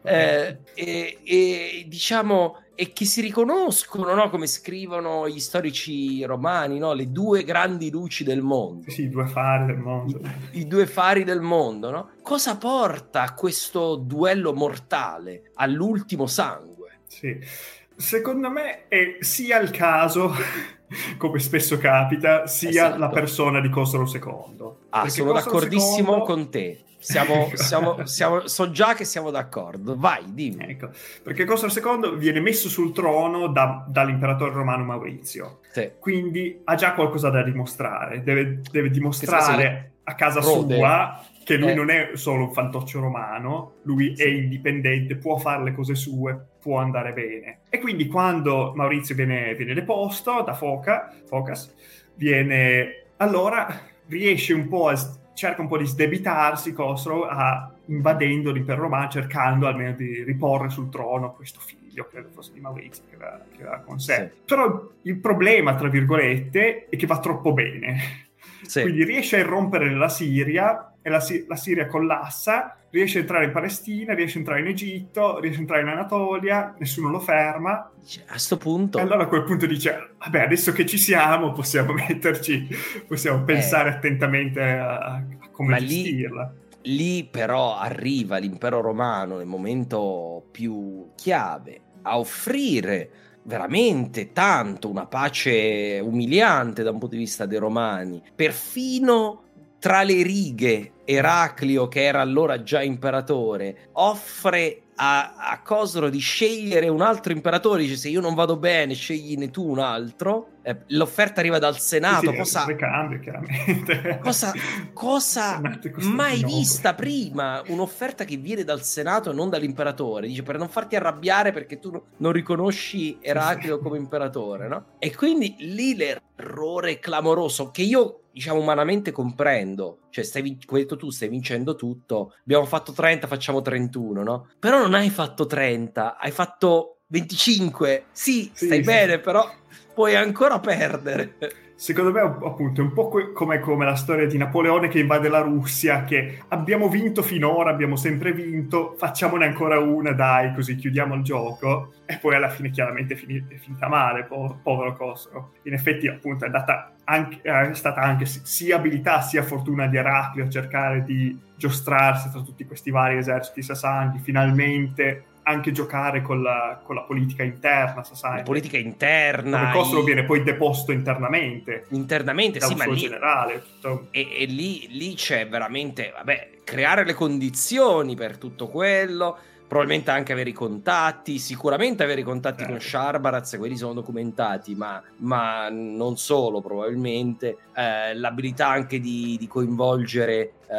eh, e, e diciamo e che si riconoscono, no? Come scrivono gli storici romani, no? Le due grandi luci del mondo, sì, i due fari del mondo, i, i due fari del mondo, no? Cosa porta a questo duello mortale, all'ultimo sangue? Sì, secondo me è sia il caso, come spesso capita, sia esatto. la persona di Khosrow secondo. Ah, perché sono Khosrow d'accordissimo secondo... con te. Siamo, siamo, siamo, so già che siamo d'accordo. Vai, dimmi. Ecco, perché Khosrow secondo viene messo sul trono da, dall'imperatore romano Maurizio. Sì. Quindi ha già qualcosa da dimostrare. Deve, deve dimostrare a casa Rode. sua che lui eh. non è solo un fantoccio romano, lui sì. è indipendente, può fare le cose sue, può andare bene. E quindi quando Maurizio viene, viene deposto da Foca, Focas, viene... allora riesce un po' a... cerca un po' di sdebitarsi Khosrow a, invadendo l'impero romano, cercando almeno di riporre sul trono questo figlio, credo fosse di Maurizio, che aveva, che aveva con sé. Sì. Però il problema, tra virgolette, è che va troppo bene. Sì. Quindi riesce a irrompere nella Siria, e la, la Siria collassa, riesce a entrare in Palestina, riesce a entrare in Egitto, riesce a entrare in Anatolia, nessuno lo ferma. A sto punto... E allora a quel punto dice, vabbè, adesso che ci siamo, possiamo metterci, possiamo pensare eh. attentamente a, a come Ma gestirla. Lì, lì però arriva l'impero romano nel momento più chiave a offrire veramente tanto, una pace umiliante da un punto di vista dei romani, perfino tra le righe Eraclio, che era allora già imperatore, offre a, a Khosrow di scegliere un altro imperatore, dice se io non vado bene sceglini tu un altro. Eh, l'offerta arriva dal Senato, sì, sì, cosa, ricambio, chiaramente. cosa, cosa mai vista prima, un'offerta che viene dal Senato e non dall'imperatore, dice per non farti arrabbiare perché tu non riconosci Eraclio sì, sì. come imperatore, no? E quindi lì l'errore clamoroso che io diciamo umanamente comprendo, cioè stai vin- come hai detto tu, stai vincendo tutto, abbiamo fatto trenta, facciamo trentuno, no? Però non hai fatto trenta, hai fatto venticinque, sì, Sì, stai sì, bene, sì. però puoi ancora perdere. Secondo me, appunto, è un po' que- come, come la storia di Napoleone che invade la Russia, che abbiamo vinto finora, abbiamo sempre vinto, facciamone ancora una, dai, così chiudiamo il gioco. E poi alla fine chiaramente è, fini- è finita male, po- povero Cosro. In effetti, appunto, è, andata anche, è stata anche sia abilità sia fortuna di Eraclio a cercare di giostrarsi tra tutti questi vari eserciti sasanidi, finalmente anche giocare con la, con la politica interna sasanide. La politica interna, dove Cosro i... viene poi deposto internamente internamente, da sì, un ma suo lì generale tutto... e, e lì, lì c'è veramente, vabbè, creare le condizioni per tutto quello, probabilmente anche avere i contatti, sicuramente avere i contatti Certo. con Sharbaraz, quelli sono documentati, ma, ma non solo probabilmente, eh, l'abilità anche di, di coinvolgere eh,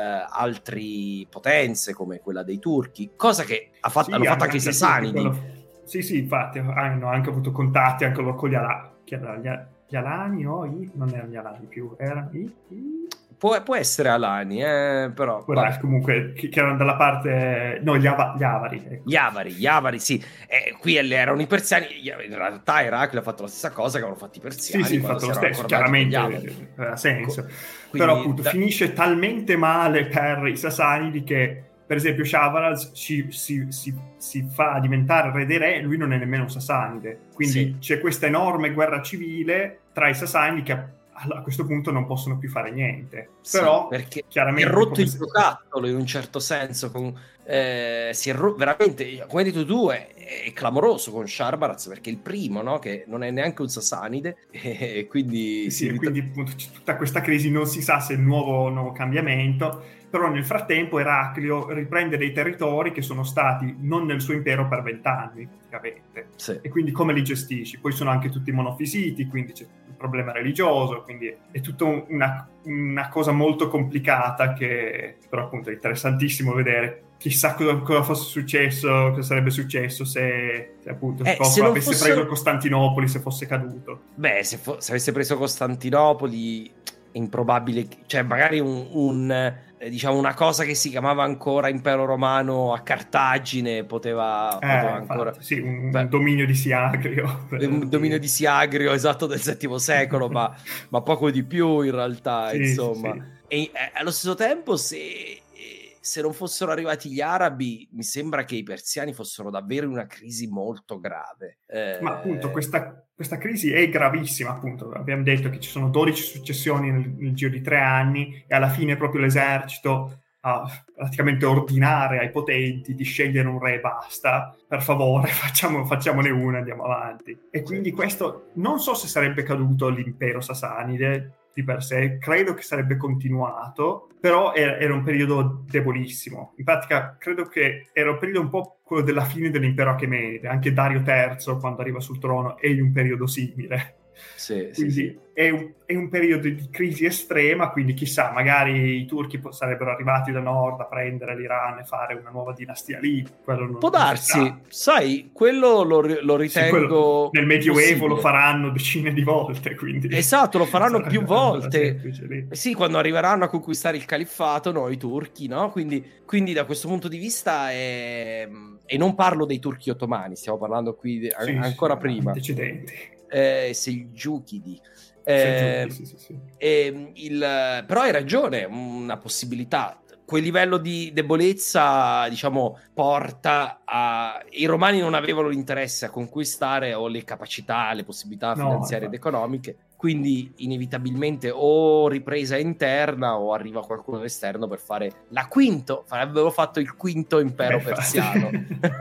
altre potenze come quella dei turchi, cosa che ha fatto, Sì, hanno fatto anche i anche Sasanidi. quello... Sì, sì, infatti hanno anche avuto contatti anche loro con gli, Ala... Chi era? Gli, gli Alani o i... non erano gli Alani più, erano i... i... Può, può essere Alani, eh, però Guarda, vabbè. comunque che, che erano dalla parte... no, gli, Ava... gli Avari, ecco. Gli Avari, gli Avari, sì. Eh, qui erano i persiani. In realtà Eraclio ha fatto la stessa cosa che avevano fatto i persiani. Sì, sì, quando fatto si lo erano stesso, accordati con gli chiaramente Avari. ha senso. Co- Però quindi, appunto da... finisce talmente male per i Sasanidi che, per esempio, Sharbaraz si, si, si, si fa diventare re dei re, lui non è nemmeno un Sasanide. Quindi Sì. c'è questa enorme guerra civile tra i Sasanidi che a, a questo punto non possono più fare niente. Sì, Però perché chiaramente si è rotto il se... giocattolo in un certo senso. Con, eh, si è ro- veramente, come hai detto tu, è, è clamoroso con Sharbaraz perché è il primo, no? Che non è neanche un Sasanide. E quindi, Sì, si sì, e rit- quindi appunto c'è tutta questa crisi, non si sa se è il nuovo, nuovo cambiamento, però nel frattempo Eraclio riprende dei territori che sono stati non nel suo impero per vent'anni praticamente, sì. e quindi come li gestisci? Poi sono anche tutti monofisiti, quindi c'è il problema religioso, quindi è tutta un, una, una cosa molto complicata che però appunto è interessantissimo vedere. Chissà cosa, cosa fosse successo, cosa sarebbe successo se, se appunto Eh, Cosro se non avesse fossero... preso Costantinopoli, se fosse caduto. Beh, se, fo- se avesse preso Costantinopoli, è improbabile, che- cioè magari un, un, eh, diciamo una cosa che si chiamava ancora Impero Romano a Cartagine poteva, Eh, poteva infatti, ancora... sì, un, Beh, un dominio di Siagrio. un dominio di Siagrio, esatto, del settimo secolo, ma, ma poco di più in realtà, Sì, insomma. sì, sì. E eh, allo stesso tempo, se... se non fossero arrivati gli arabi, mi sembra che i persiani fossero davvero in una crisi molto grave. Eh... Ma appunto questa, questa crisi è gravissima, appunto. Abbiamo detto che ci sono dodici successioni nel, nel giro di tre anni e alla fine proprio l'esercito a praticamente ordinare ai potenti di scegliere un re e basta. Per favore, facciamo, facciamone una, andiamo avanti. E quindi questo, non so se sarebbe caduto l'impero sasanide di per sé, credo che sarebbe continuato, però era, era un periodo debolissimo. In pratica credo che era un periodo un po' quello della fine dell'impero Achemenide, anche Dario terzo quando arriva sul trono è in un periodo simile. Sì, quindi sì, sì. È, un, è un periodo di crisi estrema, quindi chissà, magari i turchi sarebbero arrivati da nord a prendere l'Iran e fare una nuova dinastia lì. Quello non, Può darsi, sai, quello lo, lo ritengo sì, nel Medioevo possibile. Lo faranno decine di volte, quindi esatto, lo faranno più volte. lì. Sì, quando arriveranno a conquistare il califfato, no, i turchi, no? Quindi, quindi da questo punto di vista è... e non parlo dei turchi ottomani, stiamo parlando qui de... sì, ancora sì, prima. Antecedenti. Eh, Selgiukidi. Eh, sì, sì, sì. eh, il, però hai ragione, una possibilità. Quel livello di debolezza, diciamo, porta a... I romani non avevano l'interesse a conquistare o le capacità, le possibilità No, finanziarie ed infatti. economiche, quindi inevitabilmente o ripresa interna o arriva qualcuno esterno per fare la quinto, avevano fatto il quinto impero Beh, persiano.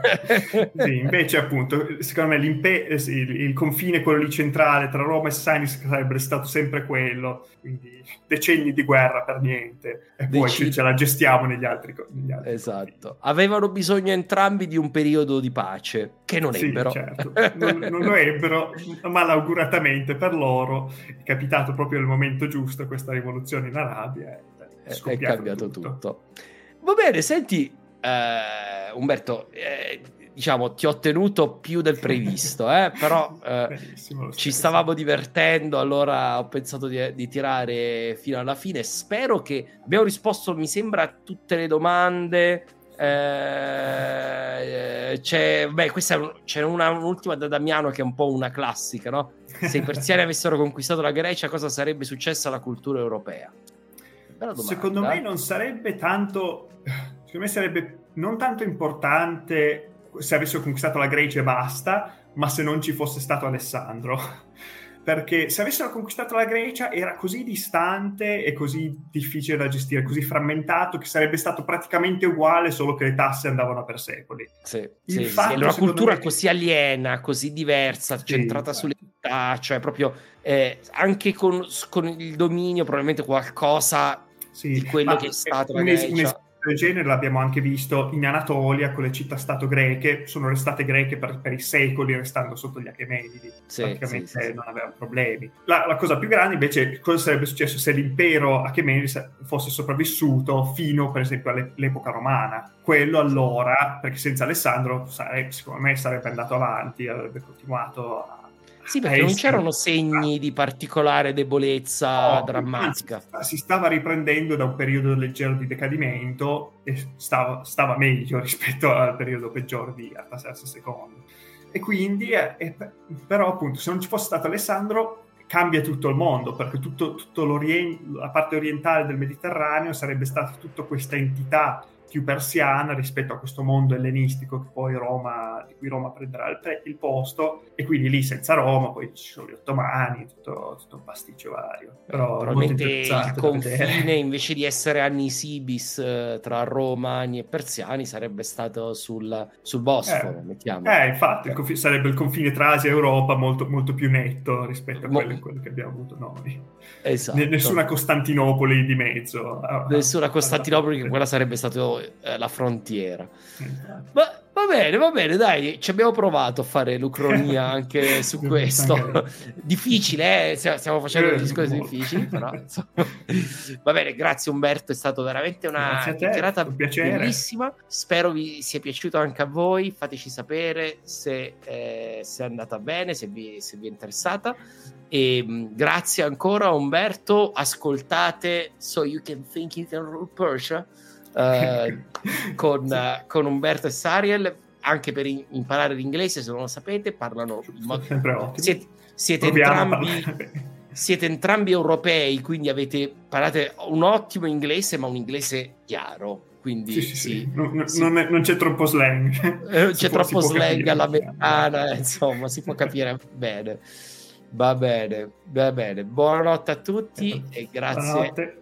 Sì, invece appunto, secondo me l'impe- sì, il, il confine, quello lì centrale tra Roma e Sassani sarebbe stato sempre quello, quindi decenni di guerra per niente, e poi Decid- ce la gestiamo negli altri, negli altri Esatto, confini. avevano bisogno entrambi di un periodo di pace, che non Sì, ebbero. certo, non, non lo ebbero, malauguratamente per loro, è capitato proprio nel momento giusto questa rivoluzione in Arabia, e è, È cambiato tutto. tutto. Va bene, senti, uh, Umberto, eh, diciamo, ti ho tenuto più del previsto, eh? Però eh, ci stavamo divertendo, allora ho pensato di, di tirare fino alla fine. Spero che abbiamo risposto, mi sembra, a tutte le domande. Eh, c'è, beh, questa è un, c'è una, un'ultima da Damiano che è un po' una classica, no? Se i persiani avessero conquistato la Grecia, cosa sarebbe successo alla cultura europea? Bella domanda. Secondo me non sarebbe tanto, secondo me sarebbe non tanto importante se avessero conquistato la Grecia e basta, ma se non ci fosse stato Alessandro. Perché se avessero conquistato la Grecia era così distante e così difficile da gestire, così frammentato, che sarebbe stato praticamente uguale, solo che le tasse andavano per secoli. Sì, sì, fatto, sì. Una cultura me... così aliena, così diversa, sì, centrata sulle città, cioè proprio eh, anche con, con il dominio probabilmente qualcosa sì, di quello che è stato la Grecia. Un es- del genere l'abbiamo anche visto in Anatolia con le città-stato greche, sono restate greche per, per i secoli, restando sotto gli Achemenidi, sì, praticamente sì, sì, non avevano problemi. La, la cosa più grande invece, cosa sarebbe successo se l'impero Achemenidi fosse sopravvissuto fino per esempio all'epoca romana? Quello allora, perché senza Alessandro sarebbe, secondo me sarebbe andato avanti, avrebbe continuato a Sì, perché eh, non c'erano segni ah. di particolare debolezza no, drammatica. Si stava riprendendo da un periodo leggero di decadimento e stava, stava meglio rispetto al periodo peggiore di Artaserse secondo. E quindi, eh, eh, però appunto, se non ci fosse stato Alessandro, cambia tutto il mondo, perché tutto, tutto la parte orientale del Mediterraneo sarebbe stata tutta questa entità più persiana rispetto a questo mondo ellenistico che poi Roma, di cui Roma prenderà il, pre- il posto, e quindi lì senza Roma poi ci sono gli ottomani, tutto, tutto un pasticcio vario. Però probabilmente il confine invece di essere annisibis eh, tra romani e persiani sarebbe stato sul, sul Bosforo, eh, mettiamo. Eh, infatti, il conf- sarebbe il confine tra Asia e Europa molto, molto più netto rispetto a quello, Mo- quello che abbiamo avuto noi. Esatto. N- nessuna Costantinopoli di mezzo. Nessuna Costantinopoli, che quella sarebbe stato la frontiera. Ma va bene, va bene, dai, ci abbiamo provato a fare l'ucronia anche su questo. Difficile, eh? Stiamo facendo delle discorsi difficili, però insomma. Va bene, grazie Umberto, è stato veramente una chiacchierata bellissima. Spero vi sia piaciuto anche a voi. Fateci sapere se, eh, se è andata bene, se vi, se vi è interessata. E mh, grazie ancora Umberto. Ascoltate So You Can Think You Can Rule Persia Uh, con, sì. uh, con Umberto e Sariel, anche per in- imparare l'inglese, se non lo sapete, parlano ma- siete, siete entrambi siete entrambi europei, quindi avete parlate un ottimo inglese, ma un inglese chiaro, quindi sì, sì, sì, sì. Non, sì. Non, è, non c'è troppo slang, non c'è può, troppo slang all'americana, insomma si può capire bene. Va bene, va bene, buonanotte a tutti eh, e grazie. Buonanotte.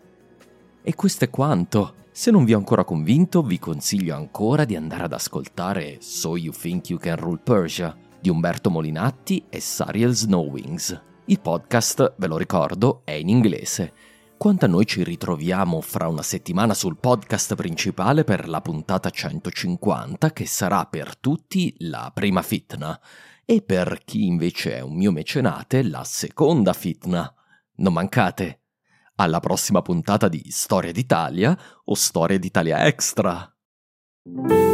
E questo è quanto. Se non vi ho ancora convinto, vi consiglio ancora di andare ad ascoltare So You Think You Can Rule Persia di Umberto Molinatti e Sariel Snowings. Il podcast, ve lo ricordo, è in inglese. Quanto a noi ci ritroviamo fra una settimana sul podcast principale per la puntata centocinquanta, che sarà per tutti la prima fitna, e per chi invece è un mio mecenate la seconda fitna. Non mancate! Alla prossima puntata di Storia d'Italia o Storia d'Italia Extra!